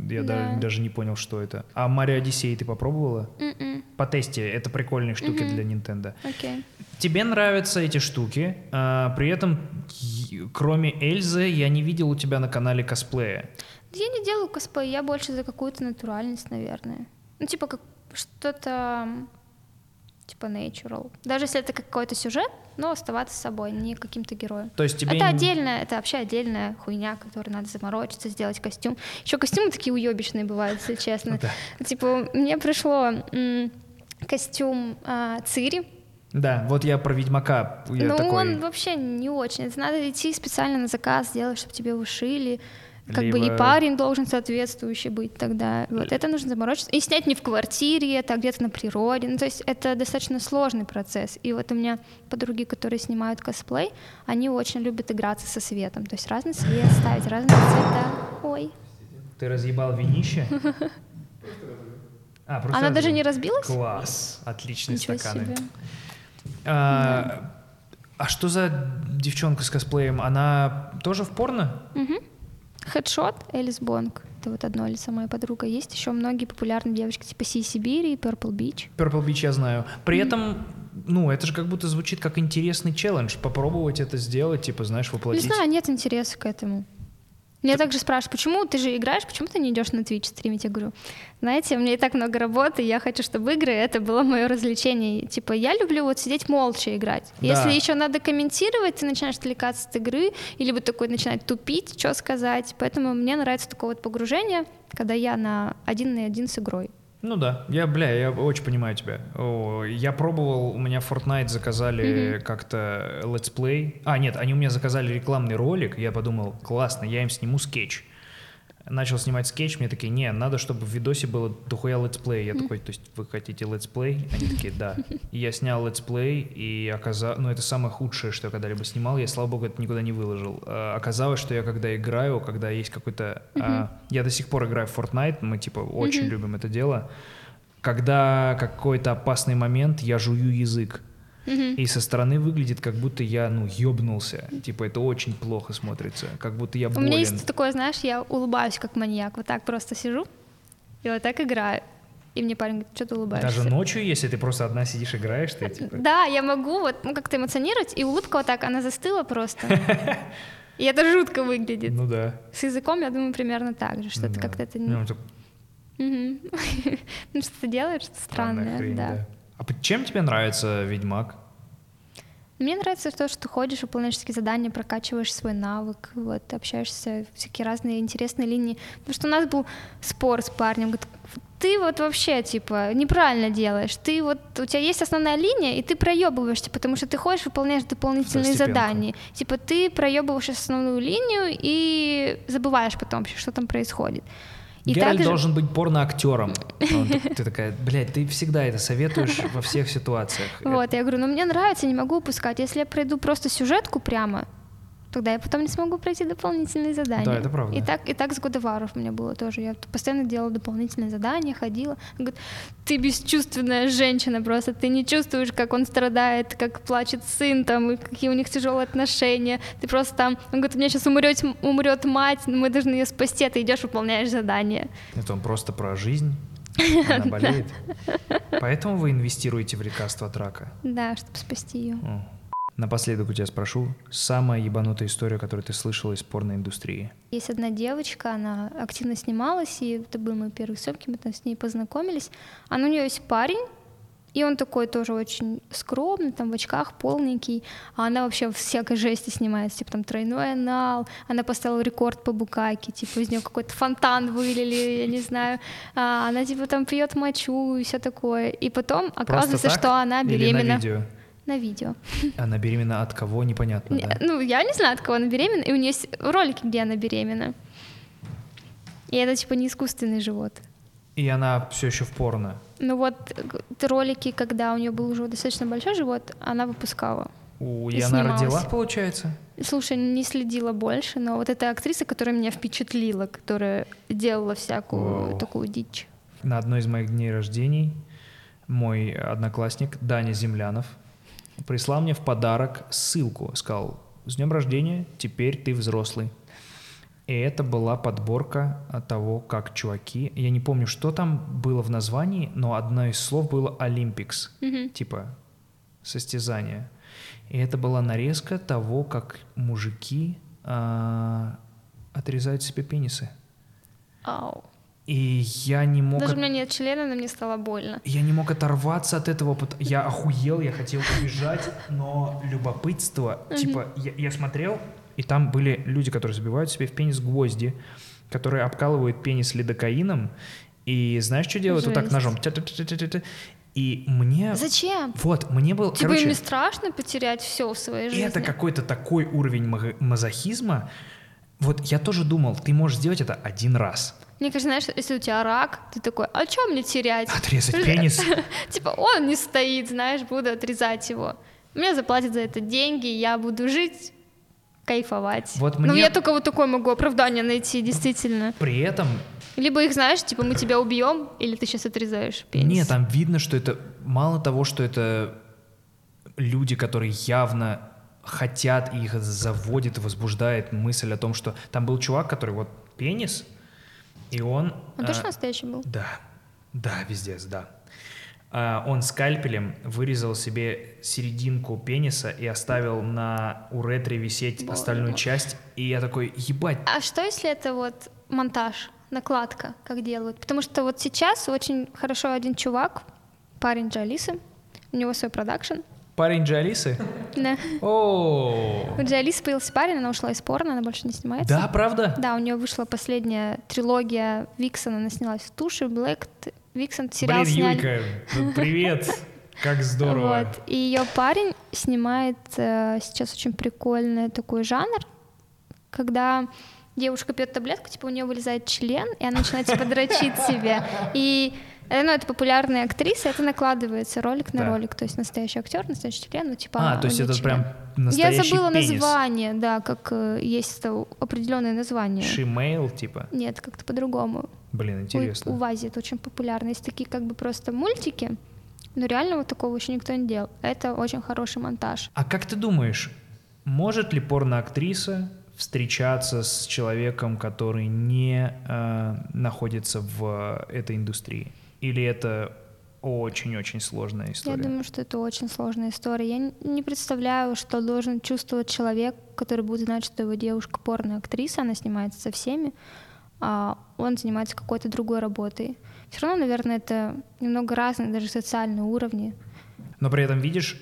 Я Да. даже не понял, что это. А Марио Одиссей ты попробовала? По тесте. Это прикольные штуки для Nintendo. Окей. Тебе нравятся эти штуки, при этом, кроме Эльзы, я не видел у тебя на канале косплея. Я не делаю косплей, я больше за какую-то натуральность, наверное. Ну, типа, как что-то типа natural. Даже если это какой-то сюжет, но оставаться собой, не каким-то героем. То есть тебе... Это вообще отдельная хуйня, которой надо заморочиться, сделать костюм. Еще костюмы такие уебищные бывают, если честно. Типа, мне пришло костюм Цири. Да, вот я про Ведьмака. Но он вообще не очень. Это надо идти специально на заказ сделать, чтобы тебе ушили. Как бы и парень должен соответствующий быть тогда. Вот это нужно заморочиться. И снять не в квартире, это где-то на природе. Ну, то есть это достаточно сложный процесс. И вот у меня подруги, которые снимают косплей, они очень любят играться со светом. То есть разный свет ставить, разные цвета. Ой. Ты разъебал винище? Она даже не разбилась? Класс. Отличные Ничего стаканы. себе. А что за девчонка с косплеем? Она тоже в порно? Хедшот, Элис Бонг. Это вот одно лицо, моя подруга. Есть еще многие популярные девочки, типа Си Сибири и Purple Beach. Purple Beach я знаю. При этом, ну, это же как будто звучит как интересный челлендж. Попробовать это сделать, типа, знаешь, воплотить. Не знаю, нет интереса к этому. Меня также спрашивают, почему ты же играешь, почему ты не идешь на Twitch стримить? Я говорю, знаете, у меня и так много работы, я хочу, чтобы игры это было мое развлечение. Типа, я люблю вот сидеть молча играть. Да. Если еще надо комментировать, ты начинаешь отвлекаться от игры, или вот такой начинать тупить, что сказать. Поэтому мне нравится такое вот погружение, когда я на 1 с игрой. Ну да, я очень понимаю тебя. Я пробовал, у меня Fortnite заказали как-то летсплей. Нет, они у меня заказали рекламный ролик, я подумал, классно, я им сниму скетч. Начал снимать скетч, мне такие, не, надо, чтобы в видосе было дохуя летсплей. Я такой, то есть вы хотите летсплей? Они такие, да. И я снял летсплей, и это самое худшее, что я когда-либо снимал, я, слава богу, это никуда не выложил. Оказалось, что я когда играю, когда есть какой-то... Я до сих пор играю в Fortnite, мы типа очень любим это дело. Когда какой-то опасный момент, я жую язык. И со стороны выглядит, как будто я, ёбнулся. Типа, это очень плохо смотрится. Как будто я болен. У меня есть такое, знаешь, я улыбаюсь как маньяк. Вот так просто сижу и вот так играю. И мне парень говорит, что ты улыбаешься? Даже ночью, если ты просто одна сидишь, играешь, ты типа... Да, я могу вот как-то эмоционировать, и улыбка вот так, она застыла просто. И это жутко выглядит. Ну да. С языком, я думаю, примерно так же. Что-то как-то это не... Ну, что ты делаешь, что-то странное. Хрень, да. А чем тебе нравится Ведьмак? Мне нравится то, что ты ходишь, выполняешь такие задания, прокачиваешь свой навык, вот, общаешься, всякие разные интересные линии. Потому что у нас был спор с парнем, говорит, ты вот вообще, типа, неправильно делаешь. Ты вот, у тебя есть основная линия, и ты проебываешься, потому что ты ходишь, выполняешь дополнительные задания. Типа, ты проебываешь основную линию и забываешь потом, что там происходит. И Геральт также... должен быть порноактером. Ты такая, блядь, ты всегда это советуешь во всех ситуациях. Вот, я говорю, мне нравится, не могу упускать. Если я пройду просто сюжетку прямо, тогда я потом не смогу пройти дополнительные задания. Да, это правда. И так с God of War у меня было тоже. Я постоянно делала дополнительные задания, ходила. Он говорит, ты бесчувственная женщина просто, ты не чувствуешь, как он страдает, как плачет сын, там, и какие у них тяжелые отношения. Ты просто там, он говорит, у меня сейчас умрет мать, мы должны ее спасти, а ты идешь, выполняешь задание. Это он просто про жизнь. Она болеет. Поэтому вы инвестируете в лекарство от рака? Да, чтобы спасти ее. Напоследок у тебя спрошу, самая ебанутая история, которую ты слышала из порноиндустрии? Есть одна девочка, она активно снималась, и это были мои первые съемки, мы там с ней познакомились. У нее есть парень, и он такой тоже очень скромный, там в очках, полненький, а она вообще в всякой жести снимается, типа там тройной анал, она поставила рекорд по букаке, типа из нее какой-то фонтан вылили, я не знаю, она типа там пьет мочу и все такое, и потом оказывается, что она беременна. Или на видео? На видео. Она беременна от кого, непонятно, да? Ну, я не знаю, от кого она беременна, и у нее есть ролики, где она беременна. И это типа не искусственный живот. И она все еще в порно? Ну вот ролики, когда у нее был уже достаточно большой живот, она выпускала. И она родила, получается? Слушай, не следила больше, но вот эта актриса, которая меня впечатлила, которая делала всякую такую дичь. На одной из моих дней рождений мой одноклассник Даня Землянов прислал мне в подарок ссылку, сказал, с днем рождения, теперь ты взрослый. И это была подборка того, как чуваки... Я не помню, что там было в названии, но одно из слов было Olympics, типа состязание. И это была нарезка того, как мужики отрезают себе пенисы. Ау. И я не мог... Даже у меня нет члена, но мне стало больно. Я не мог оторваться от этого. Я охуел, я хотел убежать, но любопытство... Типа, я смотрел, и там были люди, которые забивают себе в пенис гвозди, которые обкалывают пенис лидокаином, и знаешь, что делают? Вот так ножом. И мне... Зачем? Вот, мне было... Типа им не страшно потерять все в своей жизни? Это какой-то такой уровень мазохизма. Вот я тоже думал, ты можешь сделать это один раз. Мне кажется, знаешь, если у тебя рак, ты такой, а что мне терять? Отрезать пенис? Типа он не стоит, знаешь, буду отрезать его. Мне заплатят за это деньги, я буду жить, кайфовать. Вот Ну я только вот такое могу оправдание найти, действительно. При этом... Либо их, знаешь, типа мы тебя убьем, или ты сейчас отрезаешь пенис. Нет, там видно, что это... Мало того, что это люди, которые явно хотят, и их заводит, возбуждает мысль о том, что... Там был чувак, который вот пенис, и он... Он точно настоящий был? Да, вездец, да. Он скальпелем вырезал себе серединку пениса и оставил на уретре висеть остальную часть. И я такой, ебать. А что, если это вот монтаж, накладка, как делают? Потому что вот сейчас очень хорошо один чувак, парень Джалисы, у него свой продакшн. Парень Джалисы? Да. О. У Джалисы появился парень, она ушла из порно, она больше не снимается. Да, правда? Да, у нее вышла последняя трилогия Виксон, она снялась в Туши, Блэк, Виксон, сериал Блин, сняли. Юлька, ну, привет, как здорово. Вот. И ее парень снимает сейчас очень прикольный такой жанр, когда девушка пьет таблетку, типа у нее вылезает член, и она начинает типа дрочить себе. И это популярная актриса, это накладывается ролик на ролик, то есть настоящий актер, настоящий член, ну типа. То есть это прям настоящий пенис. Я забыла пенис. название, да, как есть определенное название. Шимейл, типа? Нет, как-то по-другому. Блин, интересно. В Азии это очень популярно. Есть такие как бы просто мультики, но реально вот такого еще никто не делал. Это очень хороший монтаж. А как ты думаешь, может ли порноактриса встречаться с человеком, который не находится в этой индустрии? Или это очень-очень сложная история? Я думаю, что это очень сложная история. Я не представляю, что должен чувствовать человек, который будет знать, что его девушка порноактриса, она снимается со всеми, а он занимается какой-то другой работой. Все равно, наверное, это немного разные даже социальные уровни. Но при этом, видишь,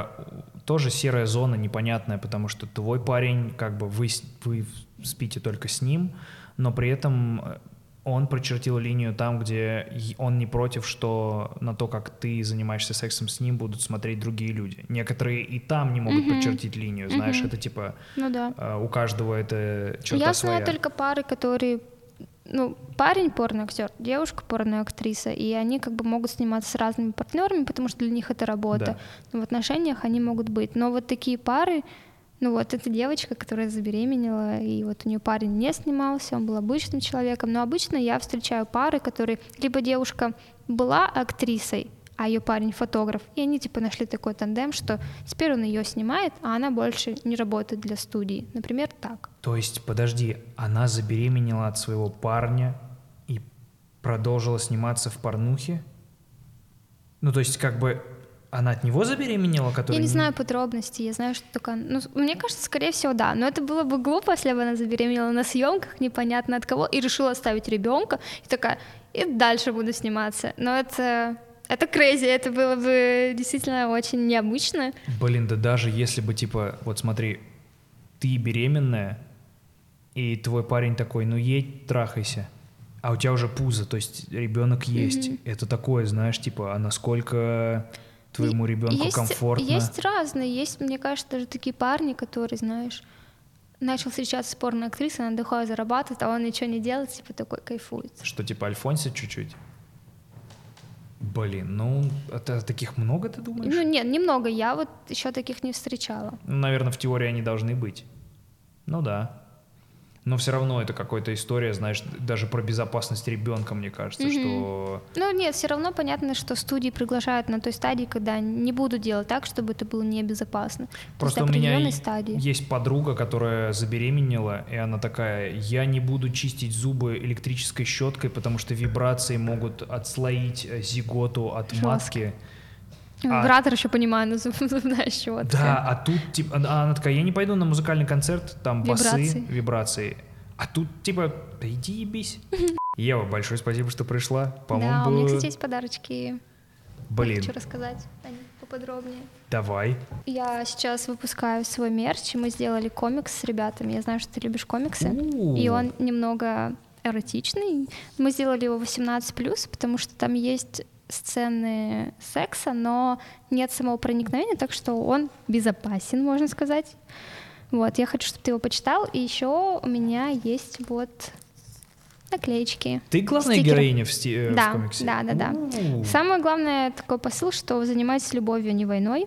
тоже серая зона непонятная, потому что твой парень, как бы вы спите только с ним, но при этом он прочертил линию там, где он не против, что на то, как ты занимаешься сексом с ним, будут смотреть другие люди. Некоторые и там не могут прочертить линию, знаешь, это типа у каждого это черта своя. Я знаю только пары, которые... Ну, парень порноактер, девушка порноактриса, и они как бы могут сниматься с разными партнерами, потому что для них это работа. Да. Но в отношениях они могут быть. Но вот такие пары, ну вот эта девочка, которая забеременела, и вот у нее парень не снимался, он был обычным человеком. Но обычно я встречаю пары, которые либо девушка была актрисой, а ее парень фотограф, и они типа нашли такой тандем, что теперь он ее снимает, а она больше не работает для студии. Например, так. То есть, подожди, она забеременела от своего парня и продолжила сниматься в порнухе? Ну, то есть, как бы она от него забеременела, который... Я не знаю подробностей, я знаю, что только... Ну, мне кажется, скорее всего, да. Но это было бы глупо, если бы она забеременела на съемках, непонятно от кого, и решила оставить ребенка, и такая, и дальше буду сниматься. Но это crazy, это было бы действительно очень необычно. Блин, да даже если бы, типа, вот смотри, ты беременная, и твой парень такой, ну едь, трахайся, а у тебя уже пузо, то есть ребенок есть. Это такое, знаешь, типа, а насколько твоему ребенку комфортно? Есть разные, есть, мне кажется, даже такие парни, которые, знаешь, начал встречаться с порноактрисой, она доходит зарабатывает, а он ничего не делает, типа такой кайфует. Что, типа, альфонсит чуть-чуть? Блин, ну, таких много, ты думаешь? Ну, нет, немного, я вот еще таких не встречала. Ну, наверное, в теории они должны быть. Ну да. Но все равно это какая-то история, знаешь, даже про безопасность ребенка, мне кажется, что... Ну нет, все равно понятно, что студии приглашают на той стадии, когда не буду делать так, чтобы это было небезопасно. Просто у меня есть подруга, которая забеременела, и она такая: я не буду чистить зубы электрической щеткой, потому что вибрации могут отслоить зиготу от матки. Вибратор еще понимаю, но зубная щетка. Да, а тут типа она такая: я не пойду на музыкальный концерт, там басы, вибрации. А тут типа: да иди ебись. Ева, большое спасибо, что пришла. По-моему, да, у меня, кстати, есть подарочки. Блин. Я хочу рассказать о них поподробнее. Давай. Я сейчас выпускаю свой мерч, и мы сделали комикс с ребятами. Я знаю, что ты любишь комиксы. И он немного эротичный. Мы сделали его 18+, потому что там есть сцены секса, но нет самого проникновения, так что он безопасен, можно сказать. Вот, я хочу, чтобы ты его почитал. И еще у меня есть вот наклеечки. Ты главная героиня в комиксе? Да. Самое главное такой посыл, что вы занимаетесь любовью, а не войной.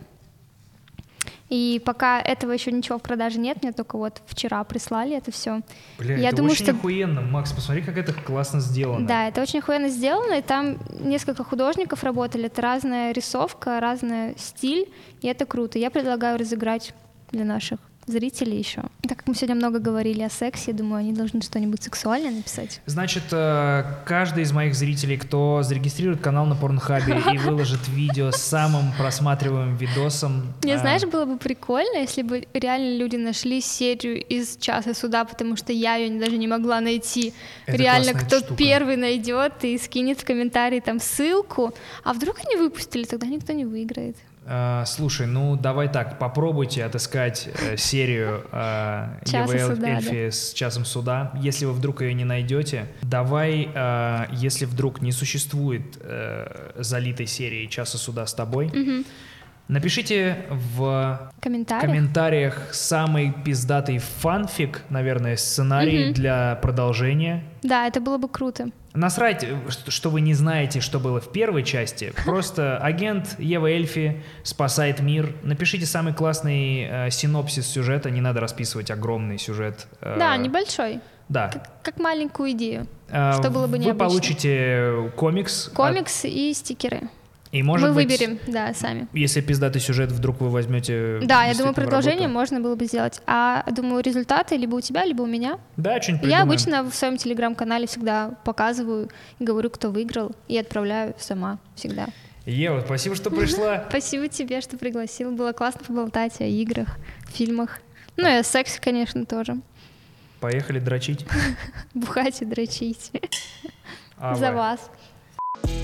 И пока этого еще ничего в продаже нет, мне только вот вчера прислали это все. Бля, я это думаю, очень охуенно. Макс, посмотри, как это классно сделано. Да, это очень охуенно сделано, и там несколько художников работали. Это разная рисовка, разный стиль, и это круто. Я предлагаю разыграть для наших зрителей еще. Так как мы сегодня много говорили о сексе, я думаю, они должны что-нибудь сексуальное написать. Значит, каждый из моих зрителей, кто зарегистрирует канал на Порнхабе и выложит видео с самым просматриваемым видосом... Мне, знаешь, было бы прикольно, если бы реально люди нашли серию из «Часа суда», потому что я ее даже не могла найти. Это реально, кто первый найдет и скинет в комментарии там ссылку, а вдруг они выпустили, тогда никто не выиграет. Слушай, ну давай так, попробуйте отыскать серию ЕВЛ Эльфи с «Часом суда». Если вы вдруг ее не найдете, давай, если вдруг не существует залитой серии «Часа суда с тобой», напишите в комментариях самый пиздатый фанфик, наверное, сценарий для продолжения. Да, это было бы круто. Насрать, что вы не знаете, что было в первой части. Просто агент Ева Эльфи спасает мир. Напишите самый классный синопсис сюжета. Не надо расписывать огромный сюжет. Да, небольшой. Да. Как маленькую идею, что было бы необычно. Вы получите комикс. Комикс и стикеры. И, может мы быть, выберем, да, сами. Если пиздатый сюжет вдруг вы возьмете... Да, я думаю, продолжение можно было бы сделать. А, думаю, результаты либо у тебя, либо у меня. Да, что-нибудь придумаем. Я обычно в своем телеграм-канале всегда показываю и говорю, кто выиграл, и отправляю сама всегда. Ева, спасибо, что пришла. Спасибо тебе, что пригласил. Было классно поболтать о играх, фильмах. Ну и о сексе, конечно, тоже. Поехали дрочить. Бухать и дрочить. За вас.